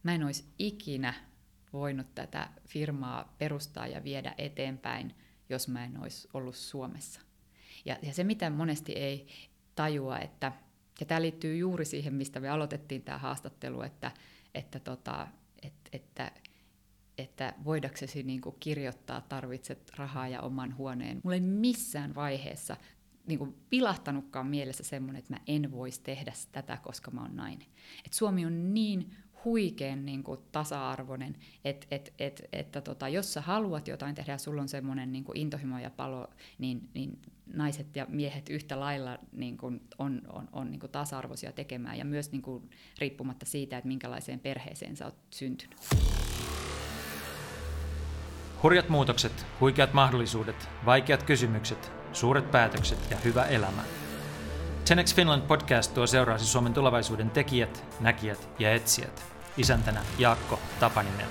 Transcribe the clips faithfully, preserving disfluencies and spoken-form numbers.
mä en olisi ikinä voinut tätä firmaa perustaa ja viedä eteenpäin, jos mä en olisi ollut Suomessa. Ja, ja se, mitä monesti ei tajua, että, ja tämä liittyy juuri siihen, mistä me aloitettiin tämä haastattelu, että, että, tota, et, että, että voidaksesi niin kuin kirjoittaa tarvitset rahaa ja oman huoneen. Mulla ei missään vaiheessa niin kuin pilahtanutkaan mielessä semmoinen, että mä en voisi tehdä tätä, koska mä oon nainen. Et Suomi on niin huikean niin kuin tasa-arvoinen, että et, et, että tota, jos sä haluat jotain tehdä ja sulla on semmoinen niin kuin intohimo ja palo, niin, niin naiset ja miehet yhtä lailla niin kuin on, on, on niin kuin tasa-arvoisia tekemään, ja myös niin kuin riippumatta siitä, että minkälaiseen perheeseen sä oot syntynyt. Hurjat muutokset, huikeat mahdollisuudet, vaikeat kysymykset, suuret päätökset ja hyvä elämä. ten x Finland podcast tuo seuraasi Suomen tulevaisuuden tekijät, näkijät ja etsijät. Isäntänä Jaakko Tapaninen.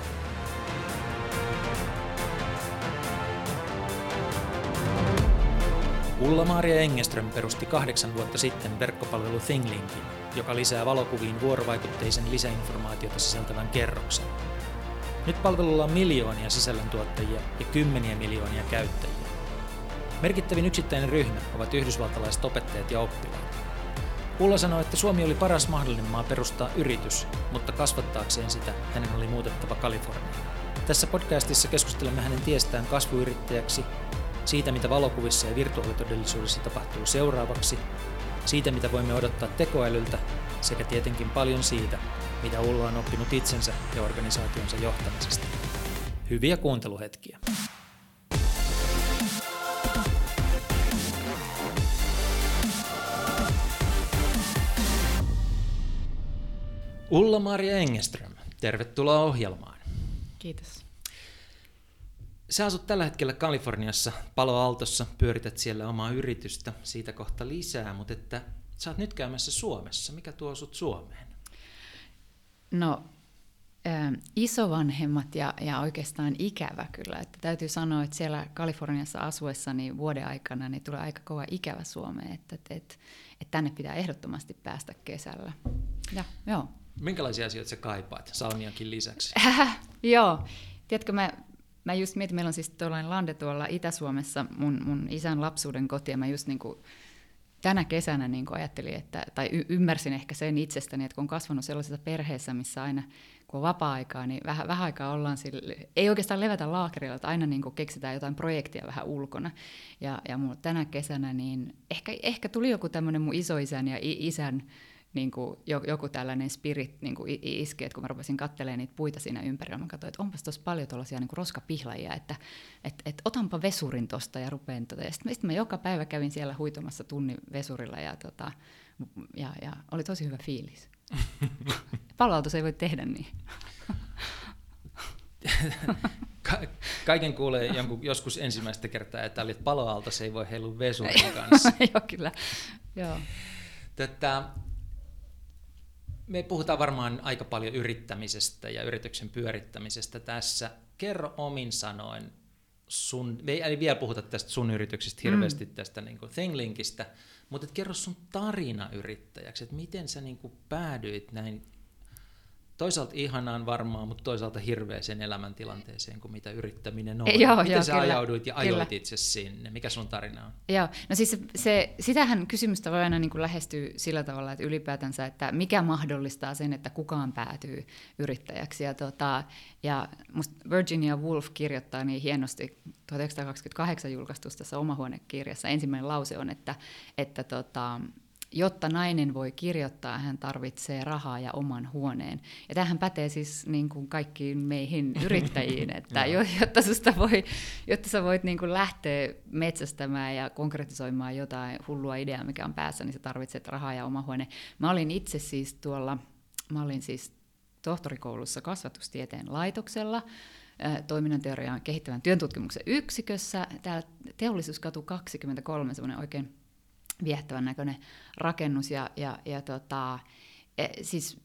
Ulla-Maria Engeström perusti kahdeksan vuotta sitten verkkopalvelu Thinglinkin, joka lisää valokuviin vuorovaikutteisen lisäinformaatiota sisältävän kerroksen. Nyt palvelulla on miljoonia sisällöntuottajia ja kymmeniä miljoonia käyttäjiä. Merkittävin yksittäinen ryhmä ovat yhdysvaltalaiset opettajat ja oppilaat. Ulla sanoi, että Suomi oli paras mahdollinen maa perustaa yritys, mutta kasvattaakseen sitä hänen oli muutettava Kaliforniaan. Tässä podcastissa keskustelemme hänen tiestään kasvuyrittäjäksi, siitä mitä valokuvissa ja virtuaalitodellisuudessa tapahtuu seuraavaksi, siitä mitä voimme odottaa tekoälyltä, sekä tietenkin paljon siitä, mitä Ulla on oppinut itsensä ja organisaationsa johtamisesta. Hyviä kuunteluhetkiä. Ulla-Maria Engeström, tervetuloa ohjelmaan. Kiitos. Sä asut tällä hetkellä Kaliforniassa, Palo Altossa, pyörität siellä omaa yritystä, siitä kohta lisää, mutta että sä oot nyt käymässä Suomessa. Mikä tuo sut Suomeen? No, ä, isovanhemmat ja, ja oikeastaan ikävä kyllä. Että täytyy sanoa, että siellä Kaliforniassa asuessani vuoden aikana niin tulee aika kova ikävä Suomeen, että, että, että, että tänne pitää ehdottomasti päästä kesällä. Ja, joo. Minkälaisia asioita sä kaipaat Salmiankin lisäksi? Äh, joo, tiedätkö, mä, mä just mietin, meillä on siis tuollainen lande tuolla Itä-Suomessa, mun, mun isän lapsuuden koti, ja mä just niin kuin tänä kesänä niin kuin ajattelin, että, tai y- ymmärsin ehkä sen itsestäni, että kun on kasvanut sellaisessa perheessä, missä aina kun on vapaa-aikaa, niin vähän, vähän aikaa ollaan sille, ei oikeastaan levätä laakerilla, että aina niin kuin keksitään jotain projektia vähän ulkona. Ja, ja mulla tänä kesänä, niin ehkä, ehkä tuli joku tämmöinen mun isoisän ja isän, niin kuin joku tällainen spirit niin kuin iski, että kun mä rupesin katselemaan niitä puita siinä ympärillä, mä katsoin, että onpas tuossa paljon tuollaisia niin kuin roskapihlajia, että et, et otanpa vesurin tosta ja rupean tota. Ja sitten mä joka päivä kävin siellä huitomassa tunnin vesurilla ja, tota, ja, ja oli tosi hyvä fiilis. Palo Altossa ei voi tehdä niin. Ka- kaiken kuulee jonkun, joskus ensimmäistä kertaa, että oli, että Palo Altossa ei voi heilua vesurin kanssa. Joo, kyllä. Joo. Tätä, me puhutaan varmaan aika paljon yrittämisestä ja yrityksen pyörittämisestä tässä. Kerro omin sanoin, sun, me ei vielä puhuta tästä sun yrityksestä hirveästi, mm. tästä niin kuin Thinglinkistä, mutta et kerro sun tarina yrittäjäksi, että miten sä niin kuin päädyit näin toisaalta ihanaan varmaan, mutta toisaalta hirveäseen elämäntilanteeseen kuin mitä yrittäminen on. Joo, miten joo, sä kyllä, ajauduit ja ajoit kyllä. itse sinne? Mikä sun tarina on? Joo, no siis se, se, sitähän kysymystä voi aina niin kuin lähestyä sillä tavalla, että ylipäätänsä, että mikä mahdollistaa sen, että kukaan päätyy yrittäjäksi. Ja, tota, ja musta Virginia Woolf kirjoittaa niin hienosti tuhatyhdeksänsataakaksikymmentäkahdeksan julkaistussa tässä Omahuonekirjassa. Ensimmäinen lause on, että, että tota, jotta nainen voi kirjoittaa, hän tarvitsee rahaa ja oman huoneen. Ja tämähän pätee siis niin kuin kaikkiin meihin yrittäjiin, että jotta, susta voi, jotta sä voit niin kuin lähteä metsästämään ja konkretisoimaan jotain hullua ideaa, mikä on päässä, niin sä tarvitset rahaa ja oma huone. Mä olin itse siis tuolla, mä olin siis tohtorikoulussa kasvatustieteen laitoksella, toiminnan teoriaan kehittävän työntutkimuksen yksikössä, täällä Teollisuuskatu kaksikymmentäkolme, semmoinen oikein viehättävän näköinen rakennus, ja, ja, ja tota, e, siis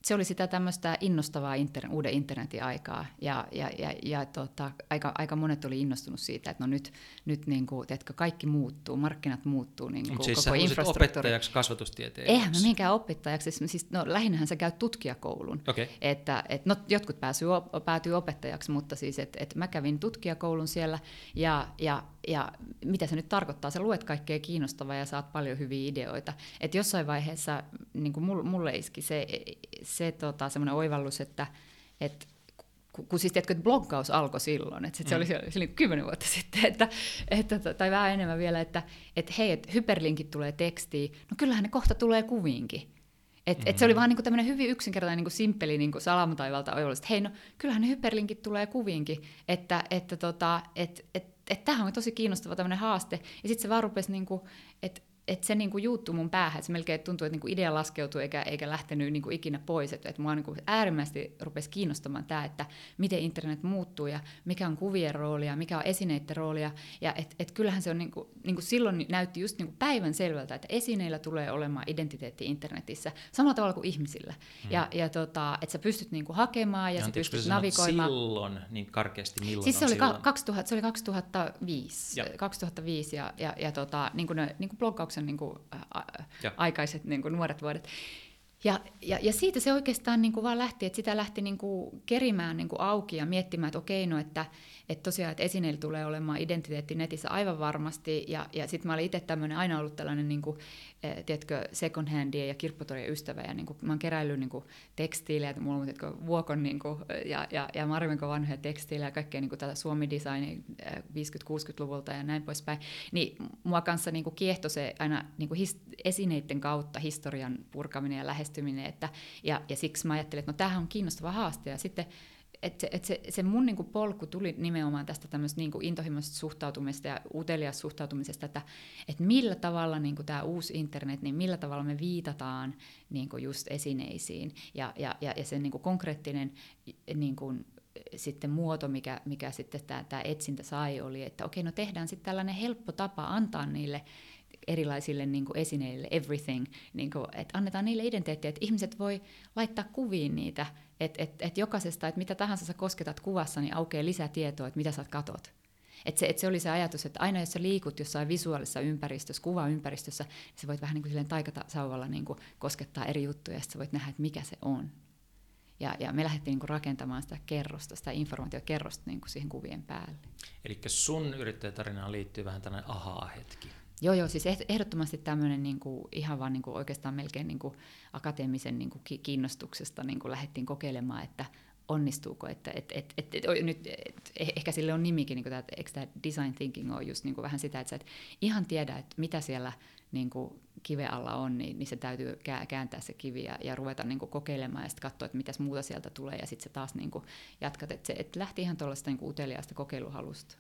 se oli sitä tämmöistä innostavaa inter, uuden internetin aikaa, ja, ja, ja, ja tota, aika, aika monet oli innostunut siitä, että no nyt, nyt niin kuin, teetkö, kaikki muuttuu, markkinat muuttuu, niin kuin, siis koko infrastruktuuri. Opettajaksi, kasvatustieteilijäksi? Eihän mä minkään opettajaksi, siis, no lähinnähän sä käyt tutkijakoulun, okay. että et, no, jotkut pääsyy, päätyy opettajaksi, mutta siis, että et mä kävin tutkijakoulun siellä, ja, ja, ja mitä se nyt tarkoittaa, sä luet kaikkea kiinnostavaa ja saat paljon hyviä ideoita, että jossain vaiheessa niin kuin mulle iski se, se tota, semmoinen oivallus, että et, kun siis tiedätkö, että bloggaus alkoi silloin, että se oli siellä kymmenen vuotta sitten, että, että, tai vähän enemmän vielä, että et, hei, että hyperlinkit tulee tekstiin, no kyllähän ne kohta tulee kuviinkin. Et, mm-hmm. et se oli vaan niinku tämmöinen hyvin yksinkertainen niinku simppeli niinku salamutaivalta oivallus, että hei, no kyllähän ne hyperlinkit tulee kuviinkin, että että tota, et, et, et tämähän on tosi kiinnostava tämmöinen haaste, ja sitten se vaan rupesi, niinku, että että se niinku juuttuu mun päähän, että se melkein tuntuu, että niinku idea laskeutui eikä, eikä lähtenyt niinku ikinä pois. Että et mua niinku äärimmäisesti rupesi kiinnostamaan tämä, että miten internet muuttuu ja mikä on kuvien roolia, mikä on esineiden roolia. Ja et, et kyllähän se on niinku, niinku silloin näytti just niinku päivän selvältä, että esineillä tulee olemaan identiteetti internetissä samalla tavalla kuin ihmisillä. Hmm. Ja, ja tota, että sä pystyt niinku hakemaan ja, ja sä pystyt navigoimaan. Silloin, niin karkeasti milloin siis se on oli silloin? kaksituhatta, se oli kaksituhattaviisi, ja. kaksituhattaviisi ja, ja, ja tota, niinku ne, niinku bloggauksen niin kuin, ä, aikaiset niin kuin nuoret vuodet. Ja, ja, ja siitä se oikeastaan niin kuin vaan lähti, että sitä lähti niin kuin kerimään niin kuin auki ja miettimään, että okei, no että, että tosiaan, että esineillä tulee olemaan identiteetti netissä aivan varmasti, ja, ja sitten mä olin itse tämmöinen, aina ollut tällainen, niin kuin, eh, tiedätkö, second handien ja kirpputorien ystävä, ja niin kuin, mä oon keräillyt niin kuin tekstiilejä, että mulla on tiedätkö, Vuokon niin kuin, ja, ja, ja Marvinkon vanhoja tekstiilejä, ja kaikkea niin kuin tätä Suomi-designia viisikymmentä-kuusikymmentäluvulta ja näin poispäin, niin mua kanssa niin kuin kiehtoi se aina niin kuin his, esineiden kautta historian purkaminen ja lähestyminen, että, ja, ja siksi mä ajattelin, että no tämähän on kiinnostava haaste, ja sitten että se, et se, se mun niinku polku tuli nimenomaan tästä tämmöistä niinku intohimoisesta suhtautumisesta ja uteliaasta suhtautumisesta, että et millä tavalla niinku tämä uusi internet, niin millä tavalla me viitataan niinku just esineisiin, ja, ja, ja, ja sen niinku konkreettinen niinku, sitten muoto, mikä, mikä sitten tämä etsintä sai, oli, että okei, no tehdään sitten tällainen helppo tapa antaa niille erilaisille niin kuin esineille, everything, niin kuin, että annetaan niille identiteettiä, että ihmiset voi laittaa kuviin niitä, että et, et jokaisesta, että mitä tahansa sä kosketat kuvassa, niin aukeaa lisää tietoa, että mitä sä katot. Että se, et se oli se ajatus, että aina jos sä liikut jossain visuaalisessa ympäristössä, kuvaympäristössä, niin sä voit vähän niin kuin silleen taikasauvalla niin kuin koskettaa eri juttuja, ja sitten sä voit nähdä, että mikä se on. Ja, ja me lähdettiin niin kuin rakentamaan sitä kerrosta, sitä informaatiokerrosta niin kuin siihen kuvien päälle. Eli sun yrittäjätarinaan liittyy vähän tällainen ahaa-hetki. Joo, joo, siis ehdottomasti tämmöinen niin kuin, ihan vaan niin kuin, oikeastaan melkein niin kuin, akateemisen niin kuin, kiinnostuksesta niin kuin, lähdettiin kokeilemaan, että onnistuuko, että et, et, et, et, nyt et, ehkä sille on nimikin, niin kuin, että eikö tämä design thinking ole just niin kuin, vähän sitä, että sä et ihan tiedä, että mitä siellä niin kuin, kiven alla on, niin, niin se täytyy kääntää se kivi ja, ja ruveta niin kuin, kokeilemaan ja sitten katsoa, että mitäs muuta sieltä tulee, ja sitten se taas niin kuin, jatkat, että se et lähti ihan tuollaista niin kuin, uteliaasta kokeiluhalusta.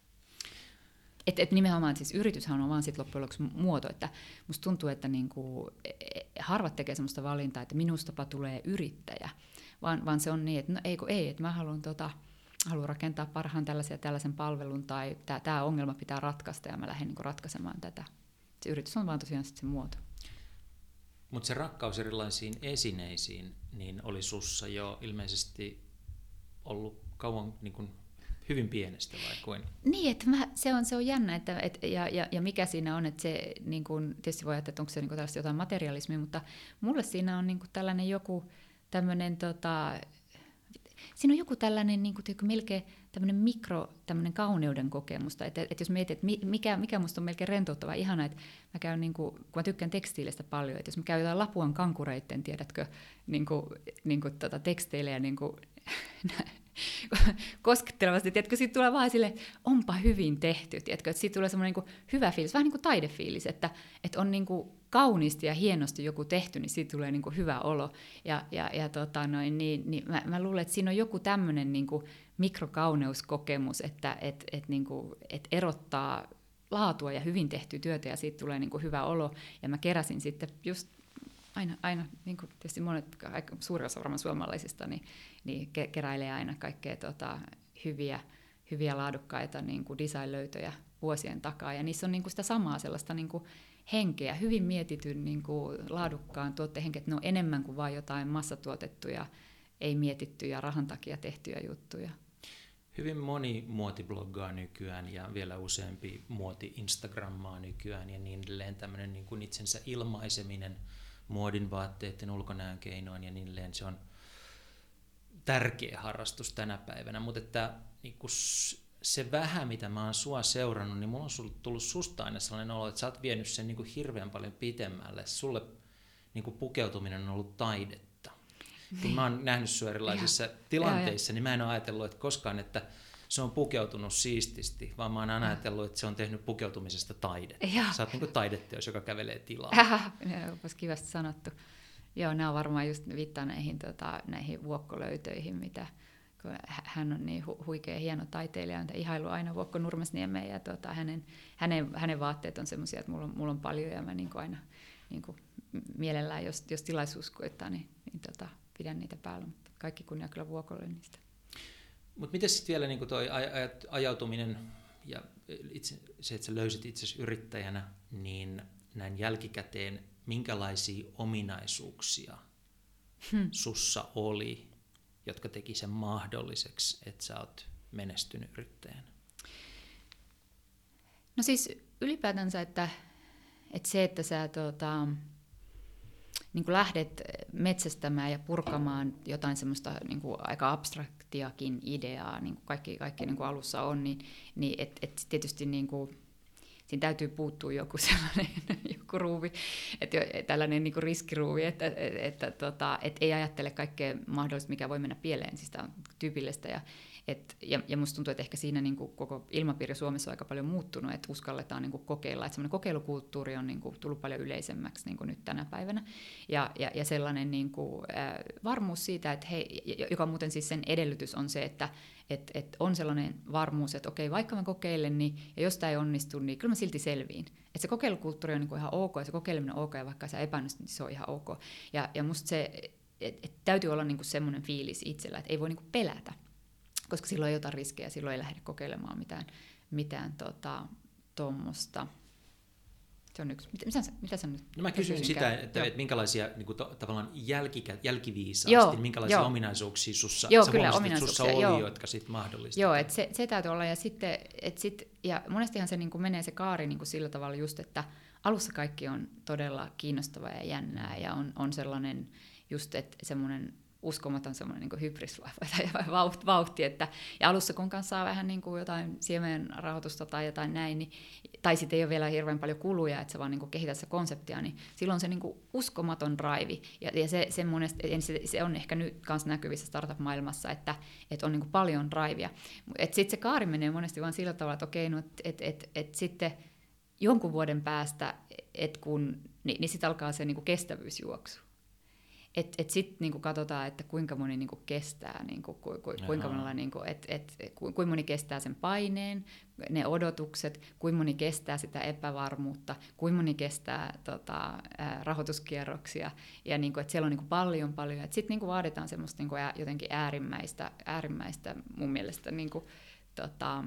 Että et nimenomaan siis yrityshän on vaan sit loppujen lopuksi muoto, että musta tuntuu, että niinku, harvat tekee semmoista valintaa, että minustapa tulee yrittäjä, vaan, vaan se on niin, että no ei kun ei, että mä haluan, tota, haluan rakentaa parhaan tällaisen ja tällaisen palvelun, tai tämä ongelma pitää ratkaista, ja mä lähden niinku ratkaisemaan tätä. Se yritys on vaan tosiaan sit se muoto. Mutta se rakkaus erilaisiin esineisiin, niin oli sussa jo ilmeisesti ollut kauan niin kun hyvin pienestä vai kuin? Niin, että mä, se, on, se on jännä, että, et, ja, ja, ja mikä siinä on, että se, niin kun, tietysti voi ajatella, että onko se niin kun tällaista jotain materialismia, mutta mulle siinä on niin kun tällainen joku tämmöinen, tota, siinä on joku tällainen niin kun, melkein tämmöinen mikro, tämmöinen kauneuden kokemusta, että, että jos mietit, että mikä, mikä musta on melkein rentouttava, ihana, että mä käyn, niin kun, kun mä tykkään tekstiilistä paljon, että jos mä käyn jotain Lapuan kankureitten, tiedätkö, niin kun, niin kun, tota, teksteilejä, niin kun, koskettelevasti, tiedätkö, siitä tulee vaan sille, onpa hyvin tehty, tiedätkö, että siitä tulee semmoinen niin kuin hyvä fiilis, vähän niin kuin taidefiilis, että, että on niin kuin kauniisti ja hienosti joku tehty, niin siitä tulee niin kuin hyvä olo, ja, ja, ja tota noin, niin, niin mä, mä luulen, että siinä on joku tämmöinen niin kuin mikrokauneuskokemus, että et, et, niin kuin, et erottaa laatua ja hyvin tehtyä työtä, ja siitä tulee niin kuin hyvä olo, ja mä keräsin sitten just aina, aina niin kuin tietysti monet, suurin osa varmaan suomalaisista, niin, niin keräilee aina kaikkea tota, hyviä, hyviä laadukkaita niin kuin design-löytöjä vuosien takaa. Ja niissä on niin kuin sitä samaa sellaista niin kuin henkeä, hyvin mietityn niin kuin laadukkaan tuotteen henkeä, että ne on enemmän kuin vain jotain massatuotettuja, ei mietittyjä, rahan takia tehtyjä juttuja. Hyvin moni muoti bloggaa nykyään ja vielä useampi muoti Instagrammaa nykyään ja niin edelleen. Tämmöinen niin kuin itsensä ilmaiseminen muodin, vaatteiden, ulkonäön keinoin ja niin edelleen. Se on tärkeä harrastus tänä päivänä, mutta että niin kuin se vähän, mitä mä oon sua seurannut, niin mulla on tullut susta aina sellainen olo, että sä oot vienyt sen niin kuin hirveän paljon pitemmälle. Sulle niin kuin pukeutuminen on ollut taidetta. Kun mä oon nähnyt sua erilaisissa ja, tilanteissa, ja, ja. niin mä en ole ajatellut, että koskaan, että se on pukeutunut siististi, vaan mä oon aina ajatellut, että se on tehnyt pukeutumisesta taidetta. Ja. Sä oot niin kuin taideteos, joka kävelee tilaa. Onpas kivasti sanottu. Joo, nämä on varmaan just viittaa näihin, tota, näihin vuokkolöytöihin, mitä kun hän on niin hu- huikea hieno taiteilija, on ihailu aina Vuokko Nurmesniemeen, ja tota, hänen, hänen, hänen vaatteet on semmoisia, että mulla on, mulla on paljon, ja mä niin kuin aina niin kuin mielellään, jos, jos tilaisuus koittaa, niin, niin tota, pidän niitä päällä, mutta kaikki kunnia kyllä Vuokolle niistä. Mutta miten sitten vielä niin toi aj- ajautuminen ja itse, se, että sä löysit itsesi yrittäjänä, niin näin jälkikäteen, minkälaisia ominaisuuksia hmm. sussa oli, jotka teki sen mahdolliseksi, että sä oot menestynyt yrittäjänä? No siis ylipäätänsä, että, että se, että sä tota, niin kuin lähdet metsästämään ja purkamaan jotain semmoista niin kuin aika abstraktiakin ideaa, niin kuin kaikki, kaikki niin kuin alussa on, niin, niin et, et tietysti niin kuin, siinä täytyy puuttua joku sellainen joku ruuvi, että tällainen niin kuin riskiruuvi, että, että, että, tota, että ei ajattele kaikkea mahdollista, mikä voi mennä pieleen, siis tämä on tyypillistä. Ja, et, ja, ja musta tuntuu, että ehkä siinä niin kuin koko ilmapiiri Suomessa on aika paljon muuttunut, että uskalletaan niin kuin kokeilla, että semmoinen kokeilukulttuuri on niin kuin tullut paljon yleisemmäksi niin kuin nyt tänä päivänä. Ja, ja, ja sellainen niin kuin, äh, varmuus siitä, että hei, joka muuten siis sen edellytys on se, että et, et on sellainen varmuus, että okei, vaikka mä kokeilen, niin, ja jos tämä ei onnistu, niin kyllä mä silti selviin. Että se kokeilukulttuuri on niin kuin ihan ok, ja se kokeileminen on ok, ja vaikka se epäonnistuu, niin se on ihan ok. Ja, ja musta se, et, et täytyy olla niin kuin semmoinen fiilis itsellä, että ei voi niin kuin pelätä, koska silloin ei ota riskejä, silloin ei lähde kokeilemaan mitään, mitään tota, tuommoista. Se on yksi. Mitä, mitä, sä, mitä sä nyt no mä kysyn sitä, että, että minkälaisia niin kuin to, tavallaan jälkikä, jälkiviisaasti, joo, minkälaisia joo. ominaisuuksia sussa, joo, sä kyllä, huomasit, ominaisuuksia, että sussa oli, joo. jotka sitten mahdollistivat. Joo, että se, se täytyy olla. Ja, sitten, et sit, ja monestihan se niin kuin menee se kaari niin kuin sillä tavalla just, että alussa kaikki on todella kiinnostavaa ja jännää, ja on, on sellainen just, että semmoinen uskomaton semmoinen niin hybrisvauhti, vauhti, että ja alussa kun kanssa saa vähän niin kuin jotain siemenrahoitusta tai jotain näin, niin, tai sitten ei ole vielä hirveän paljon kuluja, että sä vaan niin kuin kehität sitä konseptia, niin silloin se niin kuin uskomaton drive, ja, ja se, se, monesti, se, se on ehkä nyt kanssa näkyvissä startup-maailmassa, että, että on niin kuin paljon drivea. Sitten se kaari menee monesti vaan sillä tavalla, että okei, no, että et, et, et sitten jonkun vuoden päästä, et kun, niin, niin sitten alkaa se niin kuin kestävyysjuoksu. Että et sitten niinku katsotaan, että kuinka moni niinku kestää, niinku, ku, ku, kuinka monella, niinku, et, et, ku, kuinka moni kestää sen paineen, ne odotukset, kuinka moni kestää sitä epävarmuutta, kuinka moni kestää tota, ää, rahoituskierroksia. Ja niinku, että siellä on niinku paljon paljon. Sitten niinku vaaditaan semmoista niinku ää, jotenkin äärimmäistä, äärimmäistä mun mielestä niinku, tota,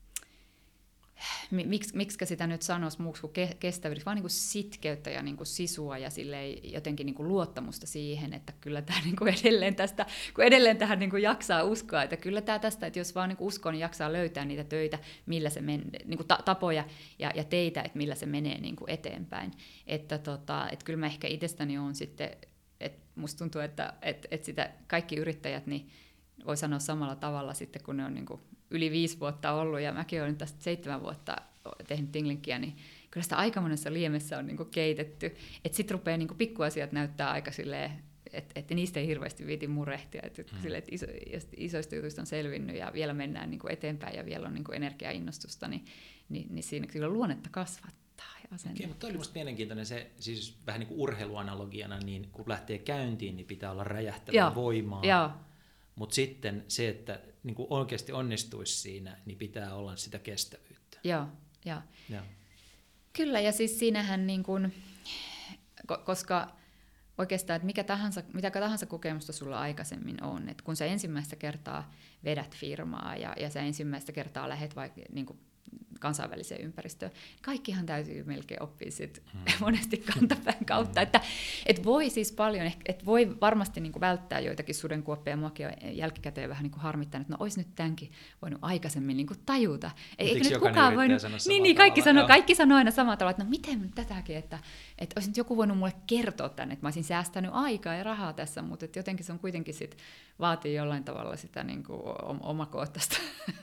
Miks, miksikä sitä nyt sanoisi muuksi kuin kestävyydeksi, vaan niin kuin sitkeyttä ja niin kuin sisua ja jotenkin niin kuin luottamusta siihen, että kyllä tämä niin kuin edelleen tästä, kun edelleen tähän niin kuin jaksaa uskoa, että kyllä tämä tästä, että jos vaan niin kuin uskoo, niin jaksaa löytää niitä töitä, millä se men, niin kuin tapoja ja, ja teitä, että millä se menee niin kuin eteenpäin. Että, tota, että kyllä mä ehkä itsestäni olen sitten, että musta tuntuu, että, että, että sitä kaikki yrittäjät, niin voi sanoa samalla tavalla sitten, kun ne on niin kuin yli viisi vuotta ollut, ja mäkin olen tästä seitsemän vuotta tehnyt Thinglinkia, niin kyllä sitä aika monessa liemessä on niin kuin keitetty. Että sitten rupeaa niin kuin pikkuasiat näyttää aika silleen, että et niistä ei hirveästi viiti murehtia, että mm. sille, et iso, isoista jutuista on selvinnyt, ja vielä mennään niin kuin eteenpäin, ja vielä on niin kuin energiainnostusta, niin, niin, niin siinä kyllä luonnetta kasvattaa. Okei, mutta toi oli musta mielenkiintoinen se, siis vähän niin kuin urheiluanalogiana, niin kun lähtee käyntiin, niin pitää olla räjähtävää voimaa. Joo. Mutta sitten se, että niin kuin oikeasti onnistuisi siinä, niin pitää olla sitä kestävyyttä. Joo, joo. Ja. Kyllä, ja siis siinähän, niin kuin, koska oikeastaan, että mikä tahansa, mitä tahansa kokemusta sulla aikaisemmin on, että kun sä ensimmäistä kertaa vedät firmaa ja, ja sä ensimmäistä kertaa lähdet vaikka niin kuin kansainväliseen ympäristöön. Kaikkihan täytyy melkein oppia sit hmm. monesti kantapään kautta, hmm. että et voi siis paljon, että voi varmasti niinku välttää joitakin sudenkuoppia, muakin on jälkikäteen vähän niinku harmittanut, että no olisi nyt tämänkin voinut aikaisemmin niinku tajuta. Eikö nyt kukaan voinut, niin, niin kaikki, sanoo, kaikki sanoo aina samalla tavalla, että no miten nyt tätäkin, että, että olisi nyt joku voinut mulle kertoa tänne, että mä olisin säästänyt aikaa ja rahaa tässä, mutta että jotenkin se on kuitenkin sit, vaatii jollain tavalla sitä niinku omakohtaista,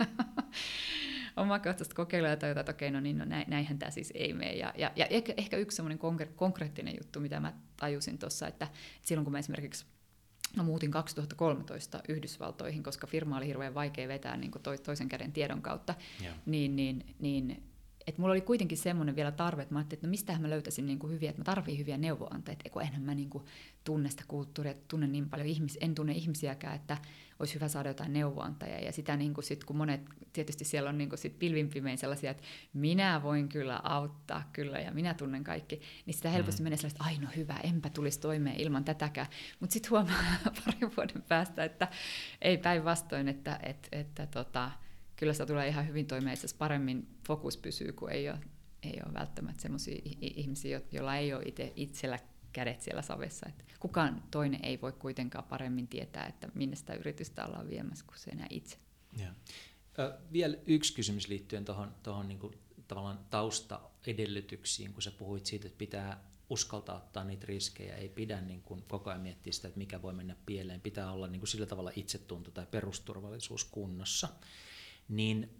omakohtaista kokeilua ja tajuta, että okei, no niin, no näinhän tämä siis ei mene. Ja, ja, ja ehkä, ehkä yksi semmoinen konkre- konkreettinen juttu, mitä mä tajusin tuossa, että, että silloin kun mä esimerkiksi no, muutin kaksituhattakolmetoista Yhdysvaltoihin, koska firma oli hirveän vaikea vetää niin kuin toisen käden tiedon kautta, yeah. niin, niin, niin että mulla oli kuitenkin semmoinen vielä tarve, että mä ajattelin, että no mistähän mä löytäisin niin kuin hyviä, että mä tarviin hyviä neuvoantajia, että enhän mä niin kuin tunne sitä kulttuuria, tunne niin paljon ihmis, en tunne ihmisiäkään, että olisi hyvä saada jotain neuvoantajia. Ja sitä niin kuin sit, kun monet, tietysti siellä on niin kuin sit pilvinpimein sellaisia, että minä voin kyllä auttaa kyllä ja minä tunnen kaikki, niin sitä helposti mm. menee sellaista, että ai no hyvä, enpä tulisi toimeen ilman tätäkään. Mutta sitten huomaa parin vuoden päästä, että ei päinvastoin, että, että, että tota, kyllä sitä tulee ihan hyvin toimeen, että paremmin fokus pysyy, kun ei ole, ei ole välttämättä sellaisia ihmisiä, joilla ei ole itse, itsellä kädet siellä savessa. Että kukaan toinen ei voi kuitenkaan paremmin tietää, että minne sitä yritystä ollaan viemässä, kuin se enää itse. Ja. Ö, vielä yksi kysymys liittyen tuohon, tuohon niin kuin tavallaan taustaedellytyksiin, kun sä puhuit siitä, että pitää uskaltaa ottaa niitä riskejä, ei pidä niin kuin koko ajan miettiä sitä, että mikä voi mennä pieleen, pitää olla niin kuin sillä tavalla itsetunto tai perusturvallisuus kunnossa. Niin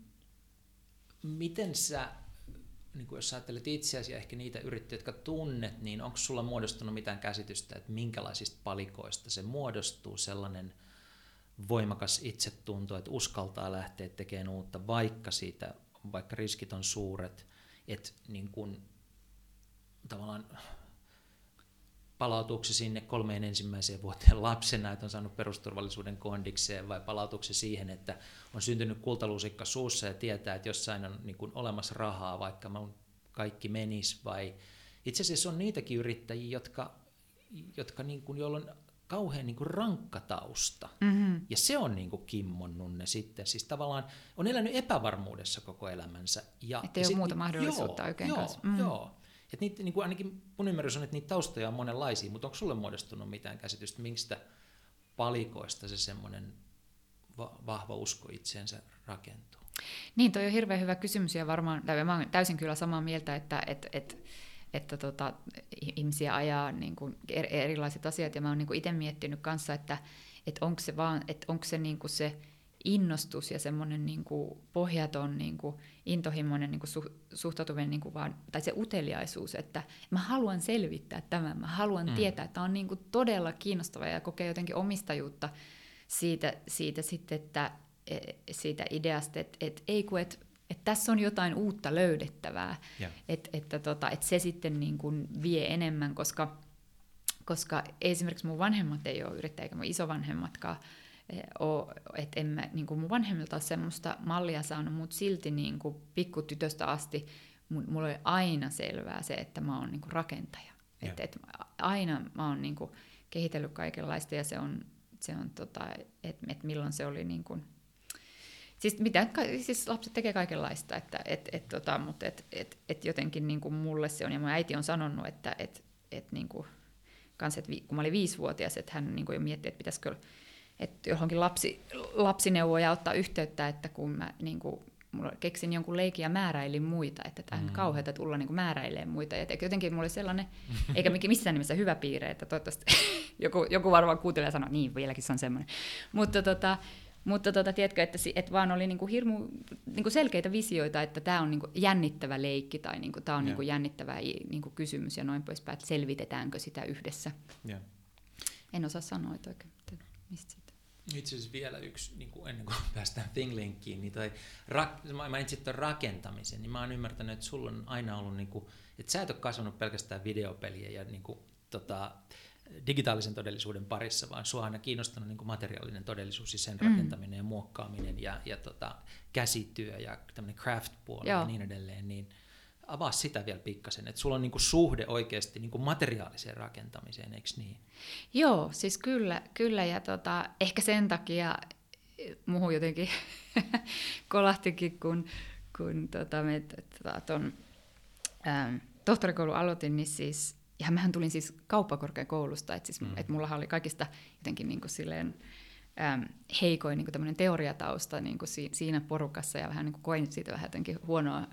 miten sä, niin kuin jos sä ajattelet itseäsi ja ehkä niitä yrittäjiä, jotka tunnet, niin onko sulla muodostunut mitään käsitystä, että minkälaisista palikoista se muodostuu sellainen voimakas itsetunto, että uskaltaa lähteä tekemään uutta, vaikka siitä, vaikka riskit on suuret, että niin kuin, tavallaan palautuuko se sinne kolmeen ensimmäiseen vuoteen lapsena, että on saanut perusturvallisuuden kondikseen, vai palautuuko se siihen, että on syntynyt kultaluusikka suussa ja tietää, että jossain on niin kuin olemassa rahaa, vaikka mun kaikki menisi, vai itse asiassa on niitäkin yrittäjiä, jotka, jotka niin kuin, joilla on kauhean niin kuin rankka tausta, mm-hmm. ja se on niin kuin kimmonnut ne sitten, siis tavallaan on elänyt epävarmuudessa koko elämänsä. Ja, että ei ole muuta mahdollisuutta joo, oikein joo, kanssa. Mm. Joo. Että niitä, niin kuin ainakin mun ymmärrys on, että niitä taustoja on monenlaisia, mutta onko sulle muodostunut mitään käsitystä, mistä palikoista se semmoinen va- vahva usko itseensä rakentuu? Niin, toi on hirveän hyvä kysymys, ja varmaan, mä olen täysin kyllä samaa mieltä, että, että, että, että tota, ihmisiä ajaa niin kuin erilaiset asiat, ja mä oon niin kuin itse miettinyt kanssa, että, että onko se, vaan, että onko se, niin kuin se innostus ja semmoinen niin kuin pohjaton niin kuin intohimoinen niin kuin su, suhtautuminen niin kuin vaan, tai se uteliaisuus, että mä haluan selvittää tämän, mä haluan mm. tietää, että tämä on niin kuin todella kiinnostavaa ja kokee jotenkin omistajuutta siitä, siitä, sitten, että, siitä ideasta, että, että ei kun, että, että tässä on jotain uutta löydettävää, yeah. että, että, tota, että se sitten niin kuin vie enemmän, koska, koska esimerkiksi mun vanhemmat ei ole yrittäjä, eikä mun isovanhemmatkaan, että en mä niin kuin mun vanhemmilta ole semmoista mallia saanut, mutta silti niin kuin pikkutytöstä asti mulla oli aina selvää se, että mä oon niin kuin rakentaja. Yeah. Että et aina mä oon niin kuin kehitellyt kaikenlaista, ja se on, se on tota, että et milloin se oli niin kuin, siis, mitä, siis lapset tekee kaikenlaista, että et, et, tota, mutta et, et, et jotenkin niin kuin mulle se on, ja mun äiti on sanonut, että et, et niin kuin, kans, et kun mä olin viisivuotias, että hän niin kuin jo mietti, että pitäisikö että johonkin lapsi, lapsineuvoja ottaa yhteyttä, että kun mä niin kuin, mulla keksin jonkun leikin ja määräilin muita, että tämä on mm. kauheata tulla niin kuin määräilemään muita. Ja jotenkin mulla oli sellainen, eikä missään nimessä hyvä piirre, että toivottavasti joku, joku varmaan kuuntelee ja sanoo, niin vieläkin se on semmoinen. Mutta, tota, mutta tota, tiedätkö, että, että vaan oli niin kuin hirmu niin kuin selkeitä visioita, että tämä on niin kuin jännittävä leikki tai niin kuin, tämä on yeah. niin kuin jännittävä niin kuin kysymys ja noin poispäin, että selvitetäänkö sitä yhdessä. Yeah. En osaa sanoa, että oikein, mistä siitä. Itse asiassa vielä yksi, niin kuin ennen kuin päästään ThingLinkiin, niin toi, rak, mä mainitsin tuon rakentamisen, niin mä oon ymmärtänyt, että sulla on aina ollut, niin kuin, että sä et ole kasvanut pelkästään videopelien ja niin kuin, tota, digitaalisen todellisuuden parissa, vaan sua on aina kiinnostanut niin kuin materiaalinen todellisuus ja sen mm. rakentaminen ja muokkaaminen ja, ja tota, käsityö ja tämmöinen craft-puoli ja niin edelleen, niin avaa sitä vielä pikkasen, että sulla on niinku suhde oikeasti niinku materiaaliseen rakentamiseen, eikö niin? Joo, siis kyllä, kyllä ja tota, ehkä sen takia muuhun jotenkin kolahtikin, kun, kun tota, me tuon ähm, tohtorikoulun aloitin, niin siis, ja mähän tulin siis kauppakorkeakoulusta, että siis, mm. et mullahan oli kaikista jotenkin niin kuin silleen, ähm, heikoin niin kuin tämmöinen teoriatausta niin kuin si, siinä porukassa, ja vähän niin kuin koin siitä vähän jotenkin huonoa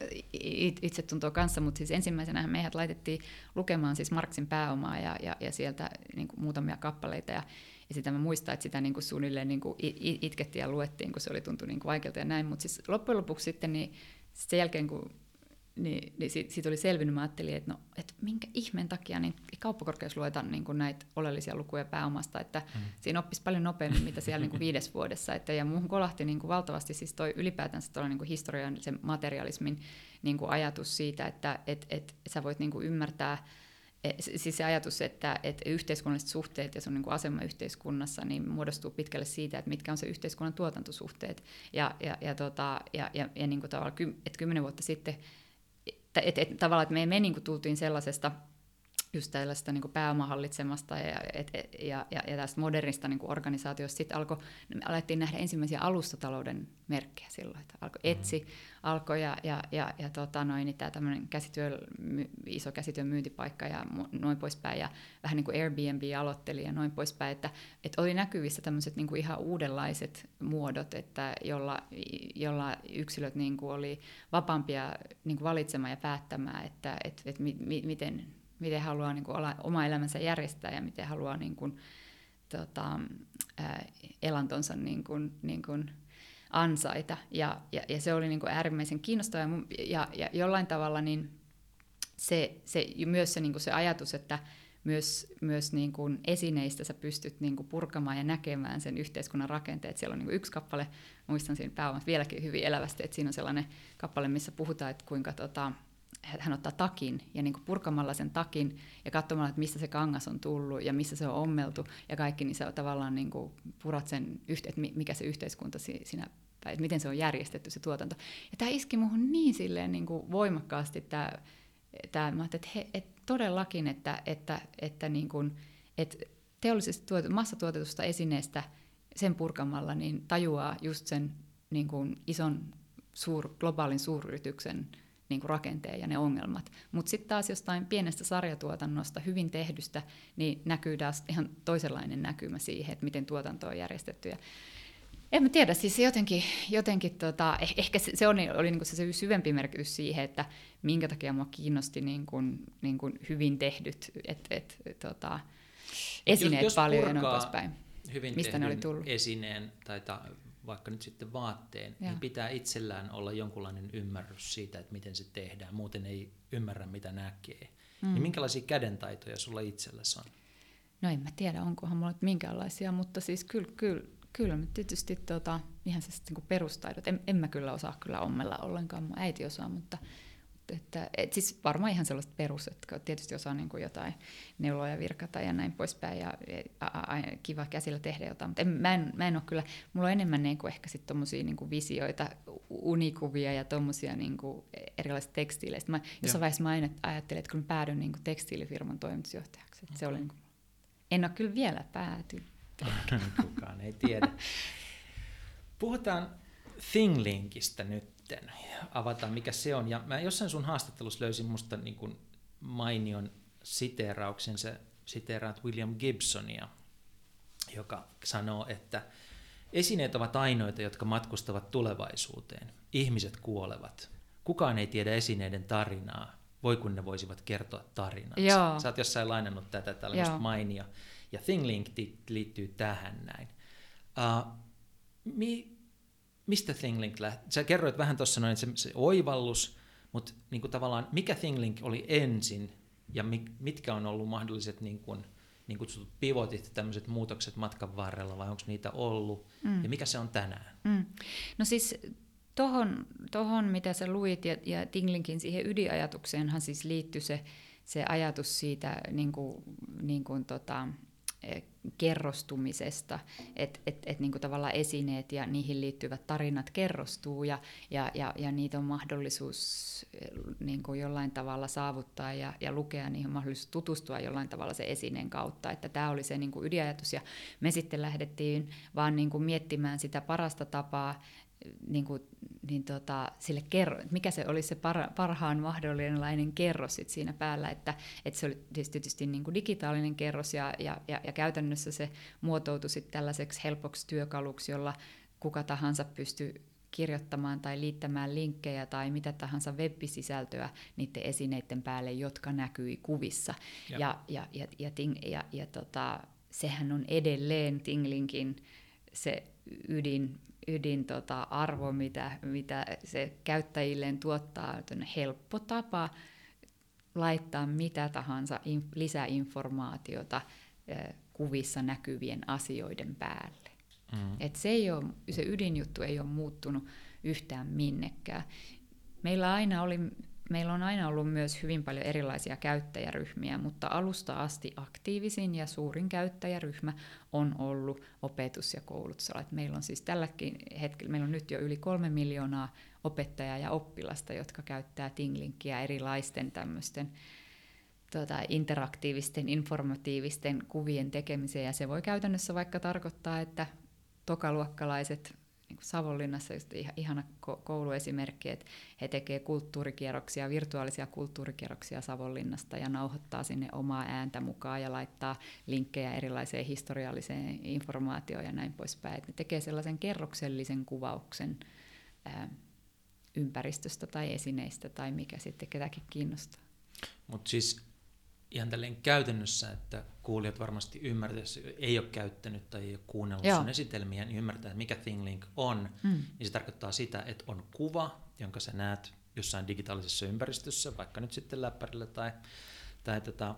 itsetuntoa kanssa, mutta siis ensimmäisenä meidät laitettiin lukemaan siis Marxin Pääomaa ja, ja, ja sieltä niin kuin muutamia kappaleita, ja, ja sitä mä muistan, että sitä niin kuin suunnilleen niin kuin itkettiin ja luettiin, kun se oli tuntui niin kuin vaikealta ja näin, mutta siis loppujen lopuksi sitten niin sen jälkeen, kun niin, niin siitä, siitä oli selvinnyt, mä ajattelin, että no, et minkä ihmeen takia niin kauppakorkeassa luetaan niin kuin näitä oleellisia lukuja pääomasta, että mm. siinä oppisi paljon nopeammin, mitä siellä niin kuin viides vuodessa. Että, ja muuhun kolahti niin kuin valtavasti siis toi ylipäätänsä tuolla niin kuin historiallisen materialismin niin kuin ajatus siitä, että et, et, et sä voit niin kuin ymmärtää, et, siis se ajatus, että et yhteiskunnalliset suhteet ja sun niin kuin asema yhteiskunnassa niin muodostuu pitkälle siitä, että mitkä on se yhteiskunnan tuotantosuhteet. Ja, ja, ja, tota, ja, ja, ja niin kuin tavallaan, että kymmenen vuotta sitten Että et, tavallaan, että me, me niin kuin tultiin sellaisesta just tällaista niin kuin pääomahallitsemasta ja, et, et, ja, ja, ja tästä modernista niin kuin organisaatiosta. Sitten alkoi, alettiin nähdä ensimmäisiä alustatalouden merkkejä silloin, että alkoi Etsi, mm-hmm. alkoi ja, ja, ja, ja tota noin, niin tämä tämmöinen käsityö, iso käsityön myyntipaikka ja noin poispäin, ja vähän niin kuin Airbnb aloitteli ja noin poispäin, että, että oli näkyvissä tämmöiset niin kuin ihan uudenlaiset muodot, että jolla, jolla yksilöt niin kuin oli vapaampia niin kuin valitsemaan ja päättämään, että et, et mi, mi, miten miten haluaa niin kuin, olla, oma elämänsä järjestää ja miten haluaa niin kuin, tota, ää, elantonsa niin kuin, niin kuin ansaita. Ja, ja, ja se oli niin kuin äärimmäisen kiinnostavaa. Ja, mun, ja, ja jollain tavalla niin se, se, myös se, niin kuin se ajatus, että myös, myös niin kuin esineistä sä pystyt niin kuin purkamaan ja näkemään sen yhteiskunnan rakenteet. Siellä on niin kuin yksi kappale, muistan siinä pääomassa vieläkin hyvin elävästi, että siinä on sellainen kappale, missä puhutaan, että kuinka tota, hän ottaa takin ja niin kuin purkamalla sen takin ja katsomalla, että mistä se kangas on tullut ja missä se on ommeltu ja kaikki, niin sä tavallaan niin kuin purat sen, että mikä se yhteiskunta siinä, tai että miten se on järjestetty se tuotanto. Ja tämä iski muhun niin silleen niin kuin voimakkaasti, tämä, tämä, mä ajattelin, että, he, että todellakin, että, että, että, niin kuin, että teollisesti tuotettu, massatuotetusta esineestä sen purkamalla niin tajuaa just sen niin kuin ison suur, globaalin suuryrityksen niin kuin rakenteen ja ne ongelmat. Mutta sitten taas jostain pienestä sarjatuotannosta, hyvin tehdystä, niin näkyy taas ihan toisenlainen näkymä siihen, että miten tuotanto on järjestetty. Ja en mä tiedä, siis jotenkin, jotenkin tota, ehkä se, se oli, oli niin kuin se syvempi merkitys siihen, että minkä takia mua kiinnosti niin kuin, niin kuin hyvin tehdyt et, et, tota, esineet jos, paljon jos ja noin poispäin. Hyvin mistä ne oli tullut? Esineen tai ta, vaikka nyt sitten vaatteen, ja. Niin pitää itsellään olla jonkunlainen ymmärrys siitä, että miten se tehdään. Muuten ei ymmärrä, mitä näkee. Mm. Niin minkälaisia kädentaitoja sulla itselläsi on? No en mä tiedä, onkohan mulla minkälaisia, mutta siis kyllä, kyllä, kyllä tietysti tota, ihan se niin kuin perustaidot. En, en mä kyllä osaa kyllä ommella ollenkaan, mun äiti osaa, mutta että, et siis varmaan ihan sellaista perus, että tietysti osaa niin kuin jotain neuloa ja virkata ja näin poispäin ja a, a, a, kiva käsillä tehdä jotain, mutta en, mä, en, mä en ole kyllä, mulla on enemmän niin kuin ehkä sitten tommosia niin kuin visioita, unikuvia ja tommosia niin kuin erilaisista tekstiileistä. Mä, jossain vaiheessa mä aina ajattelin, että kun mä päädyin niin kuin tekstiilifirman toimitusjohtajaksi, että se oli niin kuin, en ole kyllä vielä päätynyt. Kukaan ei tiedä. Puhutaan ThingLinkistä nyt. Avataan, mikä se on. Ja mä jossain sun haastattelussa löysin musta niin kuin mainion siteerauksen. Sä siteeraat William Gibsonia, joka sanoo, että esineet ovat ainoita, jotka matkustavat tulevaisuuteen. Ihmiset kuolevat. Kukaan ei tiedä esineiden tarinaa. Voi kun ne voisivat kertoa tarinansa. Joo. Sä oot jossain lainannut tätä tällaista mainio. Ja ThingLink liittyy tähän näin. Uh, mi- Mistä ThingLink lähti? Sä kerroit vähän tuossa noin, se, se oivallus, mutta niin kuin tavallaan mikä ThingLink oli ensin ja mi, mitkä on ollut mahdolliset niin kuin, niin kutsutut pivotit, tämmöiset muutokset matkan varrella vai onko niitä ollut mm. ja mikä se on tänään? Mm. No siis tohon, tohon mitä sä luit ja, ja ThingLinkin siihen ydinajatukseenhan siis liittyi se, se ajatus siitä niin kuin, niin kuin tota, kerrostumisesta, että et, et niinku tavallaan esineet ja niihin liittyvät tarinat kerrostuu ja, ja, ja, ja niitä on mahdollisuus niinku jollain tavalla saavuttaa ja, ja lukea, niihin on mahdollisuus tutustua jollain tavalla se esineen kautta, että tämä oli se niinku ydinajatus ja me sitten lähdettiin vaan niinku miettimään sitä parasta tapaa niin kuin, niin tota, sille kerro, mikä se olisi se par, parhaan mahdollinen kerros sit siinä päällä, että, että se oli tietysti niin kuin digitaalinen kerros ja, ja, ja, ja käytännössä se muotoutui sit tällaiseksi helpoksi työkaluksi, jolla kuka tahansa pystyy kirjoittamaan tai liittämään linkkejä tai mitä tahansa web-sisältöä niiden esineiden päälle, jotka näkyi kuvissa. Ja, ja, ja, ja, ja, ting, ja, ja tota, sehän on edelleen Tinglinkin se ydin, ydin tota arvo, mitä, mitä se käyttäjilleen tuottaa, helppo tapa laittaa mitä tahansa in, lisäinformaatiota eh, kuvissa näkyvien asioiden päälle. Mm. Et se, ei ole, se ydinjuttu ei ole muuttunut yhtään minnekään. Meillä, aina oli, meillä on aina ollut myös hyvin paljon erilaisia käyttäjäryhmiä, mutta alusta asti aktiivisin ja suurin käyttäjäryhmä on ollut opetus- ja koulutusala. Meillä on siis tälläkin hetkellä, meillä on nyt jo yli kolme miljoonaa opettajaa ja oppilasta, jotka käyttää Tinglinkiä erilaisten tämmöisten Tuota, interaktiivisten, informatiivisten kuvien tekemiseen, ja se voi käytännössä vaikka tarkoittaa, että tokaluokkalaiset niin kuin Savonlinnassa, just ihana kouluesimerkki, että he tekevät kulttuurikierroksia, virtuaalisia kulttuurikierroksia Savonlinnasta ja nauhoittaa sinne omaa ääntä mukaan ja laittaa linkkejä erilaiseen historialliseen informaatioon ja näin poispäin. Että ne tekee sellaisen kerroksellisen kuvauksen ää, ympäristöstä tai esineistä tai mikä sitten ketäkin kiinnostaa. Mutta siis ihan tälleen käytännössä, että kuulijat varmasti ymmärtäisi, ei ole käyttänyt tai ei ole kuunnellut Joo. sun esitelmiä, niin ymmärtää, että mikä ThingLink on. Mm. Niin se tarkoittaa sitä, että on kuva, jonka sä näet jossain digitaalisessa ympäristössä, vaikka nyt sitten läppärillä tai, tai tota,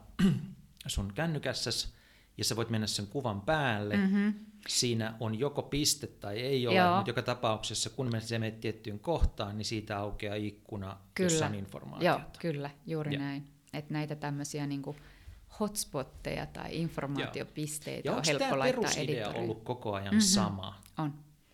sun kännykässäsi, ja sä voit mennä sen kuvan päälle. Mm-hmm. Siinä on joko piste tai ei ole, Joo. mutta joka tapauksessa, kun se menet tiettyyn kohtaan, niin siitä aukeaa ikkuna, kyllä. jossa on informaatiota. Joo, kyllä, juuri ja. näin. Että näitä tämmöisiä niinku hotspotteja tai informaatiopisteitä on helppo laittaa editoriin. Onko tämä perusidea ollut koko ajan mm-hmm. sama? On.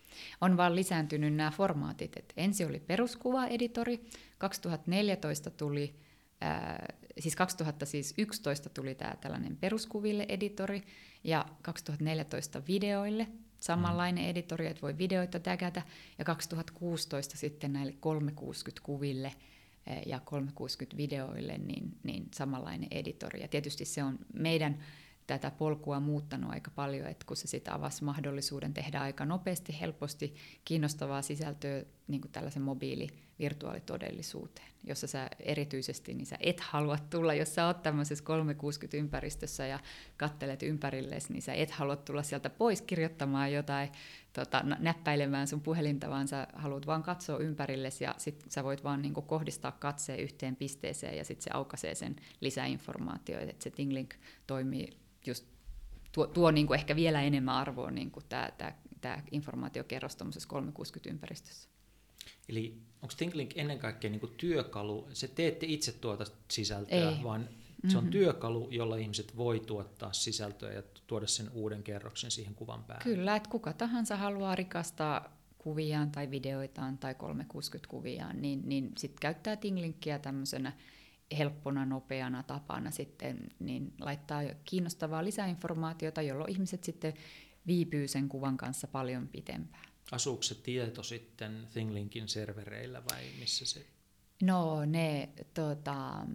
On vaan lisääntynyt nämä formaatit. Et ensin oli peruskuvaeditori, kaksituhattaneljätoista tuli, ää, siis kaksituhattayksitoista tuli tämä tällainen peruskuville editori, ja kaksituhattaneljätoista videoille samanlainen mm. editori, että voi videoita tägätä, ja kaksituhattakuusitoista sitten näille kolmesataakuusikymmentä-kuville ja kolmesataakuusikymmentä-videoille niin, niin samanlainen editori. Ja tietysti se on meidän tätä polkua muuttanut aika paljon, että kun se sitten avasi mahdollisuuden tehdä aika nopeasti, helposti kiinnostavaa sisältöä niin kuin tällaisen mobiili-virtuaalitodellisuuteen, jossa sä erityisesti niin sä et halua tulla, jos sä oot tämmöisessä kolmesataakuusikymmentä-ympäristössä ja kattelet ympärillesi, niin sä et halua tulla sieltä pois kirjoittamaan jotain, tota, näppäilemään sun puhelinta, vaan sä haluat vaan katsoa ympärillesi ja sit sä voit vaan niin kuin kohdistaa katseen yhteen pisteeseen ja sitten se aukaisee sen lisäinformaatioita, että se ThingLink toimii just tuo, tuo niin kuin ehkä vielä enemmän arvoa niin kuin tämä, tämä, tämä informaatiokerros tuollaisessa kolmesataakuusikymmentä-ympäristössä. Eli onko ThingLink ennen kaikkea niin kuin työkalu, se teette itse tuota sisältöä, Ei. vaan mm-hmm. se on työkalu, jolla ihmiset voi tuottaa sisältöä ja tuoda sen uuden kerroksen siihen kuvan päälle? Kyllä, että kuka tahansa haluaa rikastaa kuviaan tai videoitaan tai kolmesataakuusikymmentä-kuviaan, niin, niin sitten käyttää ThingLinkia tämmöisenä helppona, nopeana tapana sitten niin laittaa kiinnostavaa lisäinformaatiota, jolloin ihmiset sitten viipyy sen kuvan kanssa paljon pitempään. Asuuko se tieto sitten ThingLinkin servereillä vai missä se? No ne, tota,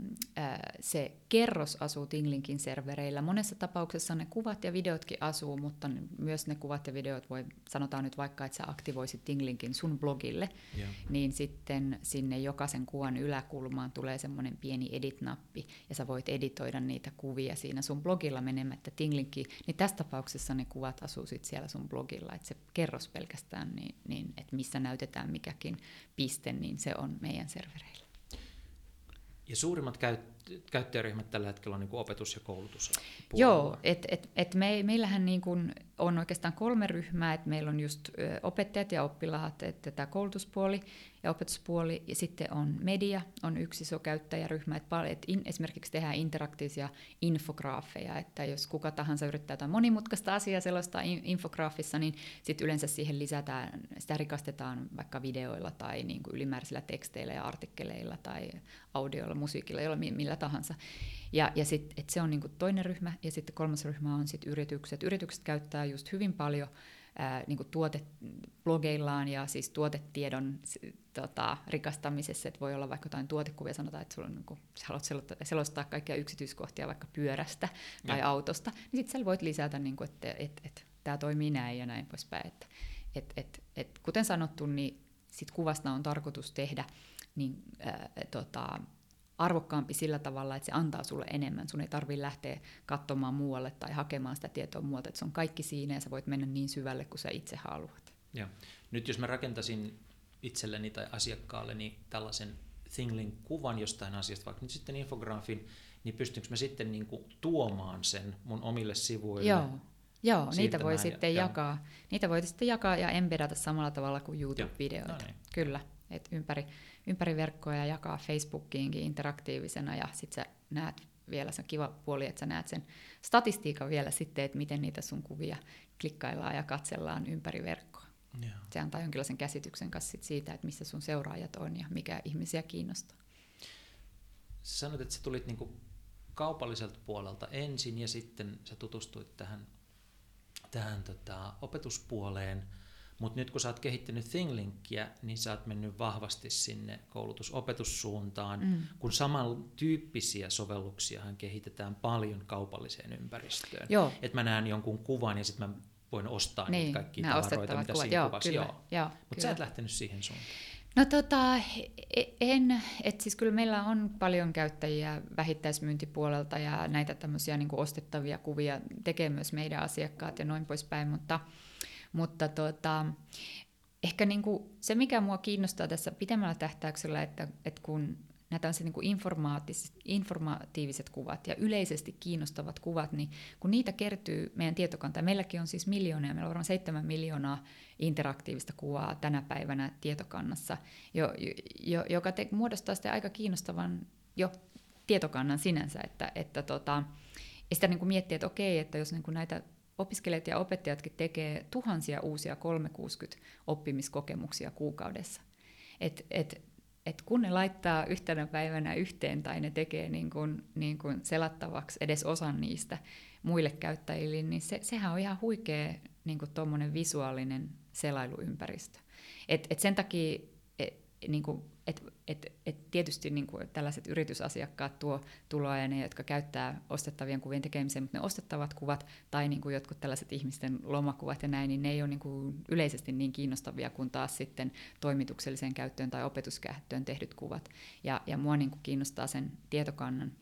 se kerros asuu ThingLinkin servereillä. Monessa tapauksessa ne kuvat ja videotkin asuu, mutta myös ne kuvat ja videot voi, sanotaan nyt vaikka, että sä aktivoisit ThingLinkin sun blogille, yeah. niin sitten sinne jokaisen kuvan yläkulmaan tulee semmoinen pieni edit-nappi, ja sä voit editoida niitä kuvia siinä sun blogilla menemättä ThingLinkiin, niin tässä tapauksessa ne kuvat asuu sit siellä sun blogilla, että se kerros pelkästään, niin, niin että missä näytetään mikäkin piste, niin se on meidän servereillä. Ja suurimmat käyt- käyttäjäryhmät tällä hetkellä on niin kuin opetus- ja koulutus. Joo, että et, et me, meillähän niin kuin on oikeastaan kolme ryhmää, että meillä on just ö, opettajat ja oppilaat, että tämä koulutuspuoli ja opetuspuoli, ja sitten on media, on yksi iso käyttäjäryhmä, että et in, esimerkiksi tehdään interaktiivisia infograafeja, että jos kuka tahansa yrittää jotain monimutkaista asiaa sellaista infograafissa, niin sitten yleensä siihen lisätään, sitä rikastetaan vaikka videoilla tai niin kuin ylimääräisillä teksteillä ja artikkeleilla tai audioilla, musiikilla, jolla millä tahansa. Ja, ja sit, et se on niinku toinen ryhmä, ja sitten kolmas ryhmä on sit yritykset. Yritykset käyttää just hyvin paljon ää, niin kuin tuoteblogeillaan ja siis tuotetiedon tota, rikastamisessa, että voi olla vaikka jotain tuotekuvia, sanotaan, että sulla on, niin kuin, sä haluat selostaa kaikkia yksityiskohtia vaikka pyörästä tai ja. autosta, niin sitten sä voit lisätä, niin kuin, että et, et, tämä toimii näin ja näin poispäin. Että, et, et, et, kuten sanottu, niin sit kuvasta on tarkoitus tehdä niin, ää, tota, arvokkaampi sillä tavalla, että se antaa sulle enemmän. Sun ei tarvitse lähteä katsomaan muualle tai hakemaan sitä tietoa muualta, että se on kaikki siinä ja sä voit mennä niin syvälle kuin sä itse haluat. Ja. Nyt jos mä rakentaisin itselleni tai asiakkaalleni tällaisen Thingling-kuvan jostain asiasta, vaikka nyt sitten infograafin, niin pystynkö mä sitten niin kuin tuomaan sen mun omille sivuille? Joo, Joo niitä voi sitten ja, jakaa. Niitä voi sitten jakaa ja embedata samalla tavalla kuin YouTube-videoita. No niin. Kyllä, että ympäri, ympäri verkkoa ja jakaa Facebookiinkin interaktiivisena ja sitten sä näet vielä, se on kiva puoli, että sä näet sen statistiikan vielä sitten, että miten niitä sun kuvia klikkaillaan ja katsellaan ympäri verkkoa. Joo. Se antaa jonkinlaisen käsityksen kanssa siitä, että missä sun seuraajat on ja mikä ihmisiä kiinnostaa. Sä sanoit, että sä tulit niinku kaupalliselta puolelta ensin ja sitten sä tutustuit tähän, tähän tota, opetuspuoleen, mutta nyt kun sä oot kehittänyt Thinglinkia, niin sä oot mennyt vahvasti sinne koulutusopetussuuntaan, mm. kun samantyyppisiä sovelluksiahan kehitetään paljon kaupalliseen ympäristöön. Että mä näen jonkun kuvan ja sitten mä voin ostaa niin, niitä kaikkia tavaroita, mitä kuvat. siinä kuvassa. Joo, joo. Mutta sä et lähtenyt siihen suuntaan. No tota, en, että siis kyllä meillä on paljon käyttäjiä vähittäismyyntipuolelta ja näitä tämmöisiä niin kuin ostettavia kuvia tekee myös meidän asiakkaat ja noin poispäin, mutta, mutta tota, ehkä niin kuin se, mikä mua kiinnostaa tässä pitemmällä tähtäyksellä, että, että kun näitä on se niin kuin informaatiiviset, informatiiviset kuvat ja yleisesti kiinnostavat kuvat, niin kun niitä kertyy meidän tietokantaan, meilläkin on siis miljoonia, meillä on varmaan seitsemän miljoonaa interaktiivista kuvaa tänä päivänä tietokannassa, jo, jo, joka te, muodostaa sitten aika kiinnostavan jo tietokannan sinänsä, että, että tota, ja sitä niin kuin miettii, että okei, että jos niin kuin näitä opiskelijat ja opettajatkin tekee tuhansia uusia kolmesataakuusikymmentä oppimiskokemuksia kuukaudessa, että et, et kun ne laittaa yhtenä päivänä yhteen tai ne tekee niin kuin, niin kuin selattavaksi edes osan niistä muille käyttäjille, niin se, sehän on ihan huikea niin kuin tommoinen visuaalinen selailuympäristö. Et, et sen takia et, niin kuin, et, et, et tietysti niin kuin tällaiset yritysasiakkaat tuo tuloa ja ne, jotka käyttää ostettavien kuvien tekemiseen, mutta ne ostettavat kuvat tai niin kuin jotkut tällaiset ihmisten lomakuvat ja näin, niin ne ei ole niin kuin yleisesti niin kiinnostavia kuin taas sitten toimitukselliseen käyttöön tai opetuskäyttöön tehdyt kuvat. Ja, ja mua niin kuin kiinnostaa sen tietokannan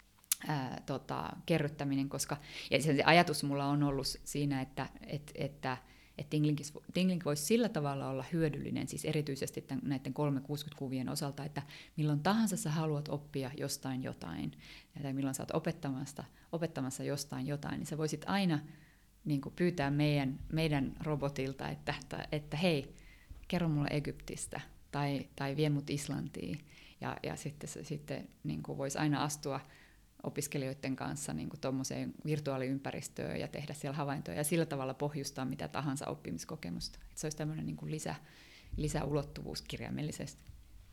ää, tota, kerryttäminen, koska ja se ajatus mulla on ollut siinä, että, et, että että Thingling voisi sillä tavalla olla hyödyllinen, siis erityisesti tämän, näiden kolmesataakuusikymmentä-kuvien osalta, että milloin tahansa sä haluat oppia jostain jotain, tai milloin sä oot opettamassa, opettamassa jostain jotain, niin sä voisit aina niin kuin pyytää meidän, meidän robotilta, että, että, että hei, kerro mulle Egyptistä, tai, tai vie mut Islantiin, ja, ja sitten, sitten niin kuin voisi aina astua opiskelijoiden kanssa niin kuin tuommoiseen virtuaaliympäristöön ja tehdä siellä havaintoja ja sillä tavalla pohjustaa mitä tahansa oppimiskokemusta. Että se olisi tämmöinen niin kuin lisä, lisäulottuvuus kirjaimellisesti.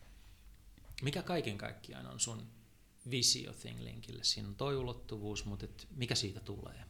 Mikä kaiken kaikkiaan on sun visio Thinglinkille? Siinä on toi ulottuvuus, mutta et mikä siitä tulee?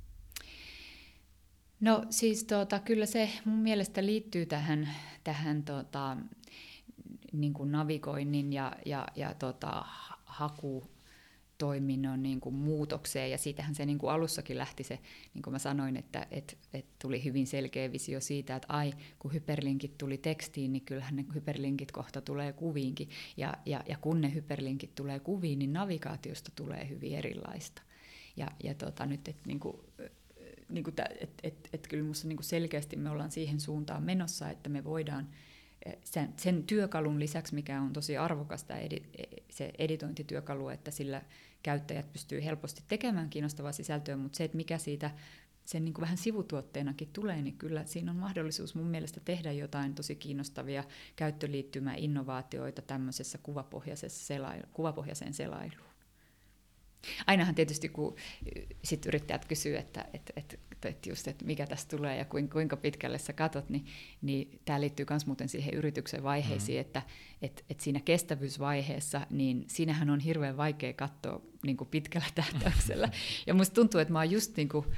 No siis tota, kyllä se mun mielestä liittyy tähän, tähän tota, niin kuin navigoinnin ja, ja, ja tota, haku toiminnon niin kuin muutokseen, ja siitähän se niin kuin alussakin lähti se, niin kuin mä sanoin, että et, et tuli hyvin selkeä visio siitä, että ai, kun hyperlinkit tuli tekstiin, niin kyllähän ne hyperlinkit kohta tulee kuviinkin, ja, ja, ja kun ne hyperlinkit tulee kuviin, niin navigaatiosta tulee hyvin erilaista. Ja, ja tota, nyt, että niin kuin, niin kuin et, et, et kyllä musta niin kuin selkeästi me ollaan siihen suuntaan menossa, että me voidaan Sen, sen työkalun lisäksi, mikä on tosi arvokasta, edi, se editointityökalu, että sillä käyttäjät pystyy helposti tekemään kiinnostavaa sisältöä, mutta se, että mikä siitä sen niin kuin vähän sivutuotteenakin tulee, niin kyllä siinä on mahdollisuus mun mielestä tehdä jotain tosi kiinnostavia käyttöliittymä-innovaatioita tämmöisessä kuvapohjaisessa selailu, kuvapohjaiseen selailuun. Ainahan tietysti, kun sit yrittäjät kysyy, että, että, että, että, just, että mikä tästä tulee ja kuinka pitkälle sä katot, niin, niin tämä liittyy myös muuten siihen yrityksen vaiheisiin, mm-hmm. että, että, että siinä kestävyysvaiheessa, niin siinähän on hirveän vaikea katsoa niin kuin pitkällä tähtäyksellä. Ja musta tuntuu, että mä oon just niin kuin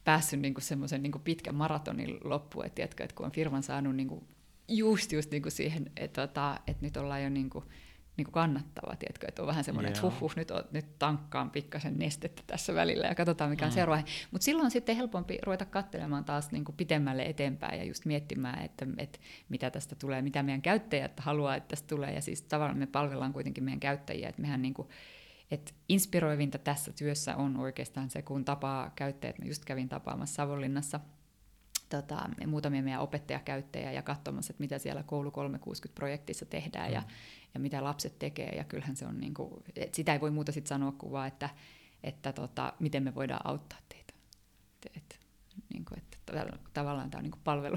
päässyt niin kuin semmoisen niin kuin pitkän maratonin loppuun, että, tiedätkö, että kun on firman saanut niin kuin just, just niin kuin siihen, että, että, että nyt ollaan jo niin kuin, niin kuin kannattava, tiedätkö, että on vähän semmoinen, yeah. että huh, huh, nyt, on, nyt tankkaan pikkasen nestettä tässä välillä ja katsotaan mikä on mm. seuraava. Mutta silloin on sitten helpompi ruveta katselemaan taas niin kuin pitemmälle eteenpäin ja just miettimään, että, että mitä tästä tulee, mitä meidän käyttäjät haluaa, että tästä tulee. Ja siis tavallaan me palvellaan kuitenkin meidän käyttäjiä, että mehän niin kuin, että inspiroivinta tässä työssä on oikeastaan se, kun tapaa käyttäjät. Mä just kävin tapaamassa Savonlinnassa tota, muutamia meidän opettajakäyttäjiä ja katsomassa, että mitä siellä Koulu kolmesataakuusikymmentä-projektissa tehdään mm. ja, ja mitä lapset tekee. Ja kyllähän se on, niin kuin, että sitä ei voi muuta sit sanoa kuin vaan, että, että tota, miten me voidaan auttaa teitä. Et, et, niin kuin, että tavallaan tämä on niin kuin palvelu,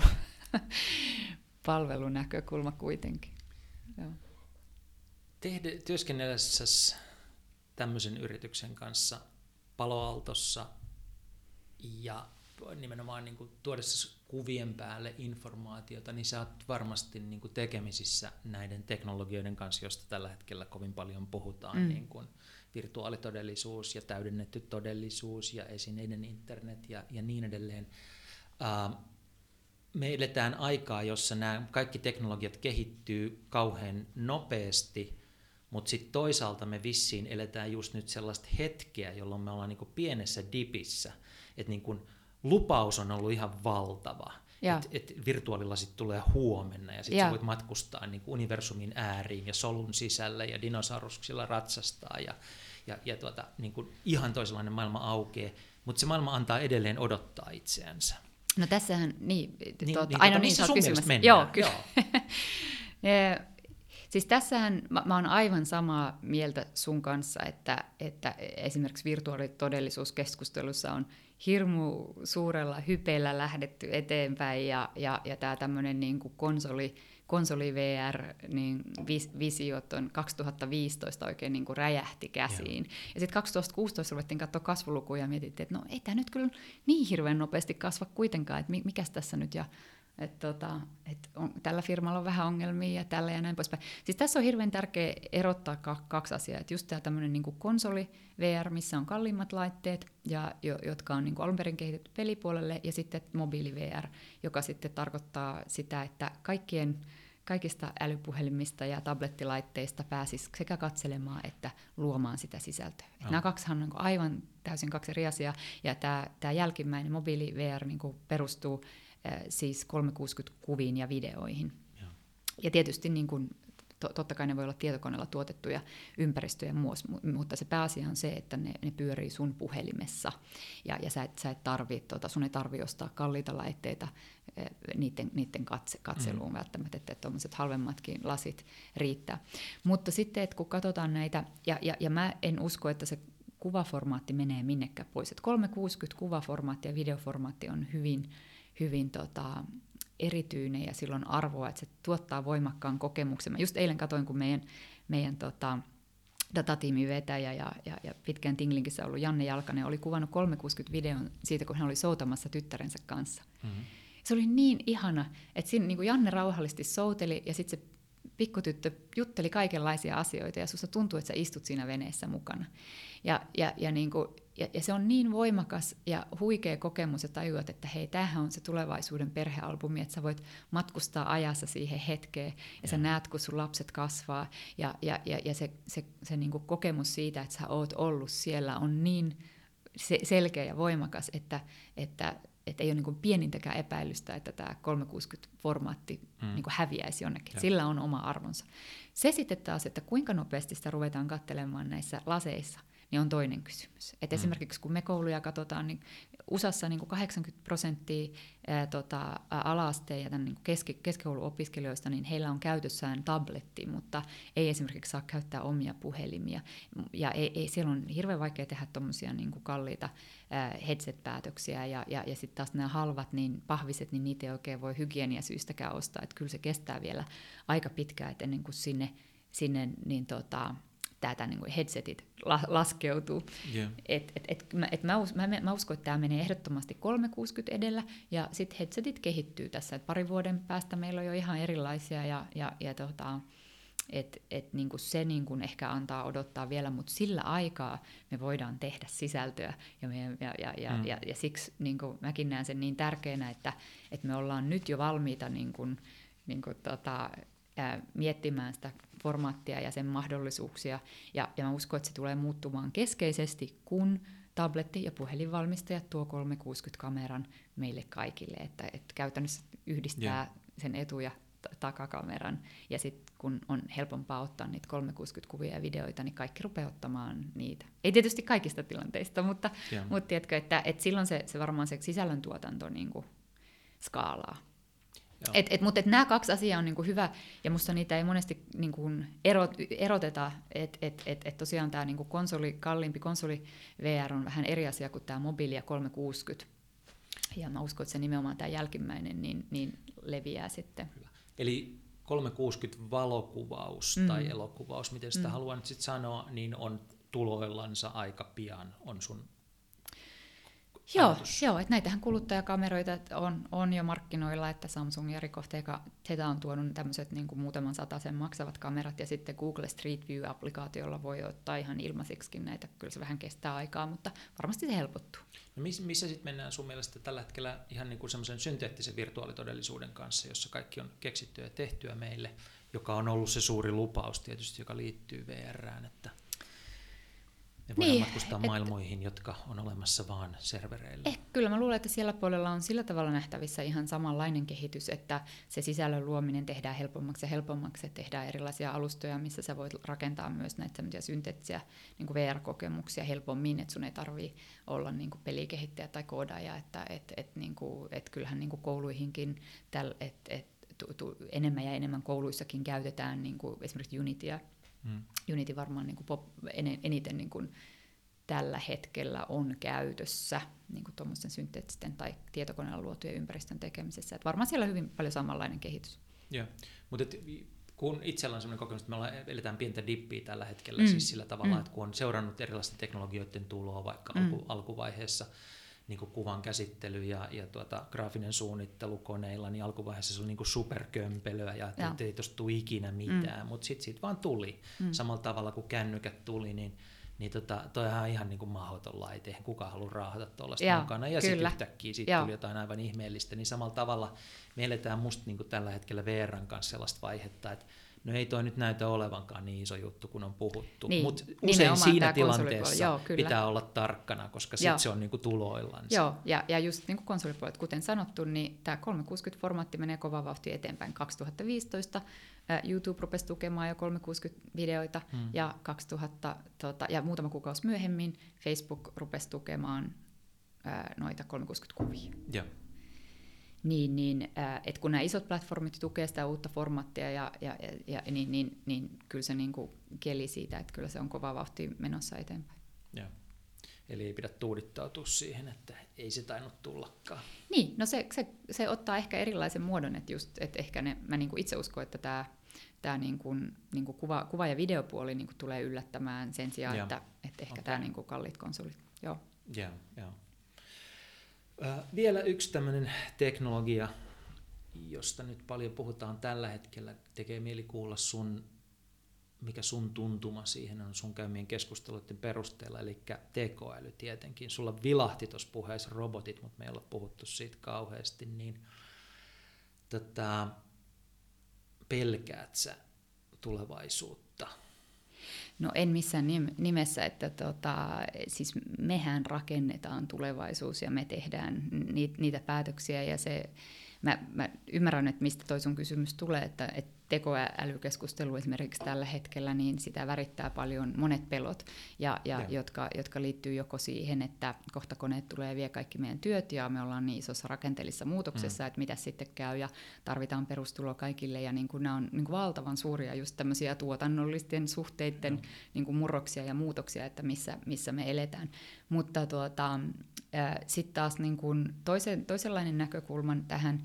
palvelunäkökulma kuitenkin. Joo. Tehde, työskennellessäsi tämmöisen yrityksen kanssa Palo Altossa ja nimenomaan niin kuin tuodessa kuvien päälle informaatiota, niin sä oot varmasti niin kuin tekemisissä näiden teknologioiden kanssa, joista tällä hetkellä kovin paljon puhutaan, mm. niin kuin virtuaalitodellisuus ja täydennetty todellisuus ja esineiden internet ja, ja niin edelleen. Uh, me eletään aikaa, jossa nämä kaikki teknologiat kehittyy kauhean nopeasti, mutta sitten toisaalta me vissiin eletään just nyt sellaista hetkeä, jolloin me ollaan niinku pienessä dipissä, että niinku lupaus on ollut ihan valtava, että et virtuaalilasit tulee huomenna ja sitten sä voit matkustaa niinku universumin ääriin ja solun sisällä ja dinosauruksilla ratsastaa ja, ja, ja tuota, niinku ihan toisenlainen maailma aukeaa, mutta se maailma antaa edelleen odottaa itseänsä. No tässähän, niin, niin, tuota, niin, aina tota, niin sä oot kysymässä. Joo, kyllä. Joo. Siis tässähän mä, mä oon aivan samaa mieltä sun kanssa, että, että esimerkiksi virtuaalitodellisuuskeskustelussa on hirmu suurella hypeellä lähdetty eteenpäin ja, ja, ja tämä tämmöinen niin kuin konsoli, konsoli V R niin vis, visiot on kaksituhattaviisitoista oikein niin kuin räjähti käsiin. Joo. Ja sitten kaksituhattakuusitoista ruvettiin katsoa kasvulukuja ja mietittiin, että no ei tämä nyt kyllä niin hirveän nopeasti kasva kuitenkaan, että mikäs tässä nyt ja että tota, et on, tällä firmalla on vähän ongelmia ja tällä ja näin poispäin. Siis tässä on hirveän tärkeää erottaa kaksi asiaa. Että just tämä tämmöinen niinku konsoli V R, missä on kalliimmat laitteet, ja, jo, jotka on niinku alun perin kehitetty pelipuolelle, ja sitten mobiili V R, joka sitten tarkoittaa sitä, että kaikkien, kaikista älypuhelimista ja tablettilaitteista pääsisi sekä katselemaan että luomaan sitä sisältöä. No. Nämä kaksihan on aivan täysin kaksi eri asiaa, ja tämä, tämä jälkimmäinen mobiili V R niinku perustuu siis kolmesataakuusikymmentä-kuviin ja videoihin. Ja, ja tietysti niin kuin, to, totta kai ne voi olla tietokoneella tuotettuja ympäristöjen muodossa, mutta se pääasia on se, että ne, ne pyörii sun puhelimessa. Ja, ja sä et, sä et tarvi, tota, sun ei tarvitse ostaa kalliita laitteita niiden, niiden katse, katseluun mm. välttämättä, että tuommoiset halvemmatkin lasit riittää. Mutta sitten, että kun katsotaan näitä, ja, ja, ja mä en usko, että se kuvaformaatti menee minnekään pois. Että kolmesataakuusikymmentä kuvaformaatti ja videoformaatti on hyvin hyvin tota, erityinen ja silloin arvoa, että se tuottaa voimakkaan kokemuksen. Mä just eilen katsoin, kun meidän, meidän tota, datatiimin vetäjä ja, ja, ja pitkään Tinglinkissä ollut Janne Jalkanen oli kuvannut kolmesataakuusikymmentä-videon siitä, kun hän oli soutamassa tyttärensä kanssa. Mm-hmm. Se oli niin ihana, että siinä niin kuin Janne rauhallisesti souteli ja sitten se pikkutyttö jutteli kaikenlaisia asioita ja susta tuntuu, että sä istut siinä veneessä mukana. Ja, ja, ja, niin kuin, ja, ja se on niin voimakas ja huikea kokemus ja tajuat, että hei, tämähän on se tulevaisuuden perhealbumi, että sä voit matkustaa ajassa siihen hetkeen ja, ja. sä näet, kun sun lapset kasvaa ja, ja, ja, ja se, se, se niin kuin kokemus siitä, että sä oot ollut siellä on niin se, selkeä ja voimakas, että, että että ei ole niin kuin pienintäkään epäilystä, että tämä kolmesataakuusikymmentä-formaatti mm. niin kuin häviäisi jonnekin. Ja. Sillä on oma arvonsa. Se sitten taas, että kuinka nopeasti sitä ruvetaan katselemaan näissä laseissa, niin on toinen kysymys. Et mm. Esimerkiksi kun me kouluja katsotaan, niin U S A:ssa niin kuin kahdeksankymmentä prosenttia ää, tota, ala-asteen ja tämän, niin kuin keski, keskikouluopiskelijoista, niin heillä on käytössään tabletti, mutta ei esimerkiksi saa käyttää omia puhelimia. Ja ei, ei, siellä on hirveän vaikea tehdä tuommoisia niin kuin kalliita ää, headset-päätöksiä, ja, ja, ja sitten taas nämä halvat, niin pahviset, niin niitä ei oikein voi hygieniasyistäkään ostaa. Että kyllä se kestää vielä aika pitkään, että ennen kuin sinne, sinne niin tota, tätä niin kuin headsetit la- laskeutuu. Yeah. Et, et, et, mä, et mä, us, mä, mä uskon, että tämä menee ehdottomasti kolmesataakuusikymmentä edellä, ja sitten headsetit kehittyy tässä. Et parin vuoden päästä meillä on jo ihan erilaisia, ja, ja, ja tota, et, et niinku se niinku ehkä antaa odottaa vielä, mutta sillä aikaa me voidaan tehdä sisältöä. Ja, me, ja, ja, ja, mm. ja, ja siksi niinku mäkin näen sen niin tärkeänä, että, että me ollaan nyt jo valmiita niinku, niinku tota, ää, miettimään sitä formaattia ja sen mahdollisuuksia. Ja, ja mä uskon, että se tulee muuttumaan keskeisesti, kun tabletti- ja puhelinvalmistajat tuo kolmesataakuusikymmentä-kameran meille kaikille. Että, että käytännössä yhdistää yeah. sen etu- ja takakameran, ja sitten kun on helpompaa ottaa niitä kolmesataakuusikymmentä-kuvia ja videoita, niin kaikki rupeaa ottamaan niitä. Ei tietysti kaikista tilanteista, mutta, yeah. mutta tiedätkö, että, että silloin se, se varmaan se sisällöntuotanto niin kuin skaalaa. Et, et, mutta et nämä kaksi asiaa on niin kuin hyvä, ja musta niitä ei monesti niin kuin erot, eroteta, että et, et, et tosiaan tämä niin kuin konsoli, kalliimpi konsoli V R on vähän eri asia kuin tämä mobiili ja kolmesataakuusikymmentä. Ja mä uskon, että se nimenomaan tämä jälkimmäinen niin, niin leviää sitten. Hyvä. Eli kolmesataakuusikymmentä valokuvaus mm. tai elokuvaus, miten sitä mm. haluan nyt sitten sanoa, niin on tuloillansa aika pian, on sun Joo, joo, että näitähän kuluttajakameroita on, on jo markkinoilla, että Samsung ja Ricoh Theta on tuonut tämmöiset niin kuin muutaman satasen maksavat kamerat, ja sitten Google Street View-applikaatiolla voi ottaa ihan ilmaisiksikin näitä. Kyllä se vähän kestää aikaa, mutta varmasti se helpottuu. No miss, missä sitten mennään sun mielestä tällä hetkellä ihan niin kuin semmoisen synteettisen virtuaalitodellisuuden kanssa, jossa kaikki on keksittyä ja tehtyä meille, joka on ollut se suuri lupaus tietysti, joka liittyy V R:ään, että ne voidaan niin, matkustaa et, maailmoihin, jotka on olemassa vaan servereillä. Eh, kyllä mä luulen, että siellä puolella on sillä tavalla nähtävissä ihan samanlainen kehitys, että se sisällön luominen tehdään helpommaksi ja helpommaksi, että tehdään erilaisia alustoja, missä sä voit rakentaa myös näitä synteettisiä niin kuin V R-kokemuksia helpommin, että sun ei tarvitse olla niin kuin pelikehittäjä tai koodaaja, että et, et, niin kuin, et kyllähän niin kuin kouluihinkin täl, et, et, tu, tu, enemmän ja enemmän kouluissakin käytetään niin kuin esimerkiksi Unityä. Hmm. Unity varmaan niin kuin pop, en, eniten niin kuin tällä hetkellä on käytössä niin kuin tuommoisten synteettisten tai tietokoneella luotujen ympäristön tekemisessä. Et varmaan siellä on hyvin paljon samanlainen kehitys. Joo, mutta kun itsellä on sellainen kokemus, että me ollaan, eletään pientä dippiä tällä hetkellä, mm. siis sillä tavalla, mm. että kun on seurannut erilaisten teknologioiden tuloa vaikka mm. alku, alkuvaiheessa, niin kuin kuvan käsittely ja, ja tuota, graafinen suunnittelu koneilla, niin alkuvaiheessa se oli niin kuin superkömpelöä ja et, ei tuosta tule ikinä mitään, mm. mutta sitten siitä vaan tuli. Mm. Samalla tavalla kuin kännykät tuli, niin, niin tota, toihan on ihan niin kuin mahdoton laite, eihän kukaan halua raahata tuollaista mukana. Ja sitten yhtäkkiä siitä tuli jotain aivan ihmeellistä, niin samalla tavalla me eletään musta niin kuin tällä hetkellä V R:n kanssa sellaista vaihetta, että no ei toi nyt näytä olevankaan niin iso juttu, kun on puhuttu, niin, mutta usein siinä tilanteessa joo, pitää olla tarkkana, koska sitten se on niinku tuloillansa. Joo, ja, ja just niin kuin konsolipuolet, kuten sanottu, niin tämä kolmesataakuusikymmentä-formaatti menee kovaa vauhtia eteenpäin. kaksituhattaviisitoista ä, YouTube rupesi tukemaan jo kolmesataakuusikymmentä-videoita, hmm. ja, kaksituhatta, tota, ja muutama kuukausi myöhemmin Facebook rupesi tukemaan ä, noita kolmesataakuusikymmentä-kuvia. Joo. Niin, niin, että kun nämä isot platformit tukevat sitä uutta formaattia, ja, ja, ja, niin, niin, niin kyllä se niin kuin kieli siitä, että kyllä se on kova vauhti menossa eteenpäin. Joo. Eli ei pidä tuudittautua siihen, että ei se tainnut tullakaan. Niin, no se, se, se ottaa ehkä erilaisen muodon, että, just, että ehkä ne, mä niin kuin itse uskon, että tämä, tämä niin kuin, niin kuin kuva, kuva- ja videopuoli niin kuin tulee yllättämään sen sijaan, että, että ehkä okay. tämä niin kuin kalliit konsolit. Joo, joo. joo. Uh, vielä yksi tämmöinen teknologia, josta nyt paljon puhutaan tällä hetkellä, tekee mieli kuulla sun, mikä sun tuntuma siihen on sun käymien keskusteluiden perusteella, eli tekoäly tietenkin. Sulla vilahti tuossa puheessa robotit, mutta me ei olla puhuttu siitä kauheasti, niin tota, pelkäät sä tulevaisuutta? No en missään nimessä, että tota, siis mehän rakennetaan tulevaisuus ja me tehdään niitä, niitä päätöksiä, ja se, mä, mä ymmärrän, että mistä toi sun kysymys tulee, että, että tekoälykeskustelu esimerkiksi tällä hetkellä, niin sitä värittää paljon monet pelot, ja, ja jotka, jotka liittyy joko siihen, että kohta koneet tulee ja vie kaikki meidän työt, ja me ollaan niin isossa rakenteellisessa muutoksessa, mm. että mitä sitten käy, ja tarvitaan perustulo kaikille, ja niin kuin nämä on niin kuin valtavan suuria just tämmöisiä tuotannollisten suhteiden mm. niin kuin murroksia ja muutoksia, että missä, missä me eletään. Mutta tuota, äh, sitten taas niin kuin toisen, toisenlainen näkökulma tähän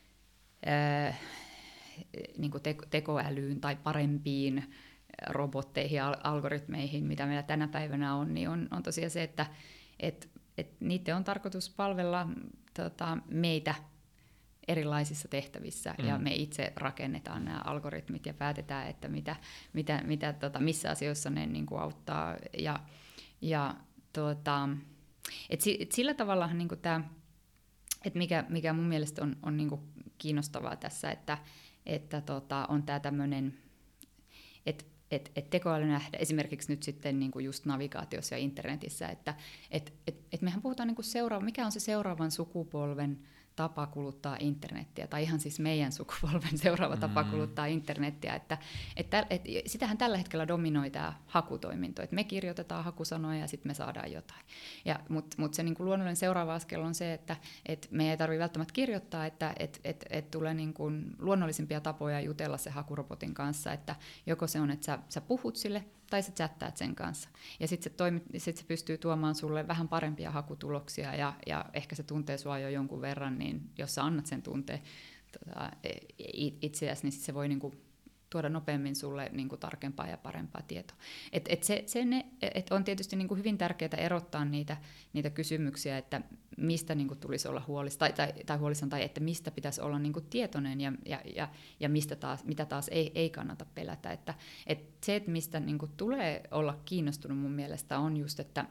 äh, niin kuin tekoälyyn tai parempiin robotteihin ja algoritmeihin, mitä meillä tänä päivänä on, niin on, on tosiaan se, että et, et niiden on tarkoitus palvella tota, meitä erilaisissa tehtävissä, mm. ja me itse rakennetaan nämä algoritmit ja päätetään, että mitä, mitä, mitä, tota, missä asioissa ne niin kuin auttaa. Ja, ja tuota, et si, et sillä tavalla niin kuin tämä, et mikä, mikä mun mielestä on, on niin kuin kiinnostavaa tässä, että, että tota, on tämä tämmöinen, että et, et tekoäly nähdä esimerkiksi nyt sitten niin kuin just navigaatiossa ja internetissä, että et, et, et mehän puhutaan niin kuin seuraava, mikä on se seuraavan sukupolven tapa kuluttaa internettiä, tai ihan siis meidän sukupolven seuraava tapa kuluttaa internettiä, että, että, että sitähän tällä hetkellä dominoi tämä hakutoiminto, että me kirjoitetaan hakusanoja ja sitten me saadaan jotain. Mutta mut se niinku luonnollinen seuraava askel on se, että et me ei tarvitse välttämättä kirjoittaa, että et, et, et tulee niinku luonnollisimpia tapoja jutella se hakurobotin kanssa, että joko se on, että sä, sä puhut sille, tai sä chattaat sen kanssa. Ja sitten se, sit se pystyy tuomaan sulle vähän parempia hakutuloksia, ja, ja ehkä se tuntee sua jo jonkun verran, niin jos sä annat sen tunteen tota, itseäsi, niin sit se voi niinku tuoda nopeammin sulle niinku tarkempaa ja parempaa tietoa. Et, et se, se ne, et on tietysti niinku hyvin tärkeää erottaa niitä, niitä kysymyksiä, että mistä niinku tulisi olla huolissaan, tai, tai, tai huolissaan, tai että mistä pitäisi olla niinku tietoinen, ja, ja, ja, ja mistä taas, mitä taas ei, ei kannata pelätä. Että, et se, että mistä niinku tulee olla kiinnostunut mun mielestä, on just, että,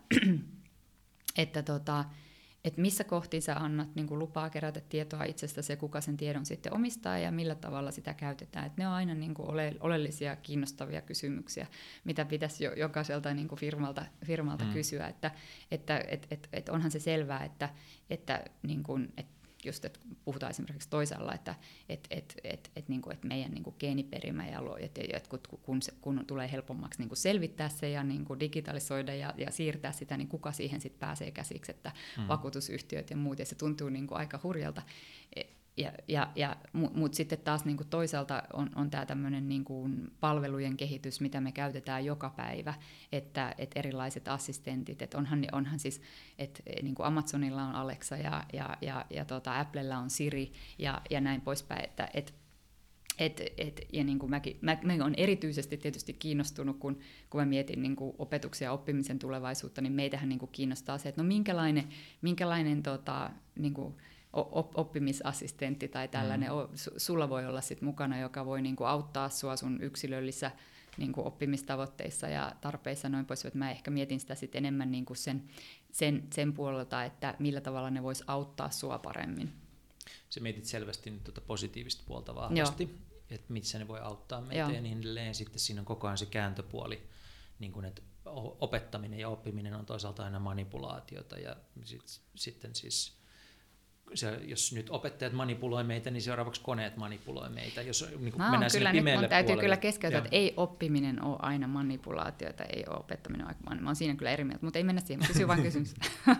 että tota, että missä kohtiin sä annat niin kuin lupaa kerätä tietoa itsestäsi ja kuka sen tiedon sitten omistaa ja millä tavalla sitä käytetään. Et ne on aina niin kuin ole, oleellisia, kiinnostavia kysymyksiä, mitä pitäisi jo, jokaiselta niin kuin firmalta, firmalta mm. kysyä. Että, että et, et, et onhan se selvää, että, että, niin kuin, että just, että puhutaan esimerkiksi toisaalla, että et, et, et, et, niin kuin, että meidän niin kuin geeniperimä ja että et, kun, se, kun tulee helpommaksi niin kuin selvittää se ja niin kuin digitalisoida ja, ja siirtää sitä, niin kuka siihen sitten pääsee käsiksi, että mm. vakuutusyhtiöt ja muut, ja se tuntuu niin kuin aika hurjalta. Ja, ja, ja, mutta sitten taas niin kuin toisaalta on, on tämä tämmöinen niin kuin palvelujen kehitys, mitä me käytetään joka päivä, että et erilaiset assistentit, että onhan, onhan siis, että niin kuin Amazonilla on Alexa ja, ja, ja, ja tota Applella on Siri ja, ja näin poispäin, että et, et, et, ja niin kuin mäkin, mä, mä olen erityisesti tietysti kiinnostunut, kun, kun mä mietin niin kuin opetuksen ja oppimisen tulevaisuutta, niin meitähän niin kuin kiinnostaa se, että no minkälainen, minkälainen tota, niin kuin oppimisassistentti tai tällainen, mm. sulla voi olla sit mukana, joka voi niinku auttaa sua sun yksilöllisissä niinku oppimistavoitteissa ja tarpeissa noin pois, että mä ehkä mietin sitä sit enemmän niinku sen, sen, sen puolelta, että millä tavalla ne vois auttaa sua paremmin. Se mietit selvästi nyt tuota positiivista puolta vahvasti, että missä ne voi auttaa meitä. Joo. Ja niin edelleen. Sitten siinä on koko ajan se kääntöpuoli, niin kun, että opettaminen ja oppiminen on toisaalta aina manipulaatiota ja sit, sitten siis se, jos nyt opettajat manipuloi meitä, niin seuraavaksi koneet manipuloi meitä. Jos niin no, mennään sinne pimeälle puolelle. Täytyy kyllä keskeyttää, että ei oppiminen ole aina manipulaatiota, ei ole opettaminen aina manipulaatiota. Mä oon siinä kyllä eri mieltä, mutta ei mennä siihen. Kysy vain kysymys.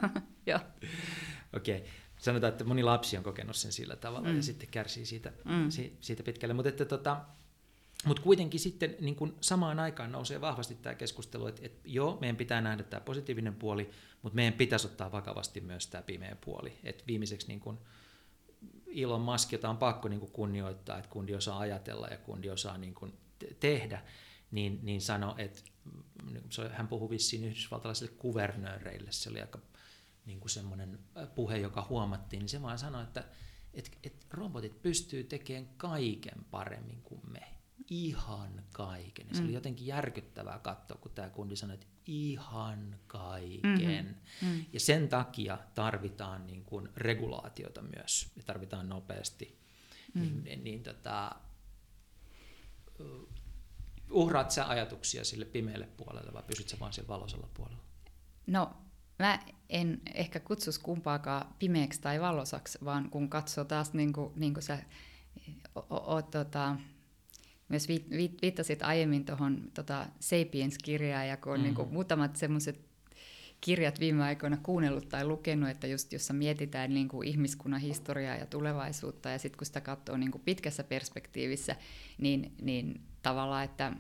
Okei. Okay. Sanotaan, että moni lapsi on kokenut sen sillä tavalla mm. ja sitten kärsii siitä, mm. siitä pitkälle. Mutta että tota, Mut kuitenkin sitten niin kun samaan aikaan nousee vahvasti tämä keskustelu, että, että joo, meidän pitää nähdä tämä positiivinen puoli, mutta meidän pitäisi ottaa vakavasti myös tämä pimeä puoli. Et viimeiseksi niin kun Elon Musk, jota on pakko niin kun kunnioittaa, että kundi osaa ajatella ja kundi osaa niin kun tehdä, niin, niin sanoi, että hän puhui vissiin yhdysvaltalaisille kuvernööreille, se oli aika niin kuin semmoinen puhe, joka huomattiin, niin se vaan sanoi, että, että, että robotit pystyy tekemään kaiken paremmin kuin me. Ihan kaiken. Ja se mm. oli jotenkin järkyttävää katsoa, kun tämä kundi sanoi, että ihan kaiken. Mm-hmm. Mm. Ja sen takia tarvitaan niin kuin regulaatiota myös, ja tarvitaan nopeasti. Mm. Niin, niin, niin, tota, uhraat sä ajatuksia sille pimeälle puolelle, vai pysyt sä vaan siellä valoisella puolella? No, mä en ehkä kutsus kumpaakaan pimeäksi tai valosaksi, vaan kun katsoo taas, niin kuin, niin kuin sä oot tota, myös viittasit aiemmin tuohon tota Sapiens-kirjaan, ja kun on mm-hmm. niin kuin muutamat semmoiset kirjat viime aikoina kuunnellut tai lukenut, että just jossa mietitään niin kuin ihmiskunnan historiaa ja tulevaisuutta, ja sitten kun sitä katsoo niin kuin pitkässä perspektiivissä, niin, niin tavallaan, että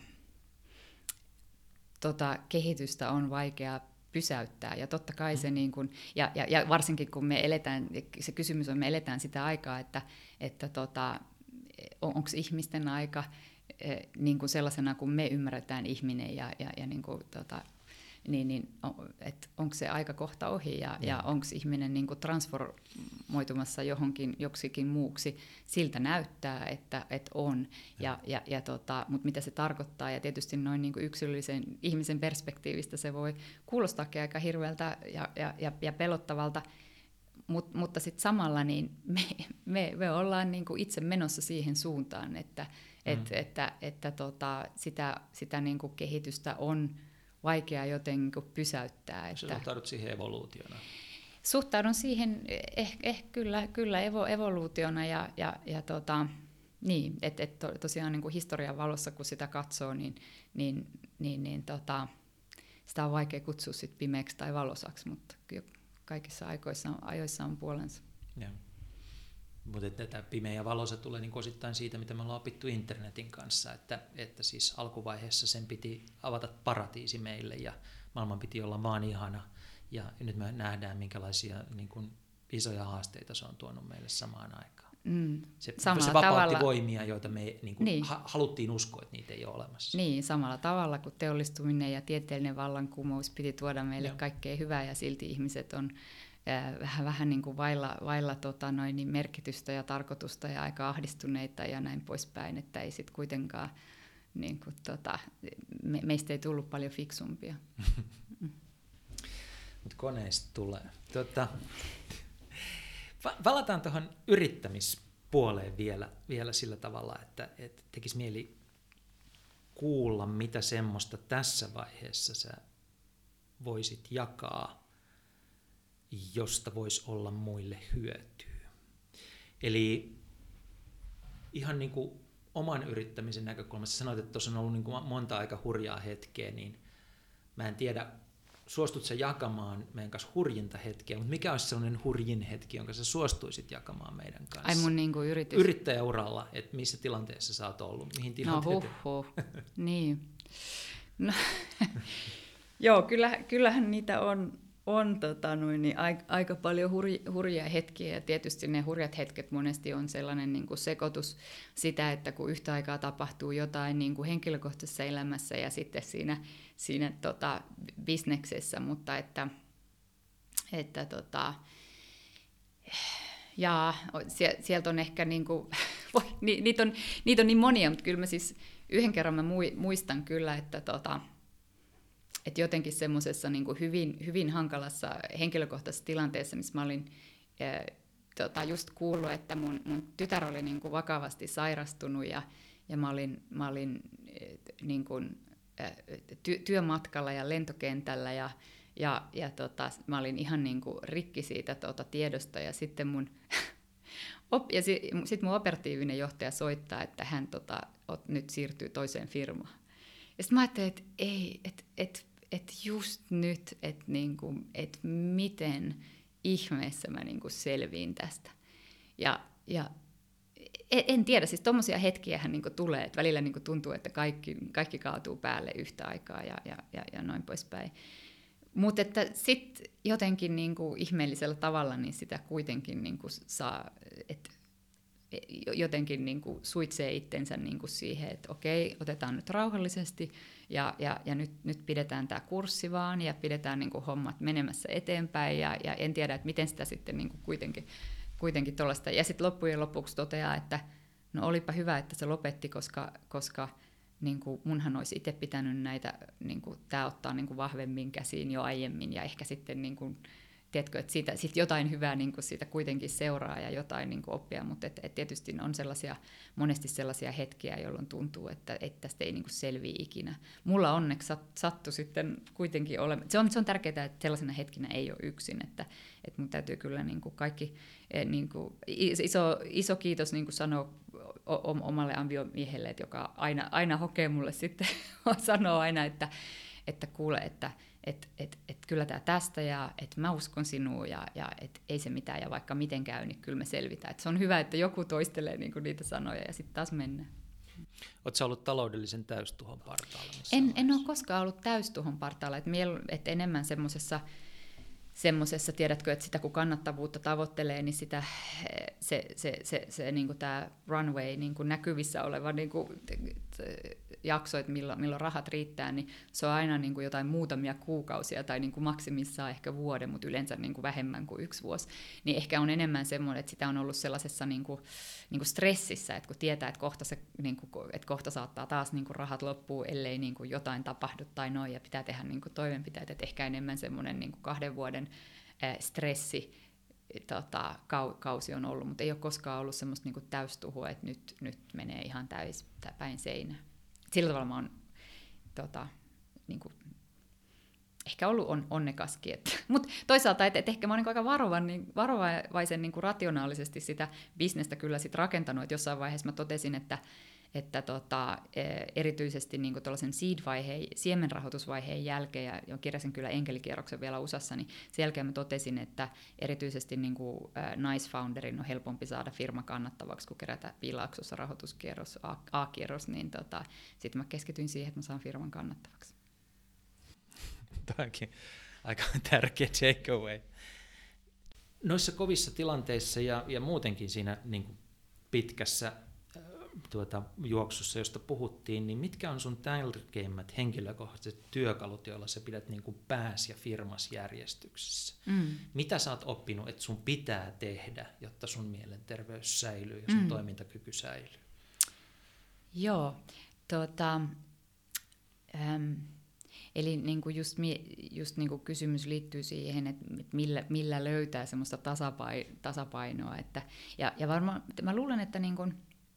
tota, kehitystä on vaikea pysäyttää, ja totta kai se, niin kuin, ja, ja, ja varsinkin kun me eletään, se kysymys on, me eletään sitä aikaa, että, että tota, on, onko ihmisten aika niin kuin sellaisena, kun me ymmärretään ihminen, ja, ja, ja niin kuin, tota, niin, niin että onko se aika kohta ohi ja, ja onko ihminen niin kuin transformoitumassa johonkin joksikin muuksi. Siltä näyttää, että, että on, ja, ja, ja tota, mutta mitä se tarkoittaa, ja tietysti noin niin kuin yksilöllisen ihmisen perspektiivistä se voi kuulostaakin aika hirveältä ja, ja, ja, ja pelottavalta, Mut, mutta sitten samalla niin me, me, me ollaan niin kuin itse menossa siihen suuntaan, että, mm. et, että, että tota, sitä, sitä niin kuin kehitystä on vaikea jotenkin pysäyttää. Että suhtaudut siihen evoluutiona? Suhtaudun siihen eh, eh, kyllä, kyllä evo, evoluutiona ja, ja, ja tota, niin, että et to, tosiaan niin kuin historian valossa kun sitä katsoo, niin, niin, niin, niin tota, sitä on vaikea kutsua sit pimeäksi tai valosaksi, mutta kaikissa aikoissa, ajoissa on puolensa. Mutta tämä pimeä ja valoisa tulee niin osittain siitä, mitä me ollaan opittu internetin kanssa, että, että siis alkuvaiheessa sen piti avata paratiisi meille ja maailman piti olla vaan ihana. Ja nyt me nähdään, minkälaisia niin kuin isoja haasteita se on tuonut meille samaan aikaan. Mm. Se, se vapautti tavalla voimia, joita me niin kuin niin. ha- haluttiin uskoa, että niitä ei ole olemassa. Niin, samalla tavalla kuin teollistuminen ja tieteellinen vallankumous piti tuoda meille Joo. kaikkea hyvää, ja silti ihmiset on äh, vähän, vähän niin kuin vailla, vailla tota noin, niin merkitystä ja tarkoitusta ja aika ahdistuneita ja näin poispäin, että ei sitten kuitenkaan, niin kuin, tota, me, meistä ei tullut paljon fiksumpia. mm. Mutta koneista tulee. Tota, Valataan tuohon yrittämispuoleen vielä, vielä sillä tavalla, että, että tekisi mieli kuulla, mitä semmoista tässä vaiheessa sä voisit jakaa, josta voisi olla muille hyötyä. Eli ihan niin kuin oman yrittämisen näkökulmasta, sanoit, että tuossa on ollut niin kuin monta aika hurjaa hetkeä, niin mä en tiedä, suostut sä jakamaan meidän kanssa hurjinta hetkeä, mutta mikä olisi sellainen hurjin hetki, jonka sä suostuisit jakamaan meidän kanssa? Ai mun niin kuin yritys. Yrittäjäuralla, että missä tilanteessa sä oot ollut, mihin tilanteeseen? No huh, huh. Niin. No, joo, kyllähän, kyllähän niitä on, on tota noin, niin aika, aika paljon hurj, hurjia hetkiä, ja tietysti ne hurjat hetket monesti on sellainen niin kuin sekoitus sitä, että kun yhtä aikaa tapahtuu jotain niin kuin henkilökohtaisessa elämässä ja sitten siinä, siinä tota, bisneksessä, mutta että, että tota, ja sieltä on ehkä, niin kuin, niitä, on, niitä on niin monia, mutta kyllä mä siis yhden kerran mä muistan kyllä, että tota, että jotenkin semmoisessa niin kuin hyvin, hyvin hankalassa henkilökohtaisessa tilanteessa, missä mä olin ää, tota, just kuullut, että mun, mun tytär oli niin kuin vakavasti sairastunut ja, ja mä olin, mä olin et, niin kuin, ää, ty, työmatkalla ja lentokentällä ja, ja, ja tota, mä olin ihan niin kuin rikki siitä tota, tiedosta ja sitten mun, op, ja si, sit mun operatiivinen johtaja soittaa, että hän tota, ot, nyt siirtyy toiseen firmaan. Ja sitten mä ajattelin, että ei, että et, että just nyt, että niinku, et miten ihmeessä mä niinku selviin tästä. Ja, ja en tiedä, siis tommosia hetkiähän niinku tulee, että välillä niinku tuntuu, että kaikki, kaikki kaatuu päälle yhtä aikaa ja, ja, ja, ja noin poispäin. Mutta että sitten jotenkin niinku ihmeellisellä tavalla niin sitä kuitenkin niinku saa, että jotenkin niin kuin suitsee itsensä niin kuin siihen, että okei, otetaan nyt rauhallisesti ja, ja, ja nyt, nyt pidetään tämä kurssi vaan ja pidetään niin kuin hommat menemässä eteenpäin ja, ja en tiedä, että miten sitä sitten niin kuin kuitenkin, kuitenkin tuollaista. Ja sitten loppujen lopuksi toteaa, että no olipa hyvä, että se lopetti, koska, koska niin kuin munhan olisi itse pitänyt näitä, niin kuin, tämä ottaa niin kuin vahvemmin käsiin jo aiemmin ja ehkä sitten niin kuin, tiedätkö, että siitä, siitä jotain hyvää niin kuin siitä kuitenkin seuraa ja jotain niin kuin oppia, mutta et, et tietysti on sellaisia, monesti sellaisia hetkiä, jolloin tuntuu, että, että tästä ei niin kuin selviä ikinä. Mulla onneksi sattui sitten kuitenkin olemaan, se on, se on tärkeää, että sellaisena hetkinä ei ole yksin, että, että mun täytyy kyllä niin kuin kaikki, niin kuin, iso, iso kiitos niin kuin sanoa omalle aviomiehelle, että joka aina, aina hokee mulle sitten, sanoo aina, että, että kuule, että Että et, et kyllä tämä tästä ja että mä uskon sinuun ja, ja että ei se mitään ja vaikka miten käy, niin kyllä me selvitään. Et se on hyvä, että joku toistelee niinku niitä sanoja ja sitten taas mennään. Oletko sä ollut taloudellisen täystuhon partaalla? En, en ole koskaan ollut täystuhon partaalla. Että et enemmän semmoisessa, semmosessa, tiedätkö, että sitä kun kannattavuutta tavoittelee, niin sitä, se, se, se, se, niinku tämä runway niinku näkyvissä oleva niinku, jakso, että milloin, milloin rahat riittää, niin se on aina niin kuin jotain muutamia kuukausia tai niin kuin maksimissaan ehkä vuoden, mutta yleensä niin kuin vähemmän kuin yksi vuosi. Niin ehkä on enemmän semmoinen, että sitä on ollut sellaisessa niin kuin, niin kuin stressissä, että kun tietää, että kohta, se, niin kuin, että kohta saattaa taas niin kuin rahat loppuu, ellei niin kuin jotain tapahdu tai noin, ja pitää tehdä niin kuin toimenpiteitä, että ehkä enemmän semmoinen niin kuin kahden vuoden äh, stressi, Tota, kausi on ollut, mutta ei ole koskaan ollut semmoista niinku täystuhua, että nyt, nyt menee ihan täys, päin seinää. Sillä tavalla mä oon tota, niinku, ehkä ollut on, onnekaskin. Mutta toisaalta, että et ehkä mä oon niinku aika varovan, niin, varovaisen niinku rationaalisesti sitä bisnestä kyllä sit rakentanut, että jossain vaiheessa mä totesin, että että tota, erityisesti niin kuin tuollaisen seed-vaiheen, siemenrahoitusvaiheen jälkeen, ja kirjasin kyllä enkelikierroksen vielä U S A:ssa, niin sen jälkeen mä totesin, että erityisesti niin kuin naisfounderin on helpompi saada firma kannattavaksi, kun kerätä Piilaaksossa rahoituskierros, A-kierros, niin tota, sitten mä keskityin siihen, että mä saan firman kannattavaksi. Tämäkin aika tärkeä takeaway. Noissa kovissa tilanteissa ja, ja muutenkin siinä niin kuin pitkässä Tuota, juoksussa, josta puhuttiin, niin mitkä on sun tärkeimmät henkilökohtaiset työkalut, joilla sä pidät niin kuin pääs ja firmas järjestyksessä? Mm. Mitä sä oot oppinut, että sun pitää tehdä, jotta sun mielenterveys säilyy ja sun mm. toimintakyky säilyy? Joo, tota, ähm, eli niin kuin just, just niin kuin kysymys liittyy siihen, että millä, millä löytää semmoista tasapainoa. Että, ja, ja varmaan mä luulen, että niin kuin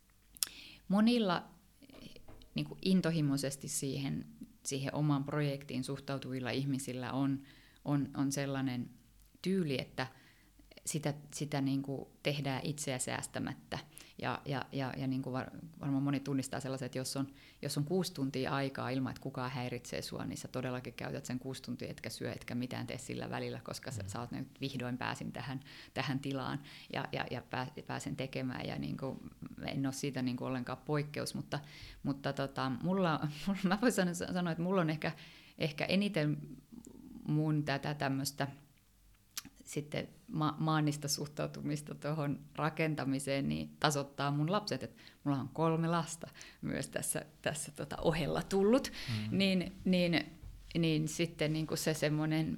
monilla niin kuin intohimoisesti siihen, siihen omaan projektiin suhtautuvilla ihmisillä on, on, on sellainen tyyli, että sitä, sitä niin kuin tehdään itseä säästämättä. Ja, ja, ja, ja niin kuin var, varmaan moni tunnistaa sellaiset, että jos on, jos on kuusi tuntia aikaa ilman, että kukaan häiritsee sua, niin sä todellakin käytät sen kuusi tuntia, etkä syö, etkä mitään tee sillä välillä, koska sä, sä oot nyt vihdoin pääsin tähän, tähän tilaan ja, ja, ja pääsen tekemään. Ja niin kuin, en ole siitä niin kuin ollenkaan poikkeus, mutta, mutta tota, mulla, mulla, mä voisin sanoa, että mulla on ehkä, ehkä eniten mun tätä tämmöistä sitten ma- maanista suhtautumista tuohon rakentamiseen, niin tasoittaa mun lapset, että mulla on kolme lasta myös tässä, tässä tota ohella tullut, mm. niin, niin, niin sitten niin kuin se semmoinen,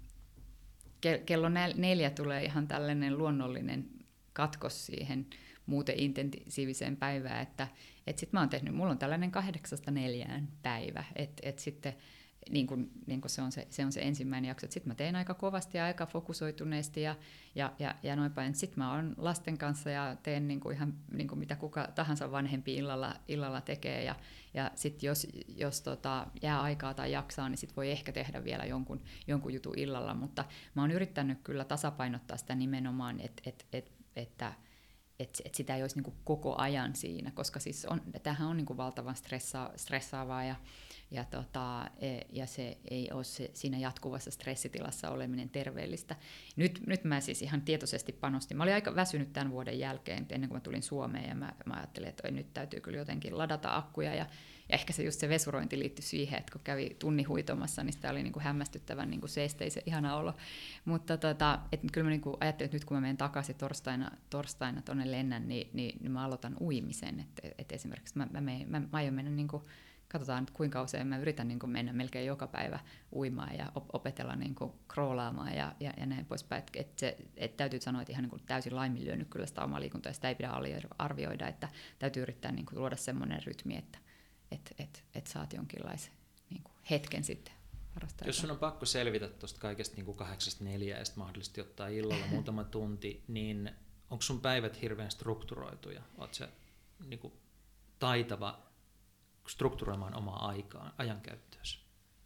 kello neljä tulee ihan tällainen luonnollinen katkos siihen muuten intensiiviseen päivään, että et sitten mä oon tehnyt, mulla on tällainen kahdeksasta neljään päivä, että et sitten Niin kuin, niin kuin se, on se, se on se ensimmäinen jakso. Sitten mä teen aika kovasti ja aika fokusoituneesti ja, ja, ja, ja noin päin. Sitten mä oon lasten kanssa ja teen niin kuin ihan niin kuin mitä kuka tahansa vanhempi illalla, illalla tekee. Ja, ja sitten jos, jos tota, jää aikaa tai jaksaa, niin sitten voi ehkä tehdä vielä jonkun, jonkun jutun illalla. Mutta mä oon yrittänyt kyllä tasapainottaa sitä nimenomaan, et, et, et, että että et sitä ei olisi niin kuin koko ajan siinä, koska siis on, tämähän on niin kuin valtavan stressa, stressaavaa ja, ja, tota, ja se ei ole se, siinä jatkuvassa stressitilassa oleminen terveellistä. Nyt, nyt mä siis ihan tietoisesti panostin. Mä olin aika väsynyt tämän vuoden jälkeen, ennen kuin mä tulin Suomeen, ja mä, mä ajattelin, että nyt täytyy kyllä jotenkin ladata akkuja, ja, ja ehkä se just se vesurointi liittyi siihen, että kun kävi tunnin huitomassa, niin sitä oli niin kuin hämmästyttävän niin kuin seesteisen ihana olo. Mutta tota, et kyllä mä niin kuin ajattelin, että nyt kun mä menen takaisin torstaina, torstaina tuonne lennän, niin, niin, niin mä aloitan uimisen. Että et esimerkiksi mä, mä, menen, mä, mä aion mennä, niin kuin, katsotaan nyt kuinka usein, mä yritän niin kuin mennä melkein joka päivä uimaan ja opetella niin kuin kroolaamaan ja, ja, ja näin poispäin. Et, et se, et täytyy sanoa, että ihan niin kuin täysin laiminlyönyt kyllä sitä omaa liikuntaa, ja sitä ei pidä arvioida, että täytyy yrittää niin kuin luoda semmoinen rytmi, että et, et, et saat jonkinlaisen niin kuin hetken sitten. Jos sun on pakko selvitä tuosta kaikesta niin kuin kahdeksasta neljään ja sitten mahdollisesti ottaa illalla muutama tunti, niin onko sun päivät hirveän strukturoituja? Oletko sä niin kuin taitava strukturoimaan omaa aikaa, ajankäyttöösi?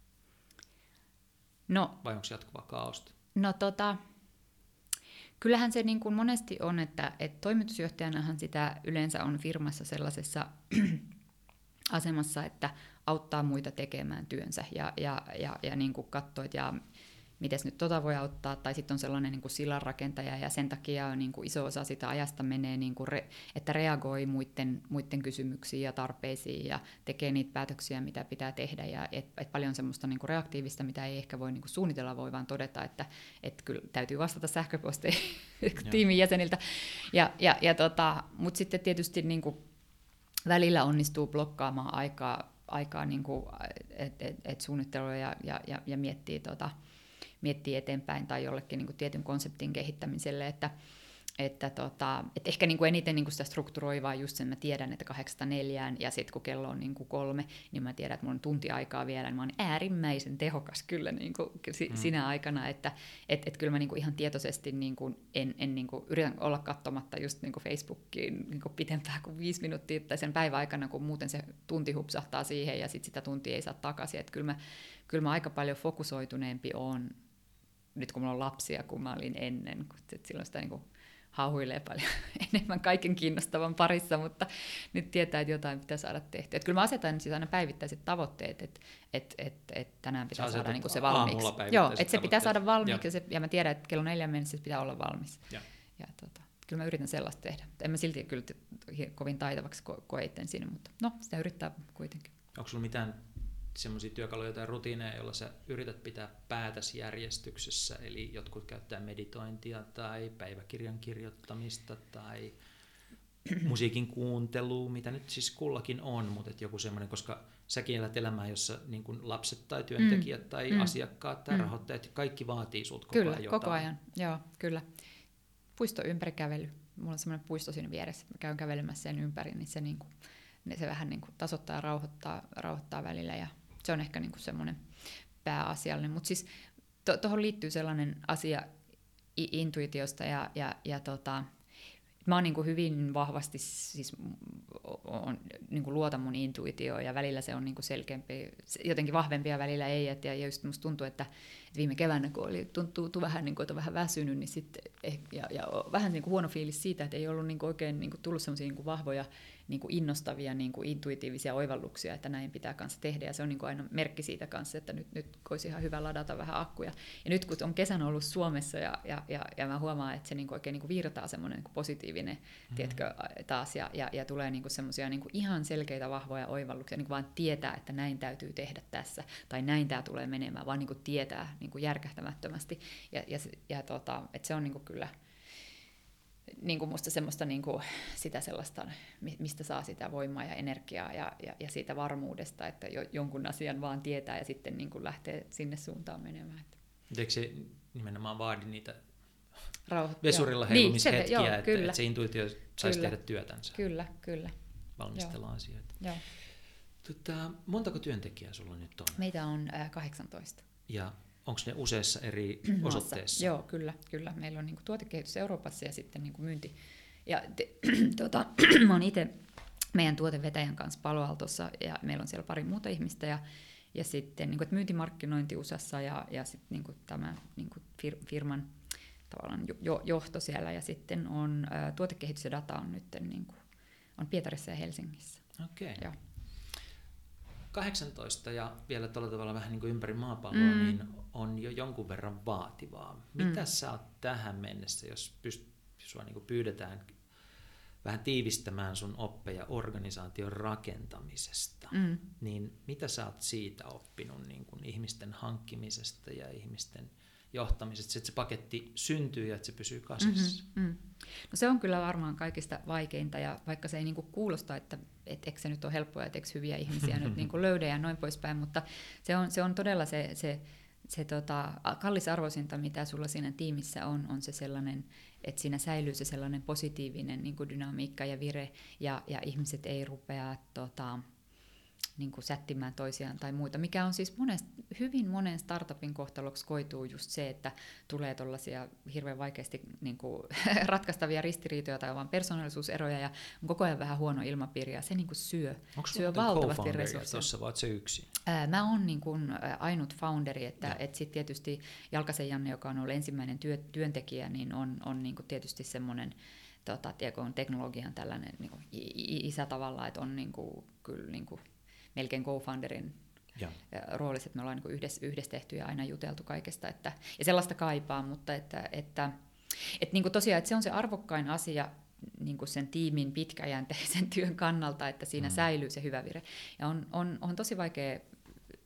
No, vai onko jatkuvaa kaaosta? No tota, kyllähän se niin kuin monesti on, että, että toimitusjohtajanahan sitä yleensä on firmassa sellaisessa asemassa, että auttaa muita tekemään työnsä ja, ja, ja, ja niin kuin katsoo, ja miten nyt tota voi auttaa, tai sitten on sellainen niin kuin sillanrakentaja, ja sen takia niin kuin iso osa sitä ajasta menee, niin kuin re, että reagoi muiden, muiden kysymyksiin ja tarpeisiin, ja tekee niitä päätöksiä, mitä pitää tehdä, ja et, et paljon semmoista niin kuin reaktiivista, mitä ei ehkä voi niin kuin suunnitella, voi vaan todeta, että et kyllä täytyy vastata sähköpostiin tiimin jäseniltä, ja, ja, ja tota, mutta sitten tietysti niin kuin välillä onnistuu blokkaamaan aikaa, aikaa niin että et, et suunnittelua ja, ja, ja, ja miettii, tota, miettii eteenpäin tai jollekin niin kuin tietyn konseptin kehittämiselle, että Että, tota, et ehkä niinku eniten niinku sitä strukturoivaa just sen, mä tiedän, että kahdeksasta neljään, ja sitten kun kello on niinku kolme, niin mä tiedän, että mulla on tunti aikaa vielä, niin mä oon äärimmäisen tehokas kyllä niinku si- mm. sinä aikana, että et, et kyllä mä niinku ihan tietoisesti niinku en, en niinku, yritän olla katsomatta just niinku Facebookiin niinku pitempään kuin viisi minuuttia tai sen päivän aikana, kun muuten se tunti hupsahtaa siihen, ja sitten sitä tuntia ei saa takaisin, että kyllä mä, kyllä mä aika paljon fokusoituneempi oon, nyt kun mulla on lapsia, kuin mä olin ennen, kun silloin sitä niinku hauhuilee paljon enemmän kaiken kiinnostavan parissa, mutta nyt tietää, että jotain pitää saada tehtyä. Että kyllä mä asetan siis aina päivittäiset tavoitteet, että et, et, et tänään pitää Sä saada niinku se valmiiksi. Joo, että se pitää saada valmiiksi, ja, se, ja mä tiedän, että kello neljän mennessä se pitää olla valmis. Ja. Ja tota, kyllä mä yritän sellaista tehdä. En mä silti kyllä kovin taitavaksi ko- koe itten siinä, mutta no, sitä yrittää kuitenkin. Onko sulla mitään semmoisia työkaluja tai rutiineja, joilla sä yrität pitää päätäsi järjestyksessä, eli jotkut käyttää meditointia tai päiväkirjan kirjoittamista tai musiikin kuuntelua, mitä nyt siis kullakin on, mutta et joku semmoinen, koska säkin elät elämää, jossa niin kun lapset tai työntekijät mm. tai mm. asiakkaat tai mm. rahoittajat, kaikki vaatii sulta koko kyllä, ajan jotain. Koko ajan, joo, kyllä. Puisto ympäri kävely. Mulla on semmoinen puisto siinä vieressä, mä käyn kävelemässä sen ympäri, niin se, niin kuin, se vähän niin kuin tasoittaa ja rauhoittaa, rauhoittaa välillä, ja se on ehkä niin kuin semmoinen pääasiallinen. Mutta siis tuohon to, liittyy sellainen asia intuitiosta, ja, ja, ja tota, mä oon niin kuin hyvin vahvasti, siis on, niin kuin luotan mun intuitioon, ja välillä se on niin kuin selkeämpi, jotenkin vahvempi ja välillä ei. Et, ja just musta tuntuu, että, että viime keväänä, kun oli, tuntuu, tuntuu vähän, niin kuin, että on vähän väsynyt, niin sit, ja, ja vähän niin kuin huono fiilis siitä, että ei ollut niin kuin oikein niin kuin tullut sellaisia niin kuin vahvoja, niin kuin innostavia, niin kuin intuitiivisia oivalluksia, että näin pitää kanssa tehdä, ja se on niin kuin aina merkki siitä kanssa, että nyt, nyt olisi ihan hyvä ladata vähän akkuja. Ja nyt kun on kesän ollut Suomessa, ja, ja, ja, ja mä huomaan, että se niin kuin oikein niin kuin virtaa semmoinen niin kuin positiivinen, mm-hmm. tiedätkö, taas, ja, ja, ja tulee niin kuin semmoisia niin kuin ihan selkeitä vahvoja oivalluksia, niin kuin vaan tietää, että näin täytyy tehdä tässä, tai näin tämä tulee menemään, vaan niin kuin tietää niin kuin järkähtämättömästi, ja, ja, ja tota, että se on niin kuin kyllä niin kuin musta semmoista niin kuin sitä sellaista, mistä saa sitä voimaa ja energiaa ja, ja, ja siitä varmuudesta, että jo, jonkun asian vaan tietää ja sitten niin kuin lähtee sinne suuntaan menemään. Eikö se nimenomaan vaadi niitä Rauhat, vesurilla heilumishetkiä, niin, että, että se intuitio saisi kyllä. tehdä työtänsä? Kyllä, kyllä. Valmistella joo. asioita. Joo. Tota, montako työntekijää sulla nyt on? Meitä on äh, kahdeksantoista. Ja onko ne useissa eri osoitteissa? Joo, kyllä, kyllä. Meillä on niin kuin tuotekehitys Euroopassa ja sitten niin kuin myynti. Ja te, tuota, mä oon itse meidän tuotevetäjän kanssa Palo Altossa, ja meillä on siellä pari muuta ihmistä, ja, ja sitten niin kuin, että myyntimarkkinointi U S A:ssa, ja, ja sitten niin kuin tämä niin kuin fir, firman tavallaan jo, johto siellä, ja sitten on ä, tuotekehitys ja data on nyt niin kuin, on Pietarissa ja Helsingissä. Okei. Okay. kahdeksantoista ja vielä tuolla tavalla vähän niin kuin ympäri maapalloa, mm. niin on jo jonkun verran vaativaa. Mitä mm. sä oot tähän mennessä, jos pyst- sua niin kuin pyydetään vähän tiivistämään sun oppeja organisaation rakentamisesta, mm. niin mitä sä oot siitä oppinut niin kuin ihmisten hankkimisesta ja ihmisten johtamisesta, että se paketti syntyy ja että se pysyy kasassa? Mm-hmm, mm. No se on kyllä varmaan kaikista vaikeinta, ja vaikka se ei niinku kuulosta, että et, eikö se nyt ole helppoa, että eikö hyviä ihmisiä nyt niinku löydä ja noin poispäin, mutta se on, se on todella se, se, se tota, kallisarvoisinta, mitä sulla siinä tiimissä on, on se sellainen, että siinä säilyy se sellainen positiivinen niinku dynamiikka ja vire, ja, ja ihmiset ei rupea tota, niin kuin sättimään toisiaan tai muita, mikä on siis monest, hyvin monen startupin kohtaloksi koituu just se, että tulee tuollaisia hirveän vaikeasti niin kuin ratkaistavia ristiriitoja tai vaan persoonallisuuseroja ja on koko ajan vähän huono ilmapiiri ja se niin kuin syö, syö valtavasti resursseja. Tuossa vai se yksi? Ää, mä oon niin kuin ainut founderi, että et sit tietysti Jalkasen Janne, joka on ollut ensimmäinen työ, työntekijä, niin on, on niin kuin tietysti semmoinen tota, on teknologian tällainen niin kuin isä tavallaan, että on niin kuin, kyllä niin kuin melkein co-founderin ja. roolissa, että me ollaan niin yhdessä, yhdessä tehty ja aina juteltu kaikesta. Että, ja sellaista kaipaa, mutta että, että, että niin kuin tosiaan, että se on se arvokkain asia niin kuin sen tiimin pitkäjänteisen työn kannalta, että siinä mm. säilyy se hyvä vire. Ja on, on, on tosi vaikea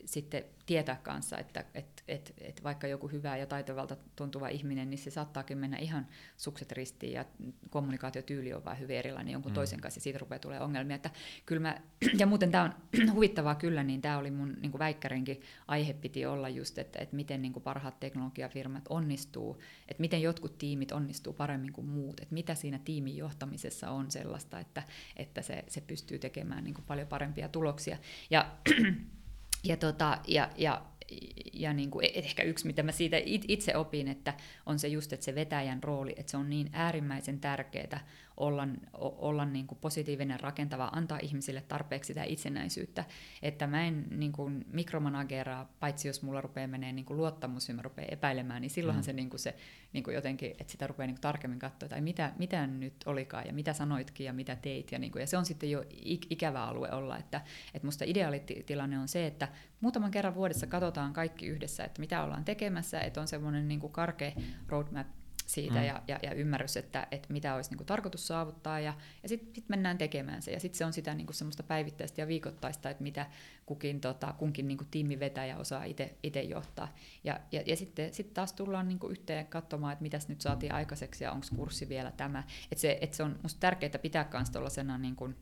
sitten tietää kanssa, että et, et, et vaikka joku hyvä ja taitavalta tuntuva ihminen, niin se saattaakin mennä ihan sukset ristiin ja kommunikaatiotyyli on vaan hyvin erilainen jonkun mm. toisen kanssa ja siitä rupeaa tulee ongelmia. Että kyllä mä, ja muuten tämä on huvittavaa kyllä, niin tämä oli mun niin kuin väikkärinkin aihe piti olla just, että, että miten niin kuin parhaat teknologiafirmat onnistuu, että miten jotkut tiimit onnistuu paremmin kuin muut, että mitä siinä tiimin johtamisessa on sellaista, että, että se, se pystyy tekemään niin kuin paljon parempia tuloksia. Ja Ja, tota, ja, ja, ja niin kuin, ehkä yksi, mitä mä siitä itse opin, että on se just, että se vetäjän rooli, että se on niin äärimmäisen tärkeää olla, olla niin kuin positiivinen, rakentava, antaa ihmisille tarpeeksi sitä itsenäisyyttä, että mä en niin kuin mikromanageraa, paitsi jos mulla rupeaa menee niin kuin luottamus ja mä rupean epäilemään, niin silloinhan mm. se, niin kuin se niin kuin jotenkin, että sitä rupeaa niin kuin tarkemmin katsoa, tai mitä, mitä nyt olikaan ja mitä sanoitkin ja mitä teit. Ja, niin kuin, ja se on sitten jo ikävä alue olla, että, että musta ideaalitilanne on se, että muutaman kerran vuodessa katsotaan kaikki yhdessä, että mitä ollaan tekemässä, että on semmoinen niin kuin karkea roadmap siitä mm. ja, ja, ja ymmärrys, että, että mitä olisi niin kuin tarkoitus saavuttaa, ja, ja sitten sit mennään tekemään se. Ja sitten se on sitä niin kuin semmoista päivittäistä ja viikoittaista, että mitä kukin, tota, kunkin niin kuin tiimivetäjä osaa itse johtaa. Ja, ja, ja sitten sit taas tullaan niin kuin yhteen katsomaan, että mitäs nyt saatiin aikaiseksi ja onko kurssi vielä tämä. Että se, et se on musta tärkeää pitää myös tuollaisena niin kuin,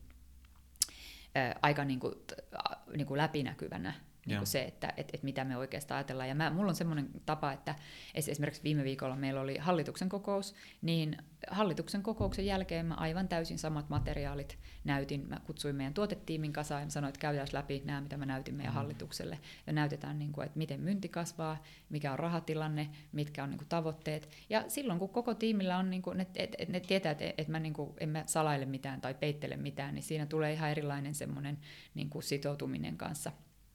ää, aika niin kuin, ä, niin kuin läpinäkyvänä. Niin kuin se, että et, et mitä me oikeastaan ajatellaan. Ja mä, mulla on semmoinen tapa, että esimerkiksi viime viikolla meillä oli hallituksen kokous, niin hallituksen kokouksen jälkeen mä aivan täysin samat materiaalit näytin. Mä kutsuin meidän tuotetiimin kasaan ja mä sanoin, että käydään läpi nämä, mitä mä näytin meidän mm. hallitukselle. Ja näytetään, niin kuin, että miten myynti kasvaa, mikä on rahatilanne, mitkä on niin kuin tavoitteet. Ja silloin, kun koko tiimillä on, niin kuin, että et, et ne tietää, että et mä niin kuin, en mä salaile mitään tai peittele mitään, niin siinä tulee ihan erilainen semmoinen niin kuin sitoutuminen kanssa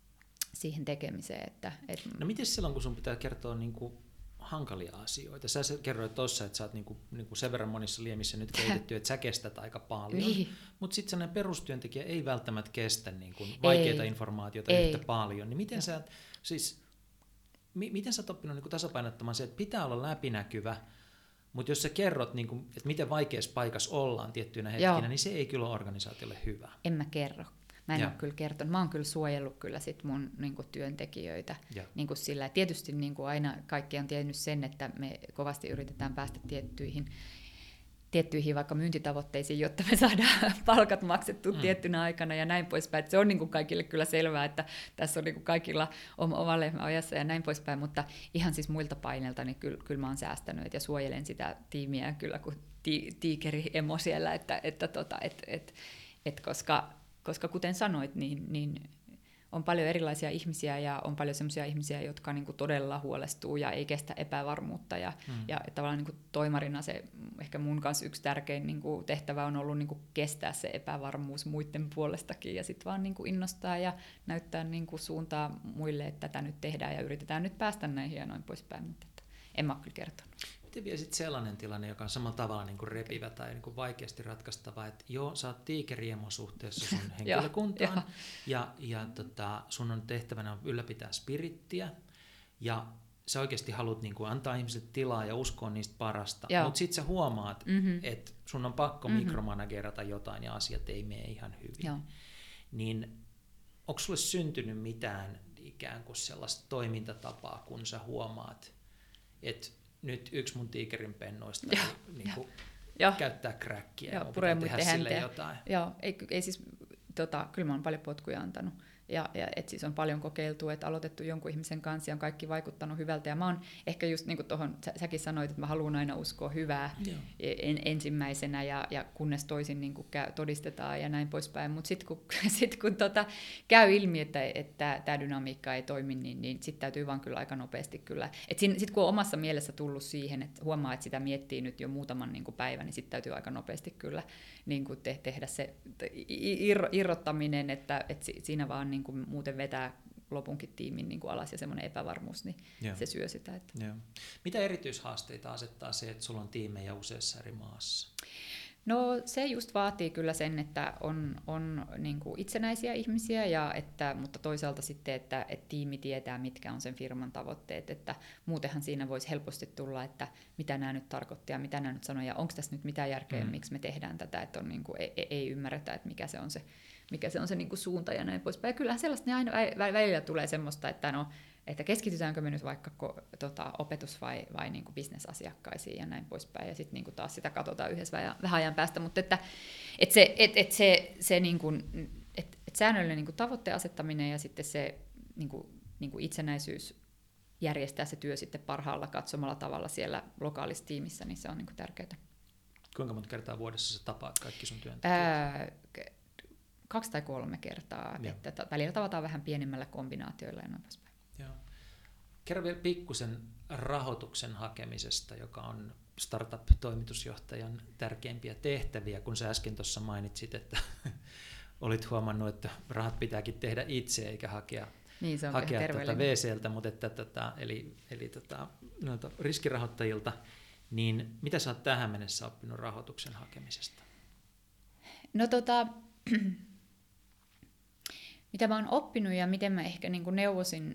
siihen tekemiseen. Että, et... No miten silloin, kun sun pitää kertoa niin kuin hankalia asioita? Sä kerroit tuossa, että sä oot niin kuin, niin kuin sen verran monissa liemissä nyt keitetty, että sä kestät aika paljon, niin. Mutta sitten sellainen perustyöntekijä ei välttämättä kestä niin kuin vaikeita ei. informaatiota ei. yhtä paljon. Niin miten ja. sä, siis, mi- miten sä oot oppinut niin kuin tasapainottamaan se, että pitää olla läpinäkyvä, mutta jos sä kerrot, niin kuin, että miten vaikeassa paikassa ollaan tiettyinä hetkinä, Joo. niin se ei kyllä ole organisaatiolle hyvä. En mä kerro. Mä en ja. ole kyllä kertonut. Mä oon kyllä suojellut kyllä sit mun niin kuin, työntekijöitä niin kuin sillä. Tietysti niin kuin aina kaikki on tiennyt sen, että me kovasti yritetään päästä tiettyihin, tiettyihin vaikka myyntitavoitteisiin, jotta me saadaan palkat maksettua mm. tiettynä aikana ja näin poispäin. Et se on niin kuin kaikille kyllä selvää, että tässä on niin kuin kaikilla oma lehmä ajassa ja näin poispäin, mutta ihan siis muilta paineilta niin kyllä, kyllä mä oon säästänyt ja suojelen sitä tiimiä kyllä kuin ti- tiikeri-emo siellä, että, että, tota, et, et, et koska Koska kuten sanoit, niin, niin on paljon erilaisia ihmisiä ja on paljon sellaisia ihmisiä, jotka niin kuin todella huolestuu ja ei kestä epävarmuutta. Ja, mm. ja tavallaan niin kuin toimarina se ehkä mun kanssa yksi tärkein niin kuin tehtävä on ollut niin kuin kestää se epävarmuus muiden puolestakin ja sitten vaan niin kuin innostaa ja näyttää niin kuin suuntaa muille, että tätä nyt tehdään ja yritetään nyt päästä näihin ja noin poispäin. Mutta en mä ole kyllä kertonut. Miten vielä sitten sellainen tilanne, joka on samalla tavalla niin kuin repivä tai niin kuin vaikeasti ratkaistava, että joo, sä oot tiikeriemo suhteessa sun henkilökuntaan ja, ja tota, sun on tehtävänä ylläpitää spirittiä ja sä oikeasti haluat niin kuin antaa ihmisille tilaa ja uskoa niistä parasta, mutta sitten sä huomaat, mm-hmm. että sun on pakko mm-hmm. mikromanagerata jotain ja asiat ei mene ihan hyvin. Joo. Niin onko sulle syntynyt mitään ikään kuin sellaista toimintatapaa, kun sä huomaat, että nyt yksi mun tiikerin pennoista ja, niin kuin ja. käyttää crackia ja, ja pitää tehdä sille jotain. Joo, ei, ei siis, tota, kyllä mä oon paljon potkuja antanut. Ja, ja et siis on paljon kokeiltu, että aloitettu jonkun ihmisen kanssa ja on kaikki vaikuttanut hyvältä. Ja mä oon ehkä just niin kuin tuohon, sä, säkin sanoit, että mä haluan aina uskoa hyvää en, ensimmäisenä ja, ja kunnes toisin niin kuin käy, todistetaan ja näin poispäin. Mutta sitten kun, sit, kun tota, käy ilmi, että tämä dynamiikka ei toimi, niin, niin sitten täytyy vaan kyllä aika nopeasti kyllä. Sitten kun on omassa mielessä tullut siihen, että huomaa, että sitä miettii nyt jo muutaman niin kuin päivän, niin sitten täytyy aika nopeasti kyllä niin kuin te, tehdä se ir, irrottaminen, että, että siinä vaan niin kuin muuten vetää lopunkin tiimin niin kuin alas ja semmoinen epävarmuus, niin Joo. se syö sitä. Että. Joo. Mitä erityishaasteita asettaa se, että sulla on tiimejä useassa eri maassa? No se just vaatii kyllä sen, että on, on niin kuin itsenäisiä ihmisiä, ja että, mutta toisaalta sitten, että, että tiimi tietää, mitkä on sen firman tavoitteet. Että muutenhan siinä voisi helposti tulla, että mitä nämä nyt tarkoittaa ja mitä nämä nyt sanoo, ja onko tässä nyt mitään järkeä, mm. miksi me tehdään tätä, että on niin kuin, ei, ei ymmärretä, että mikä se on se mikä se on se niin kuin suunta ja näin poispäin. Ja kyllähän sellaista aina välillä tulee semmoista, että no, että keskitytäänkö me nyt vaikka ko, tota, opetus- vai, vai niin kuin bisnesasiakkaisiin ja näin poispäin, ja sitten niin kuin taas sitä katsotaan yhdessä vähän, vähän ajan päästä, mutta että et se, et, et se, se niin kuin, et, et säännöllinen niin kuin tavoitteen asettaminen ja sitten se niin kuin, niin kuin itsenäisyys järjestää se työ sitten parhaalla katsomalla tavalla siellä lokaalissa tiimissä, niin se on niin kuin tärkeää. Kuinka monta kertaa vuodessa sä tapaat kaikki sun työntekijät? Ää, kaksi tai kolme kertaa, Joo. että välillä tavataan vähän pienemmällä kombinaatioilla ja noin poispäin. Joo. Kerro vielä pikkusen rahoituksen hakemisesta, joka on startup-toimitusjohtajan tärkeimpiä tehtäviä, kun sä äsken tuossa mainitsit, että olit huomannut, että rahat pitääkin tehdä itse eikä hakea, niin, se on hakea tuota V C:ltä, mutta että, tota, eli, eli tota, noilta riskirahoittajilta, niin mitä sä oot tähän mennessä oppinut rahoituksen hakemisesta? No tota, mitä mä oon oppinut ja miten mä ehkä niin kuin neuvosin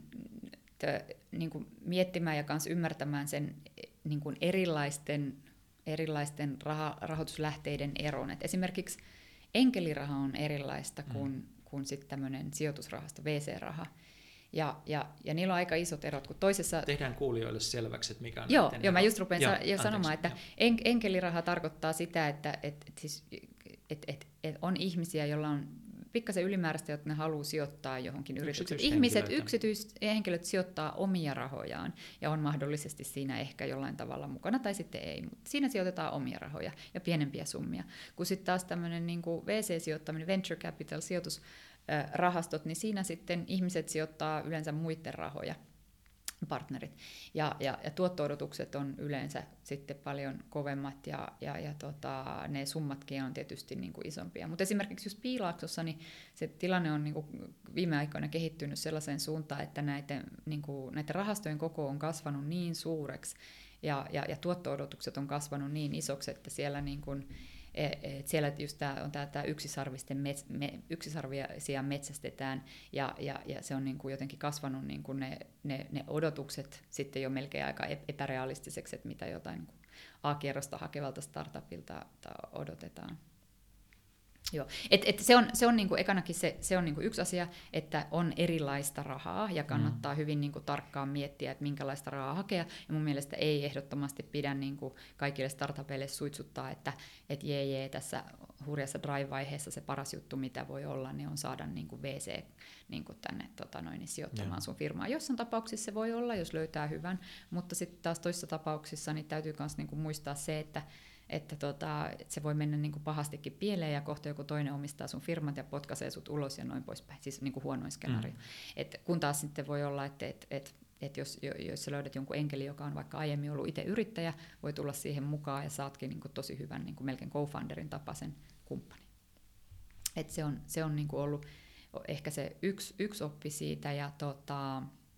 niin kuin miettimään ja kanssa ymmärtämään sen niin kuin erilaisten, erilaisten raha, rahoituslähteiden eron. Et esimerkiksi enkeliraha on erilaista kuin, mm. kuin sitten tämmöinen sijoitusrahasto, V C-raha. Ja, ja, ja niillä on aika isot erot, kun toisessa... Tehdään kuulijoille selväksi, että mikä on... Joo, joo mä just rupean joo, sa- jo sanomaan, että en, enkeliraha tarkoittaa sitä, että et, et siis, et, et, et on ihmisiä, joilla on pikkasen ylimääräistä, jotta ne haluaa sijoittaa johonkin yritykseen. Ihmiset, yksityishenkilöt sijoittaa omia rahojaan ja on mahdollisesti siinä ehkä jollain tavalla mukana tai sitten ei, mutta siinä sijoitetaan omia rahoja ja pienempiä summia. Kun sitten taas tämmöinen niin kuin V C-sijoittaminen, venture capital, sijoitusrahastot, niin siinä sitten ihmiset sijoittaa yleensä muiden rahoja, partnerit. Ja, ja, ja tuotto-odotukset on yleensä sitten paljon kovemmat ja, ja, ja tota, ne summatkin on tietysti niin kuin isompia. Mutta esimerkiksi just Piilaaksossa niin se tilanne on niin kuin viime aikoina kehittynyt sellaiseen suuntaan, että näiden, niin kuin, näiden rahastojen koko on kasvanut niin suureksi ja, ja, ja tuotto-odotukset on kasvanut niin isoksi, että siellä niin kuin, et siellä just tää on tämä yksisarvisten mets, me, yksisarvisia metsästetään ja, ja, ja se on niin kuin jotenkin kasvanut niin kuin ne, ne, ne odotukset sitten jo melkein aika epärealistiseksi, että mitä jotain niin kuin A-kierrosta hakevalta startupilta odotetaan. Joo. Et, et se on, se on niinku, ekanakin se, se on niinku yksi asia, että on erilaista rahaa ja kannattaa mm. hyvin niinku tarkkaan miettiä, että minkälaista rahaa hakea. Ja mun mielestä ei ehdottomasti pidä niinku kaikille startupeille suitsuttaa, että et jee jee tässä hurjassa drive-vaiheessa se paras juttu, mitä voi olla, niin on saada niinku V C niinku tänne tota noin, sijoittamaan yeah. sun firmaa. Jossain tapauksissa se voi olla, jos löytää hyvän, mutta sitten taas toisissa tapauksissa niin täytyy myös niinku muistaa se, että Että, tota, että se voi mennä niin kuin pahastikin pieleen ja kohta joku toinen omistaa sun firmat ja potkaisee sut ulos ja noin poispäin. Siis niin kuin huonoin skenaario. Mm. Et kun taas sitten voi olla, että et, et, et jos, jos sä löydät jonkun enkeli, joka on vaikka aiemmin ollut itse yrittäjä, voi tulla siihen mukaan ja saatkin niin kuin tosi hyvän niin kuin melkein co-founderin tapaisen kumppanin. Et se on, se on niin kuin ollut ehkä se yksi, yksi oppi siitä. Ja tota,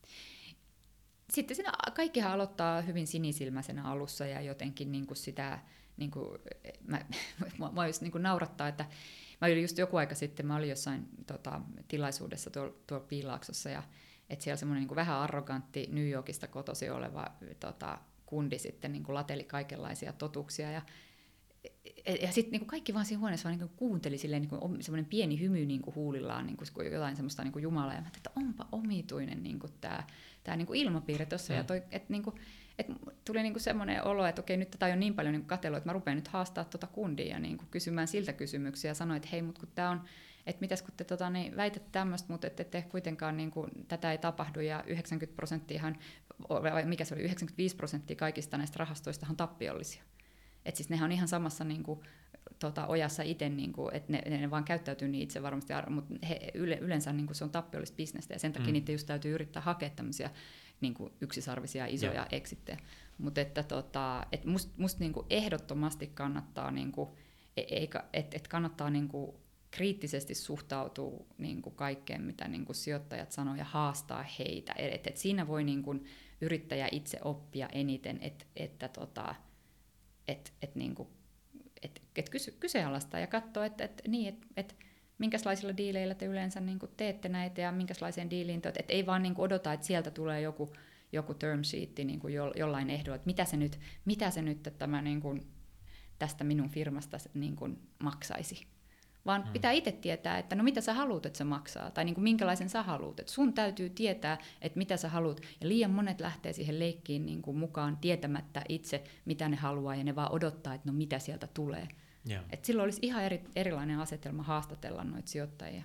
sitten siinä kaikkihan aloittaa hyvin sinisilmäisenä alussa ja jotenkin niin kuin sitä... Niin kuin, mä, mä, mä just niin kuin naurattaa, että mä olin just joku aika sitten, mä olin jossain tota, tilaisuudessa tuolla, tuolla Piilaaksossa, ja että siellä semmoinen niin kuin vähän arrogantti New Yorkista kotoisin oleva tota, kundi sitten niin kuin lateli kaikenlaisia totuuksia, ja, ja sitten niin kuin kaikki vaan siinä huoneessa vaan niin kuin kuunteli silleen, niin kuin semmoinen pieni hymy niin kuin huulillaan, niin kuin jotain semmoista niin kuin Jumalaa, ja mä ajattelin, että onpa omituinen niin kuin tämä, tämä niin kuin ilmapiiri tuossa, mm. ja toi, että niin kuin, et tuli niinku semmoinen olo, että okei, nyt tätä on niin paljon niinku katselua, että mä rupean nyt haastaa tuota kundia ja niinku kysymään siltä kysymyksiä ja sanoin, että hei, mutta kun tämä on, että mitäs kun te tota, niin väitätte tämmöistä, mutta ette te kuitenkaan, niinku, tätä ei tapahdu ja yhdeksänkymmentä prosenttia, mikä se oli, yhdeksänkymmentäviisi prosenttia kaikista näistä rahastoista on tappiollisia. Että siis nehän on ihan samassa niinku, tota, ojassa itse, niinku, että ne, ne vaan käyttäytyy niin itse varmasti, mutta he, yle, yleensä niinku, se on tappiollista bisnestä ja sen takia mm. niitä just täytyy yrittää hakea tämmöisiä niin kuin yksisarvisia isoja Joo. exittejä. Mutta että tota, et musta must niinku ehdottomasti kannattaa, niinku, että et kannattaa niinku kriittisesti suhtautua niinku kaikkeen, mitä niinku sijoittajat sanoo, ja haastaa heitä. Et, et siinä voi niinku yrittäjä itse oppia eniten, et, että tota, et, et niinku, et, et kysy, kyseenalaistaa ja katsoa, että et, niin, et, et, minkälaisilla diileillä te yleensä niin kuin teette näitä ja minkälaiseen diiliin te, että ei vaan niin kuin odota, että sieltä tulee joku, joku term sheet niin kuin jollain ehdolla, että mitä se nyt, mitä se nyt tämä niin kuin tästä minun firmasta niin kuin maksaisi. vaan mm. pitää itse tietää, että no mitä sä haluat, että se maksaa, tai niin kuin minkälaisen sä haluat. Et sun täytyy tietää, että mitä sä haluat, ja liian monet lähtee siihen leikkiin niin kuin mukaan tietämättä itse, mitä ne haluaa, ja ne vaan odottaa, että no mitä sieltä tulee. Yeah. Et silloin olisi ihan eri, erilainen asetelma haastatella noita sijoittajia.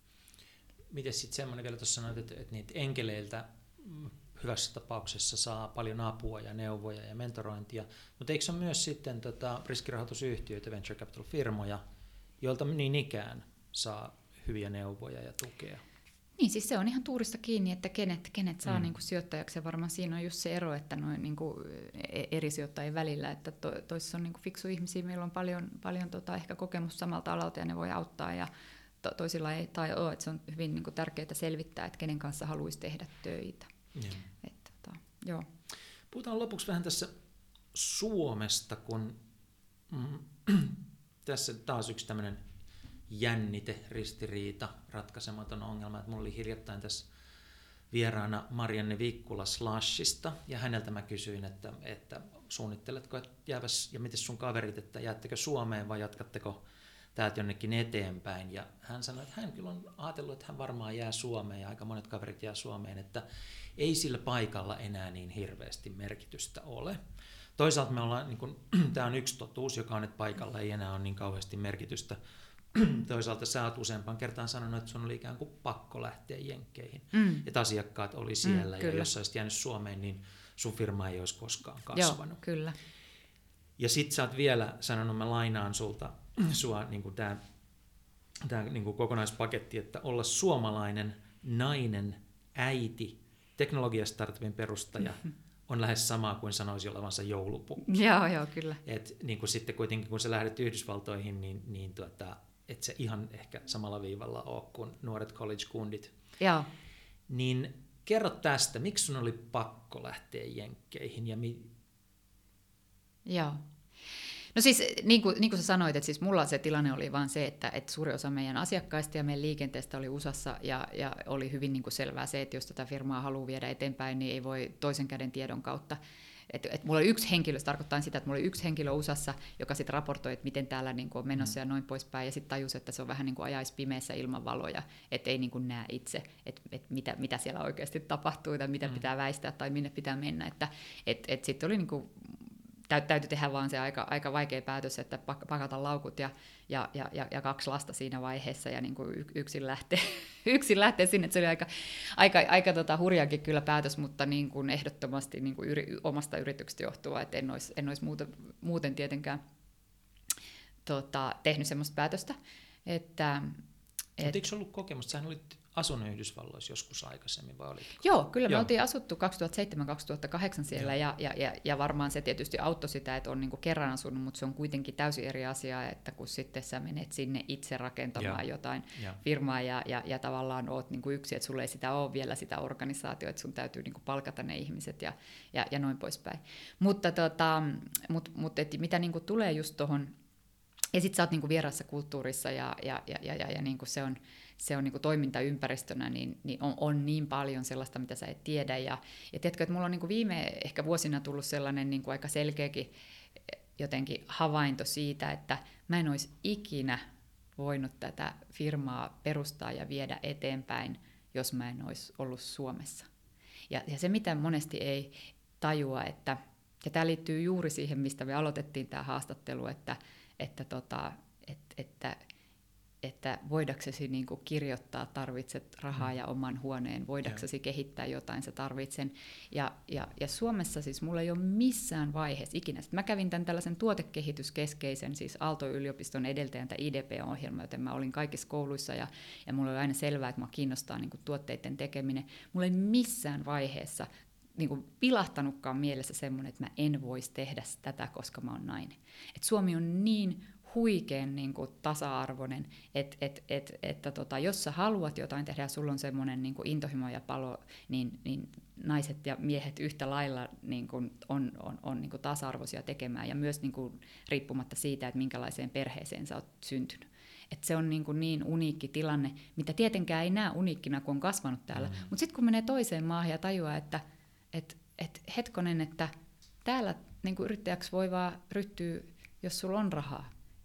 Miten sitten semmoinen vielä tuossa sanoit, että, että niitä enkeleiltä hyvässä tapauksessa saa paljon apua ja neuvoja ja mentorointia, mutta eikö se ole myös sitten tota, riskirahoitusyhtiöitä, venture capital-firmoja, joilta niin ikään saa hyviä neuvoja ja tukea? Niin, siis se on ihan tuurista kiinni, että kenet, kenet saa mm. niin kuin sijoittajaksi, ja varmaan siinä on just se ero, että noin niin kuin eri sijoittajien välillä, että to, toisissa on niin kuin fiksu ihmisiä, meillä on paljon, paljon tota, ehkä kokemus samalta alalta ja ne voi auttaa, ja to, toisilla ei tai ole, että se on hyvin niin kuin tärkeää selvittää, että kenen kanssa haluaisi tehdä töitä. Mm. Et, tota, joo. Puhutaan lopuksi vähän tässä Suomesta, kun mm, tässä taas yksi tämmöinen jännite, ristiriita, ratkaisematon ongelma. Että mulla oli hiljattain tässä vieraana Marianne Vikkula Slashista, ja häneltä mä kysyin, että, että suunnitteletko, että jääväs, ja miten sun kaverit, että jäättekö Suomeen vai jatkatteko täältä jonnekin eteenpäin. Ja hän sanoi, että hän kyllä on ajatellut, että hän varmaan jää Suomeen, ja aika monet kaverit jää Suomeen, että ei sillä paikalla enää niin hirveästi merkitystä ole. Toisaalta me ollaan, niin kun, tämä on yksi totuus, joka on, että paikalla ei enää ole niin kauheasti merkitystä. Toisaalta sä oot useampaan kertaan sanonut, että sun oli ikään kuin pakko lähteä Jenkkeihin. Mm. Että asiakkaat oli siellä, mm, ja jos sä olisit jäänyt Suomeen, niin sun firma ei olisi koskaan kasvanut. Joo, kyllä. Ja sit sä oot vielä sanonut, mä lainaan sulta mm. sua niin kuin tää, tää niin kuin kokonaispaketti, että olla suomalainen nainen, äiti, teknologiastartupin perustaja, mm-hmm. on lähes samaa kuin sanoisi olevansa joulupukki. Joo, joo, kyllä. Et niin kuin sitten kuitenkin, kun sä lähdet Yhdysvaltoihin, niin, niin tuota, et se ihan ehkä samalla viivalla ole kuin nuoret college-kundit. Joo. Niin kerro tästä, miksi sun oli pakko lähteä Jenkkeihin? Ja mi- Joo. No siis niin kuin, niin kuin sä sanoit, että siis mulla se tilanne oli vaan se, että, että suuri osa meidän asiakkaista ja meidän liikenteestä oli U S A:ssa, ja, ja oli hyvin niin kuin selvää se, että jos tätä firmaa haluaa viedä eteenpäin, niin ei voi toisen käden tiedon kautta. Et, et mulla oli yksi henkilö, se tarkoittaa sitä, että mulla oli yksi henkilö U S A:ssa, joka sitten raportoi, että miten täällä niin kuin on menossa mm. ja noin poispäin, ja sitten tajusi, että se on vähän niin kuin ajaisi pimeässä ilman valoja, että ei niin kuin näe itse, että et mitä, mitä siellä oikeasti tapahtuu tai mitä mm. pitää väistää tai minne pitää mennä. Että et, et sitten oli niin kuin täytyy tehdä vaan se aika, aika vaikea päätös, että pakata laukut ja, ja, ja, ja kaksi lasta siinä vaiheessa ja niin kuin yksin, lähteä, yksin lähteä sinne. Että se oli aika, aika, aika tota hurjaakin kyllä päätös, mutta niin kuin ehdottomasti niin kuin yri, omasta yrityksestä johtuvaa, että en olisi, en olisi muuten, muuten tietenkään tota, tehnyt semmoista päätöstä. Että, et, eikö ollut kokemusta? Sähän olit asunut Yhdysvalloissa joskus aikaisemmin, vai oliko? Joo, kyllä me Joo. oltiin asuttu kaksituhattaseitsemän kaksituhattakahdeksan siellä, ja, ja, ja, ja varmaan se tietysti auttoi sitä, että on niinku kerran asunut, mutta se on kuitenkin täysin eri asia, että kun sitten sä menet sinne itse rakentamaan Joo. jotain Joo. firmaa, ja, ja, ja tavallaan oot niinku yksi, että sulla ei sitä ole vielä sitä organisaatiota, että sun täytyy niinku palkata ne ihmiset ja, ja, ja noin poispäin. Mutta tota, mut, mut, et mitä niinku tulee just tuohon, ja sit sä oot niinku vieraassa kulttuurissa, ja, ja, ja, ja, ja, ja niinku se on se on niin kuin toimintaympäristönä, niin, niin on, on niin paljon sellaista, mitä sä et tiedä. Ja, ja tiedätkö, että mulla on niin kuin viime ehkä vuosina tullut sellainen niin kuin aika selkeäkin jotenkin havainto siitä, että mä en olisi ikinä voinut tätä firmaa perustaa ja viedä eteenpäin, jos mä en olisi ollut Suomessa. Ja, ja se, mitä monesti ei tajua, että, ja tämä liittyy juuri siihen, mistä me aloitettiin tämä haastattelu, että, että, tota, että, että että voidaksesi niin kuin kirjoittaa, tarvitset rahaa ja oman huoneen, voidaksesi ja. kehittää jotain, sä tarvitsen. Ja, ja, ja Suomessa siis mulla ei ole missään vaiheessa ikinä. Sitten mä kävin tämän tällaisen tuotekehityskeskeisen, siis Aalto-yliopiston edeltäjän I D P-ohjelma, joten mä olin kaikissa kouluissa, ja, ja mulla oli aina selvää, että mua kiinnostaa niin kuin tuotteiden tekeminen. Mulla ei missään vaiheessa niin kuin pilahtanutkaan mielessä semmoinen, että mä en voisi tehdä tätä, koska mä oon nainen. Et Suomi on niin huikean niin kuin tasa-arvoinen, että et, et, et, tota, jos sä haluat jotain tehdä ja sulla on semmoinen niin kuin intohimo ja palo, niin, niin naiset ja miehet yhtä lailla niin kuin on, on, on niin kuin tasa-arvoisia tekemään, ja myös niin kuin riippumatta siitä, että minkälaiseen perheeseen sä oot syntynyt. Et se on niin, kuin niin uniikki tilanne, mitä tietenkään ei näe uniikkina, kun on kasvanut täällä. Mm. Mutta sitten kun menee toiseen maahan ja tajuaa, että et, et hetkonen, että täällä niin kuin yrittäjäksi voi vaan ryhtyä, jos sulla on rahaa.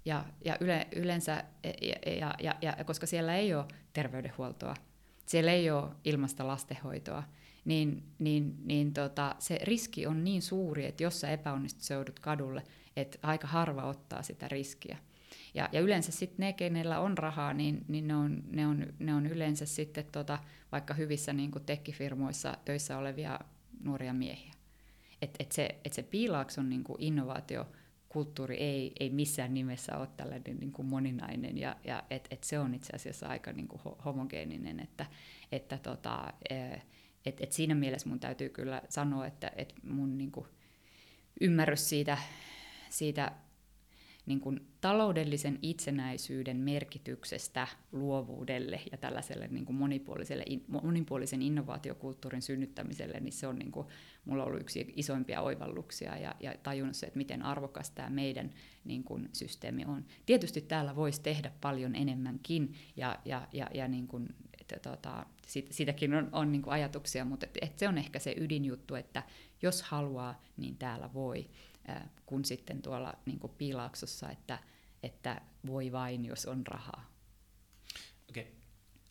Ja, ja yle, yleensä, ja, ja, ja, ja, koska siellä ei ole terveydenhuoltoa, siellä ei ole ilmaista lastenhoitoa, niin, niin, niin tota, se riski on niin suuri, että jos sä epäonnistut, sä joudut kadulle, että aika harva ottaa sitä riskiä. Ja, ja yleensä sitten ne, kenellä on rahaa, niin, niin ne, on, ne, on, ne on yleensä sitten tota, vaikka hyvissä niin kuin tekkifirmoissa töissä olevia nuoria miehiä. Että et se, et se Piilaakson niin kuin innovaatiokulttuuri ei, ei missään nimessä ole tällainen niin kuin moninainen, ja, ja että et se on itse asiassa aika niin kuin homogeeninen, että, että tota, et, et siinä mielessä mun täytyy kyllä sanoa, että et mun niin kuin ymmärrys siitä, siitä niin kuin taloudellisen itsenäisyyden merkityksestä luovuudelle ja tällaiselle niin kuin monipuoliselle, monipuolisen innovaatiokulttuurin synnyttämiselle, niin se on niin kuin, mulla on ollut yksi isoimpia oivalluksia ja, ja tajunnut se, että miten arvokas tämä meidän niin kuin systeemi on. Tietysti täällä voisi tehdä paljon enemmänkin, ja, ja, ja, ja niin kuin, että, tota, sit, siitäkin on, on niin kuin ajatuksia, mutta et, et se on ehkä se ydinjuttu, että jos haluaa, niin täällä voi. Kun sitten tuolla niin kuin Piilaaksossa, että, että voi vain, jos on rahaa. Okei. Okay.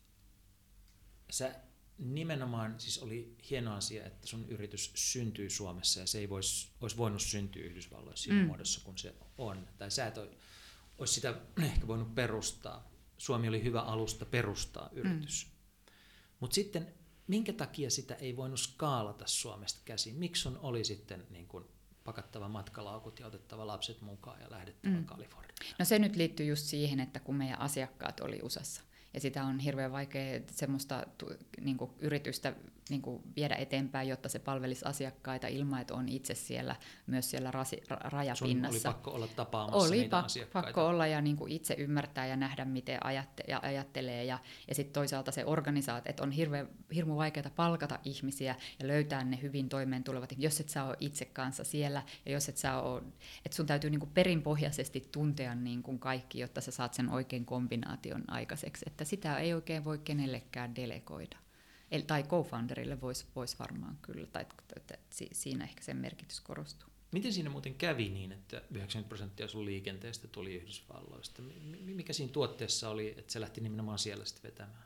Sä nimenomaan, siis oli hieno asia, että sun yritys syntyy Suomessa, ja se ei vois, olisi voinut syntyä Yhdysvalloissa siinä mm. muodossa, kun se on. Tai sä et olisi sitä ehkä voinut perustaa. Suomi oli hyvä alusta perustaa yritys. Mm. Mutta sitten, minkä takia sitä ei voinut skaalata Suomesta käsin? Miksi sun oli sitten niin kuin pakattava matkalaukut ja otettava lapset mukaan ja lähdettävä mm. Kaliforniaan? No se nyt liittyy just siihen, että kun meidän asiakkaat oli U S A:ssa, ja sitä on hirveän vaikea semmoista niin kuin yritystä niin kuin viedä eteenpäin, jotta se palvelisi asiakkaita ilman, että on itse siellä myös siellä rasi, rajapinnassa. Sun oli pakko olla tapaamassa oli niitä pakko, asiakkaita. pakko olla ja niin kuin itse ymmärtää ja nähdä, miten ajatte, ja ajattelee. Ja, ja sitten toisaalta se organisaatio, että on hirveän, hirmu vaikeaa palkata ihmisiä ja löytää ne hyvin toimeentulevat, jos et sä ole itse kanssa siellä, ja jos et sä ole, että sun täytyy niin kuin perinpohjaisesti tuntea niin kuin kaikki, jotta sä saat sen oikein kombinaation aikaiseksi. Että sitä ei oikein voi kenellekään delegoida. Eli, tai co-founderille voisi vois varmaan kyllä, tai että siinä ehkä sen merkitys korostuu. Miten siinä muuten kävi niin, että yhdeksänkymmentä prosenttia sun liikenteestä tuli Yhdysvalloista? Mikä siinä tuotteessa oli, että se lähti nimenomaan siellä sitten vetämään?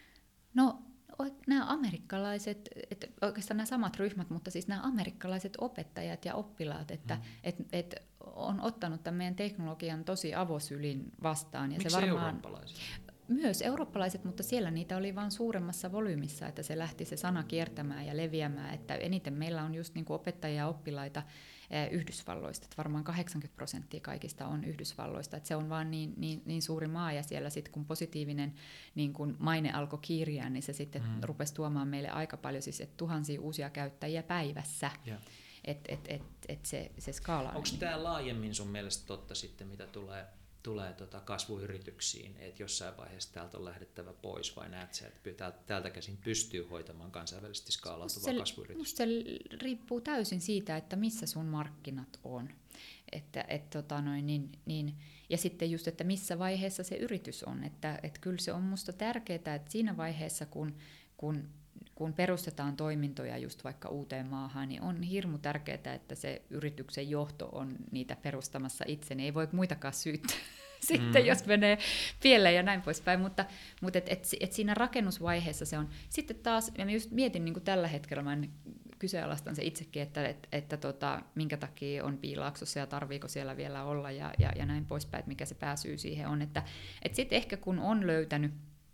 No nämä amerikkalaiset, että oikeastaan nämä samat ryhmät, mutta siis nämä amerikkalaiset opettajat ja oppilaat, että mm. et, et on ottanut tämän meidän teknologian tosi avosylin vastaan. Ja miksi se varmaan, eurooppalaiset? Myös eurooppalaiset, mutta siellä niitä oli vain suuremmassa volyymissa, että se lähti se sana kiertämään ja leviämään, että eniten meillä on just niin kuin opettajia ja oppilaita Yhdysvalloista, että varmaan kahdeksankymmentä prosenttia kaikista on Yhdysvalloista, että se on vaan niin, niin, niin suuri maa, ja siellä sitten kun positiivinen niin kun maine alkoi kiiriä, niin se sitten mm. rupesi tuomaan meille aika paljon, siis että tuhansia uusia käyttäjiä päivässä. Yeah. Että et, et, et se, se skaala on. Onko niin tämä laajemmin sun mielestä totta sitten, mitä tulee tulee tota kasvuyrityksiin, että jossain vaiheessa täältä on lähdettävä pois, vai näet sä, että täältä käsin pystyy hoitamaan kansainvälisesti skaalautuvaa kasvuyritystä? Se riippuu täysin siitä, että missä sun markkinat on. Että, et, tota noin, niin, niin, ja sitten just, että missä vaiheessa se yritys on. Että, et kyllä se on musta tärkeää, että siinä vaiheessa, kun, kun kun perustetaan toimintoja just vaikka uuteen maahan, niin on hirmu tärkeää, että se yrityksen johto on niitä perustamassa itse. Niin ei voi muitakaan syyttää sitten, mm. jos menee pieleen ja näin poispäin. Mutta, mutta et, et, et siinä rakennusvaiheessa se on. Sitten taas, ja mä just mietin niin kuin tällä hetkellä, mä kyseenalaistan se itsekin, että, että, että tota, minkä takia on Piilaaksossa ja tarviiko siellä vielä olla ja, ja, ja näin poispäin, että mikä se pääsyy siihen on. Että, että sitten ehkä kun on löytänyt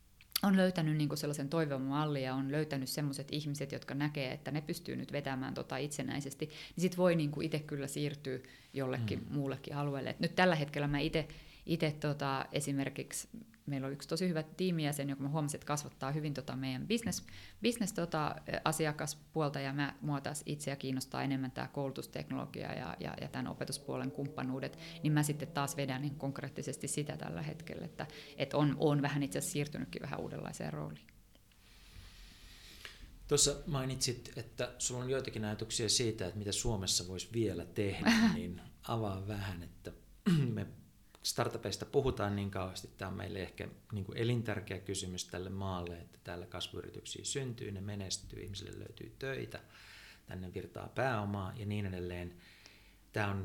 on löytänyt niin kuin sellaisen toivon mallin ja on löytänyt sellaiset ihmiset, jotka näkee, että ne pystyy nyt vetämään tota itsenäisesti, niin sitten voi niin kuin itse kyllä siirtyä jollekin mm. muullekin alueelle. Et nyt tällä hetkellä mä itse tota, esimerkiksi, meillä on yksi tosi hyvä tiimijäsen, joka mä huomasin, että kasvattaa hyvin tota meidän business, business tota, asiakaspuolta, ja mä, mua taas itseä kiinnostaa enemmän tämä koulutusteknologia ja, ja, ja tämän opetuspuolen kumppanuudet, niin mä sitten taas vedän niin konkreettisesti sitä tällä hetkellä, että et on, on vähän itse asiassa siirtynytkin vähän uudenlaiseen rooliin. Tuossa mainitsit, että sulla on joitakin ajatuksia siitä, että mitä Suomessa voisi vielä tehdä, niin avaa vähän, että me startupeista puhutaan niin kauheasti, tämä on meille ehkä niin kuin elintärkeä kysymys tälle maalle, että täällä kasvuyrityksiä syntyy, ne menestyy, ihmisille löytyy töitä, tänne virtaa pääomaa ja niin edelleen. Tämä on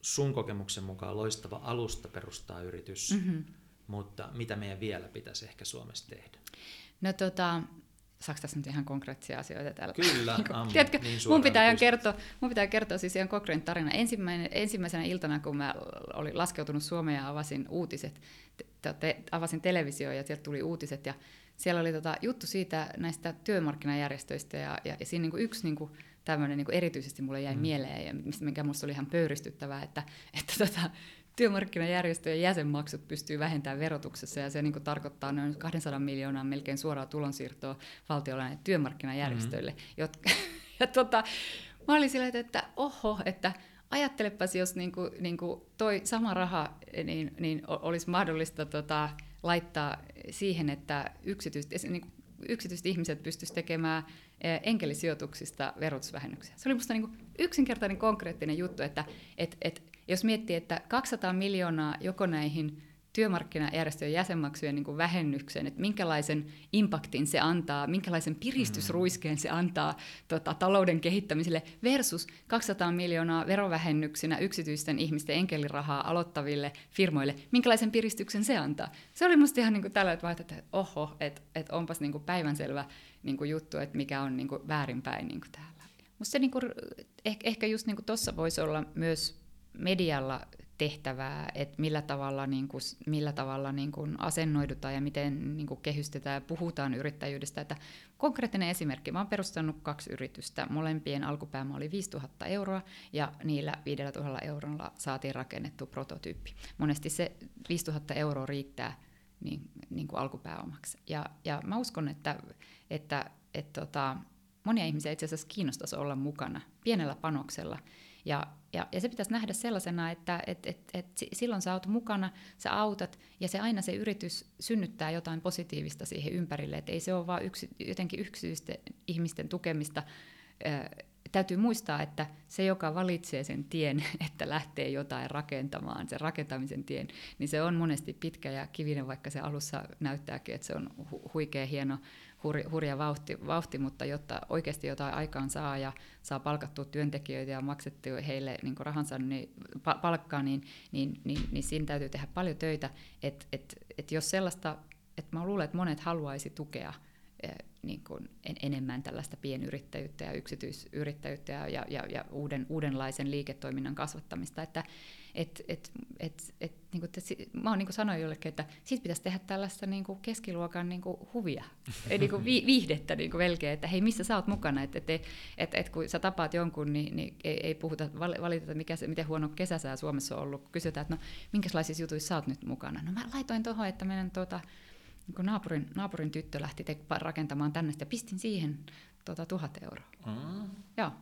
sun kokemuksen mukaan loistava alusta perustaa yritys, mm-hmm. mutta mitä meidän vielä pitäisi ehkä Suomessa tehdä? No tota, saako tässä nyt ihan konkreettisia asioita täällä? Kyllä, niin, ammu, tiedätkö, niin mun, pitää kertoa, mun pitää kertoa siis ihan konkreettinen tarina. Ensimmäinen, ensimmäisenä iltana, kun mä olin laskeutunut Suomeen ja avasin uutiset, te, te, avasin televisio ja sieltä tuli uutiset ja siellä oli tota juttu siitä näistä työmarkkinajärjestöistä ja, ja, ja siinä niinku yksi niinku tämmöinen niinku erityisesti mulle jäi mm. mieleen ja mikä musta oli ihan pöyristyttävää, että, että tota, työmarkkinajärjestöjen jäsenmaksut pystyy vähentämään verotuksessa ja se niinku tarkoittaa noin kaksisataa miljoonaa melkein suoraa tulonsiirtoa valtiolle työmarkkinajärjestöille. Mm. Jotka, ja tota, mä olin sillä, että oho, että ajattelepas, jos niinku, niinku toi sama raha niin, niin olisi mahdollista tota, laittaa siihen, että yksityiset, niin yksityiset ihmiset pystyisivät tekemään enkelisijoituksista verotusvähennyksiä. Se oli minusta niin yksinkertainen konkreettinen juttu, että et, et, jos miettii, että kaksisataa miljoonaa joko näihin työmarkkinajärjestöjen jäsenmaksujen niin kuin vähennykseen, että minkälaisen impaktin se antaa, minkälaisen piristysruiskeen se antaa tota, talouden kehittämiselle versus kaksisataa miljoonaa verovähennyksinä yksityisten ihmisten enkelirahaa aloittaville firmoille, minkälaisen piristyksen se antaa. Se oli musta ihan niin kuin tällä, että, että oho, että, että onpas niin kuin päivänselvä niin kuin juttu, että mikä on niin kuin väärinpäin niin kuin täällä. Musta se niin kuin, ehkä, ehkä just niin kuin tuossa voisi olla myös medialla tehtävää, että millä tavalla, niin kuin, millä tavalla niin kuin asennoidutaan ja miten niin kuin kehystetään ja puhutaan yrittäjyydestä. Että konkreettinen esimerkki, mä oon perustanut kaksi yritystä, molempien alkupääoma oli viisituhatta euroa ja niillä viisituhatta eurolla saatiin rakennettu prototyyppi. Monesti se viisituhatta euroa riittää niin, niin kuin alkupääomaksi. Ja, ja mä uskon, että, että, että tota, monia ihmisiä itse asiassa kiinnostaisi olla mukana pienellä panoksella. Ja, ja, ja se pitäisi nähdä sellaisena, että et, et, et silloin sä oot mukana, sä autat, ja se aina se yritys synnyttää jotain positiivista siihen ympärille, että ei se ole vaan yksi, jotenkin yksityisten ihmisten tukemista. Ää, täytyy muistaa, että se, joka valitsee sen tien, että lähtee jotain rakentamaan, sen rakentamisen tien, niin se on monesti pitkä ja kivinen, vaikka se alussa näyttääkin, että se on hu- huikea, hieno, hurja vauhti, vauhti, mutta jotta oikeasti jotain aikaan saa ja saa palkattua työntekijöitä ja maksettua heille niin kuin rahansa niin, palkkaa, niin, niin, niin, niin siinä täytyy tehdä paljon töitä. Et, et, et jos sellaista, että mä luulen, että monet haluaisi tukea niin kuin en, enemmän tällaista pienyrittäjyyttä ja yksityisyrittäjyyttä ja, ja, ja, ja uuden, uudenlaisen liiketoiminnan kasvattamista. Että, et, et, et, et, niin kuin, että mä oon niin kuin sanoin jollekin, että siitä pitäisi tehdä tällaista niin kuin keskiluokan niin kuin huvia, niin kuin vi, viihdettä niin kuin velkeä, että hei, missä sä oot mukana, että et, et, et, et, kun sä tapaat jonkun, niin, niin ei, ei puhuta, valiteta, mikä se, miten huono kesäsää Suomessa on ollut, kysytään, että no minkälaisissa jutuissa sä oot nyt mukana. No mä laitoin tuohon, että meidän tuota, kun naapurin, naapurin tyttö lähti te- rakentamaan tänne, ja pistin siihen tuota, tuhat euroa. Mm. Joo.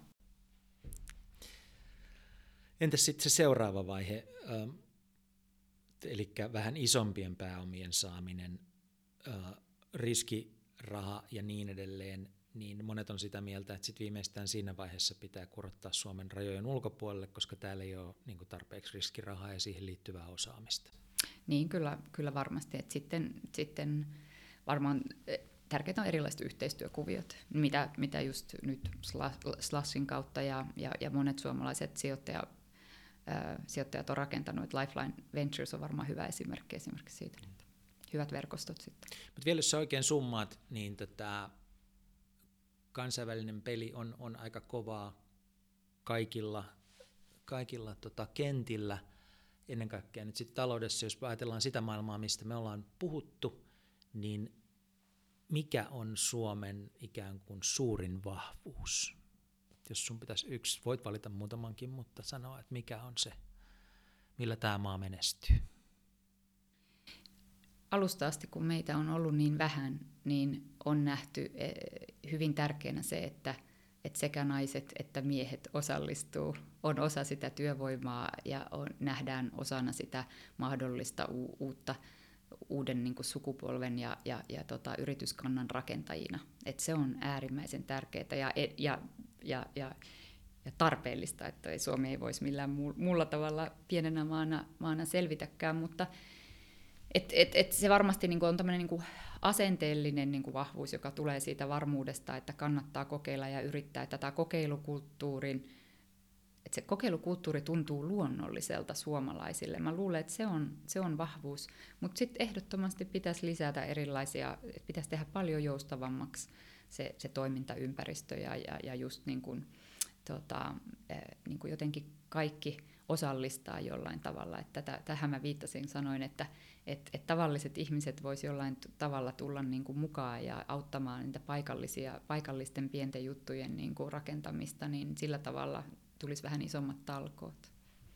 Entäs sitten se seuraava vaihe, äh, eli vähän isompien pääomien saaminen, äh, riskiraha ja niin edelleen, niin monet on sitä mieltä, että sit viimeistään siinä vaiheessa pitää kurottaa Suomen rajojen ulkopuolelle, koska täällä ei ole niin kuin tarpeeksi riskirahaa ja siihen liittyvää osaamista. Niin, kyllä, kyllä varmasti. Et sitten, sitten varmaan tärkeitä on erilaiset yhteistyökuviot, mitä, mitä just nyt Slashin kautta ja, ja, ja monet suomalaiset sijoittaja, äh, sijoittajat on rakentanut. Et Lifeline Ventures on varmaan hyvä esimerkki esimerkiksi siitä. Että hyvät verkostot sitten. Mutta vielä jos sä oikein summaat, niin tätä kansainvälinen peli on, on aika kovaa kaikilla, kaikilla tota kentillä. Ennen kaikkea nyt sitten taloudessa, jos ajatellaan sitä maailmaa, mistä me ollaan puhuttu, niin mikä on Suomen ikään kuin suurin vahvuus? Jos sun pitäisi yksi, voit valita muutamankin, mutta sanoa, että mikä on se, millä tämä maa menestyy? Alusta asti, kun meitä on ollut niin vähän, niin on nähty hyvin tärkeänä se, että että sekä naiset että miehet osallistuu, on osa sitä työvoimaa ja on, nähdään osana sitä mahdollista u, uutta, uuden niin kuin sukupolven ja, ja, ja tota, yrityskannan rakentajina. Et se on äärimmäisen tärkeää ja, ja, ja, ja, ja tarpeellista, että Suomi ei voisi millään muulla tavalla pienenä maana, maana selvitäkään, mutta et, et, et se varmasti niin kuin on tämmöinen niin kuin asenteellinen niin kuin vahvuus, joka tulee siitä varmuudesta, että kannattaa kokeilla ja yrittää tätä kokeilukulttuurin että se kokeilukulttuuri tuntuu luonnolliselta suomalaisille. Mä luulen, että se on, se on vahvuus, mutta sitten ehdottomasti pitäisi lisätä erilaisia, pitäisi tehdä paljon joustavammaksi se, se toimintaympäristö ja, ja, ja just niin kuin, tota, niin kuin jotenkin kaikki osallistaa jollain tavalla. Että tätä, tähän mä viittasin, sanoin, että et, et tavalliset ihmiset vois jollain tavalla tulla niin kuin mukaan ja auttamaan niitä paikallisia, paikallisten pienten juttujen niin kuin rakentamista, niin sillä tavalla tulisi vähän isommat talkoot.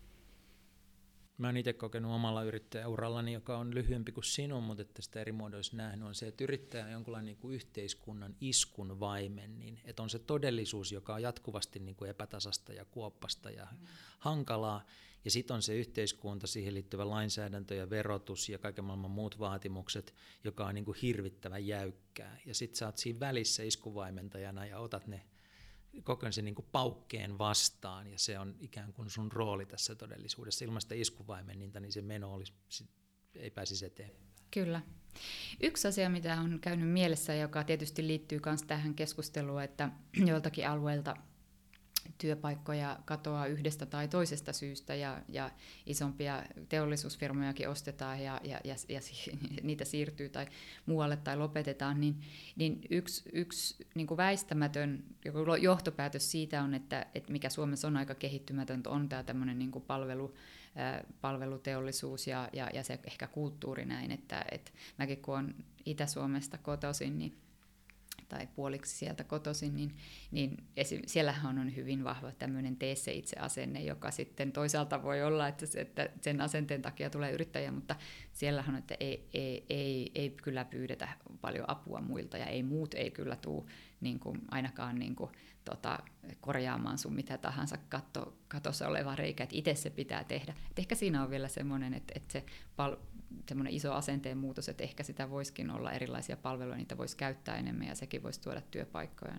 Mä oon itse kokenut omalla yrittäjäurallani, joka on lyhyempi kuin sinun, mutta että sitä eri muodoissa nähnyt, on se, että yrittäjä on jonkinlainen niin kuin yhteiskunnan iskun vaimen, niin että on se todellisuus, joka on jatkuvasti niin kuin epätasasta ja kuoppasta ja mm. hankalaa, ja sitten on se yhteiskunta, siihen liittyvä lainsäädäntö ja verotus ja kaiken maailman muut vaatimukset, joka on niin kuin hirvittävän jäykkää, ja sitten sä oot siinä välissä iskuvaimentajana ja otat ne koko sen niin kuin paukkeen vastaan, ja se on ikään kuin sun rooli tässä todellisuudessa. Ilman sitä iskuvaimenninta, niin se meno olisi, ei pääsisi eteenpäin. Kyllä. Yksi asia, mitä on käynyt mielessä, joka tietysti liittyy myös tähän keskusteluun, että joiltakin alueilta työpaikkoja katoaa yhdestä tai toisesta syystä, ja, ja isompia teollisuusfirmojakin ostetaan ja, ja, ja, ja niitä siirtyy tai muualle tai lopetetaan, niin, niin yksi, yksi niin kuin väistämätön johtopäätös siitä on, että, että mikä Suomessa on aika kehittymätöntä, on tämä tämmöinen niin kuin palvelu, ää, palveluteollisuus ja, ja, ja se ehkä kulttuuri näin, että, että mäkin kun olen Itä-Suomesta kotoisin, niin tai puoliksi sieltä kotoisin, niin, niin esim, siellähän on hyvin vahva tämmöinen tee se itse asenne, joka sitten toisaalta voi olla, että, se, että sen asenteen takia tulee yrittäjä, mutta siellähän on, että ei, ei, ei, ei kyllä pyydetä paljon apua muilta, ja ei muut ei kyllä tule niin kuin, ainakaan niin kuin, tota, korjaamaan sun mitä tahansa katto, katossa oleva reikä, että itse se pitää tehdä. Et ehkä siinä on vielä semmoinen, että, että se pal- semmoinen iso asenteen muutos, että ehkä sitä voisikin olla erilaisia palveluja, niitä voisi käyttää enemmän ja sekin voisi tuoda työpaikkoja.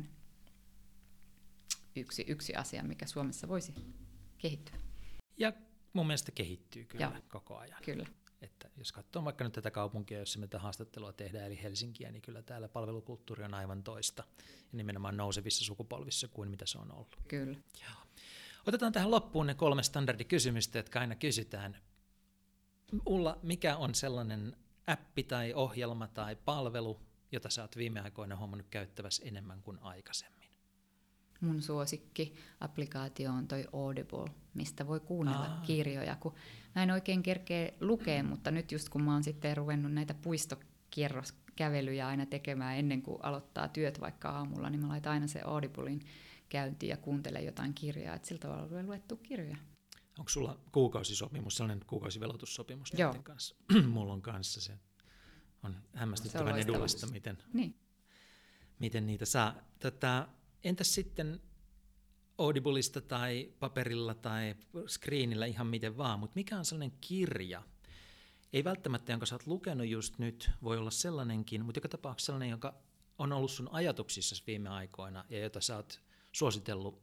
Yksi, yksi asia, mikä Suomessa voisi kehittyä. Ja mun mielestä kehittyy kyllä Joo, koko ajan. Kyllä. Että jos katsoo vaikka nyt tätä kaupunkia, jossa me tätä haastattelua tehdään, eli Helsinkiä, niin kyllä täällä palvelukulttuuri on aivan toista ja nimenomaan nousevissa sukupolvissa kuin mitä se on ollut. Kyllä. Joo. Otetaan tähän loppuun ne kolme standardikysymystä, jotka aina kysytään. Ulla, mikä on sellainen appi tai ohjelma tai palvelu, jota sä oot viime aikoina huomannut käyttäväsi enemmän kuin aikaisemmin? Mun suosikki-applikaatio on toi Audible, mistä voi kuunnella Aa. kirjoja, kun mä en oikein kerkeä lukea, mutta nyt just kun mä oon sitten ruvennut näitä puistokierroskävelyjä aina tekemään ennen kuin aloittaa työt vaikka aamulla, niin mä laitan aina se Audiblein käyntiin ja kuuntelen jotain kirjaa, että sillä tavalla voi luettua kirjoja. Onko sulla kuukausisopimus, sellainen kuukausivelotussopimus näiden kanssa? Mulla on kanssa se. On hämmästyttävän edullista, miten, niin. miten niitä saa. Tätä, entäs sitten Audibleista tai paperilla tai screenillä ihan miten vaan, mutta mikä on sellainen kirja? Ei välttämättä, jonka sä oot lukenut just nyt, voi olla sellainenkin, mutta joka tapauksessa sellainen, joka on ollut sun ajatuksissa viime aikoina ja jota sä oot suositellut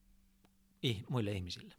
muille ihmisille.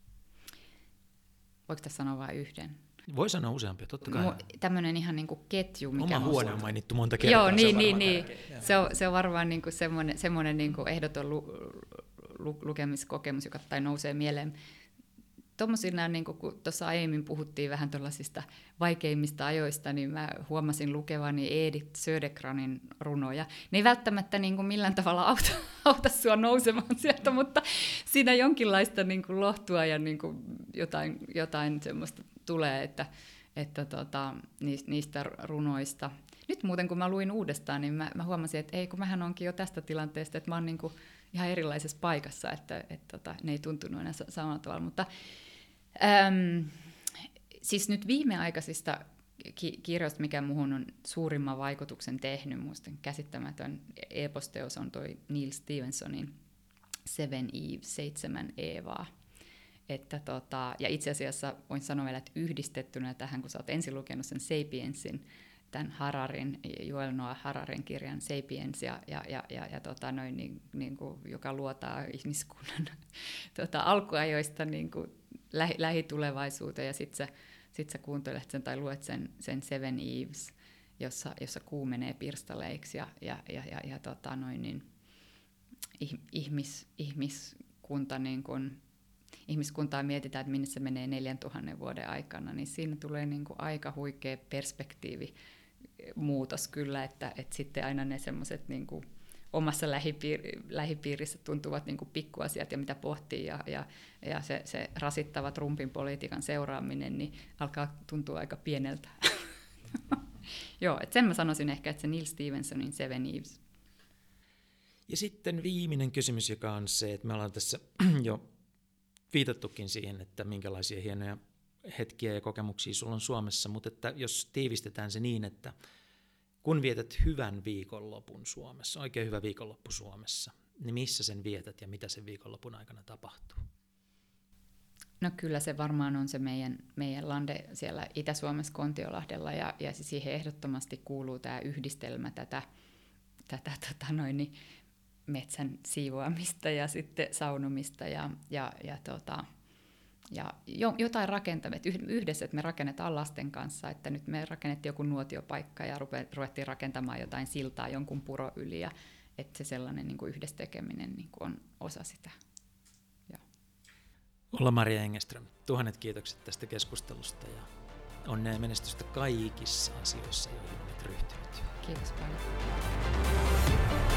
Voiko tässä sanoa vain yhden? Voi sanoa useampia, totta kai. Mu- tämmöinen ihan niin kuin ketju, mikä Oma huone on mainittu monta kertaa. Joo, niin, niin, niin. Se on, se on varmaan niin kuin semmoinen, semmoinen niin kuin ehdoton lu, lu, lukemiskokemus, joka tai nousee mieleen. Tuommoisina, niin kun tuossa aiemmin puhuttiin vähän tuollaisista vaikeimmista ajoista, niin mä huomasin lukevani Edith Södergranin runoja. Ne ei välttämättä niin kuin millään tavalla auta, auta sua nousemaan sieltä, mutta siinä jonkinlaista niin kuin lohtua ja niin kuin jotain, jotain semmoista tulee, että, että tota, niistä runoista. Nyt muuten kun mä luin uudestaan, niin mä, mä huomasin, että ei, kun mähän onkin jo tästä tilanteesta, että mä oon niin kuin ihan erilaisessa paikassa, että, että tota, ne ei tuntunut enää samalla tavalla, mutta äm, siis nyt viimeaikaisista ki- kirjoista, mikä muhun on suurimman vaikutuksen tehnyt, musta käsittämätön eposteos on toi Neil Stephensonin Seven Eve, seitsemän Eevaa. Että tota, ja itse asiassa voin sanoa vielä, että yhdistettynä tähän, kun sä oot ensin lukenut sen Sapiensin, tämän Hararin, Yuval Noah Hararin kirjan Sapiens, ja, ja, ja, ja, ja tota noin, niin, niin kuin, joka luotaa ihmiskunnan tota, alkuajoista niin kuin lähi, lähitulevaisuuteen, ja sitten sä, sit sä kuuntelet sen tai luet sen, sen Seven Eves, jossa, jossa kuu menee pirstaleiksi, ja, ja, ja, ja, ja tota noin, niin, ihmis, ihmiskunta niin kuin, ihmiskuntaa mietitään, että minne se menee neljän tuhannen vuoden aikana, niin siinä tulee niin kuin aika huikea perspektiivi muutos kyllä, että, että sitten aina ne semmoiset niin kuin omassa lähipiir- lähipiirissä tuntuvat niin kuin pikkuasiat ja mitä pohtii ja, ja, ja se, se rasittava Trumpin politiikan seuraaminen, niin alkaa tuntua aika pieneltä. Joo, että sen mä sanoisin ehkä, että se Neil Stephensonin Seven Eves. Ja sitten viimeinen kysymys, joka on se, että me ollaan tässä jo viitattukin siihen, että minkälaisia hienoja hetkiä ja kokemuksia sulla on Suomessa, mutta että jos tiivistetään se niin, että kun vietät hyvän viikonlopun Suomessa, oikein hyvä viikonloppu Suomessa, niin missä sen vietät ja mitä sen viikonlopun aikana tapahtuu? No kyllä se varmaan on se meidän, meidän lande siellä Itä-Suomessa Kontiolahdella ja, ja siihen ehdottomasti kuuluu tämä yhdistelmä tätä, tätä tota noin, niin metsän siivoamista ja sitten saunomista ja, ja, ja, tota, ja jo, jotain rakentamista yhdessä, että me rakennetaan lasten kanssa, että nyt me rakennettiin joku nuotiopaikka ja ruvettiin rakentamaan jotain siltaa jonkun puro yli ja että se sellainen niin kuin yhdessä tekeminen niin kuin on osa sitä. Ulla-Maria Engeström, tuhannet kiitokset tästä keskustelusta ja onnea menestystä kaikissa asioissa, joihin olet ryhtynyt. Kiitos paljon.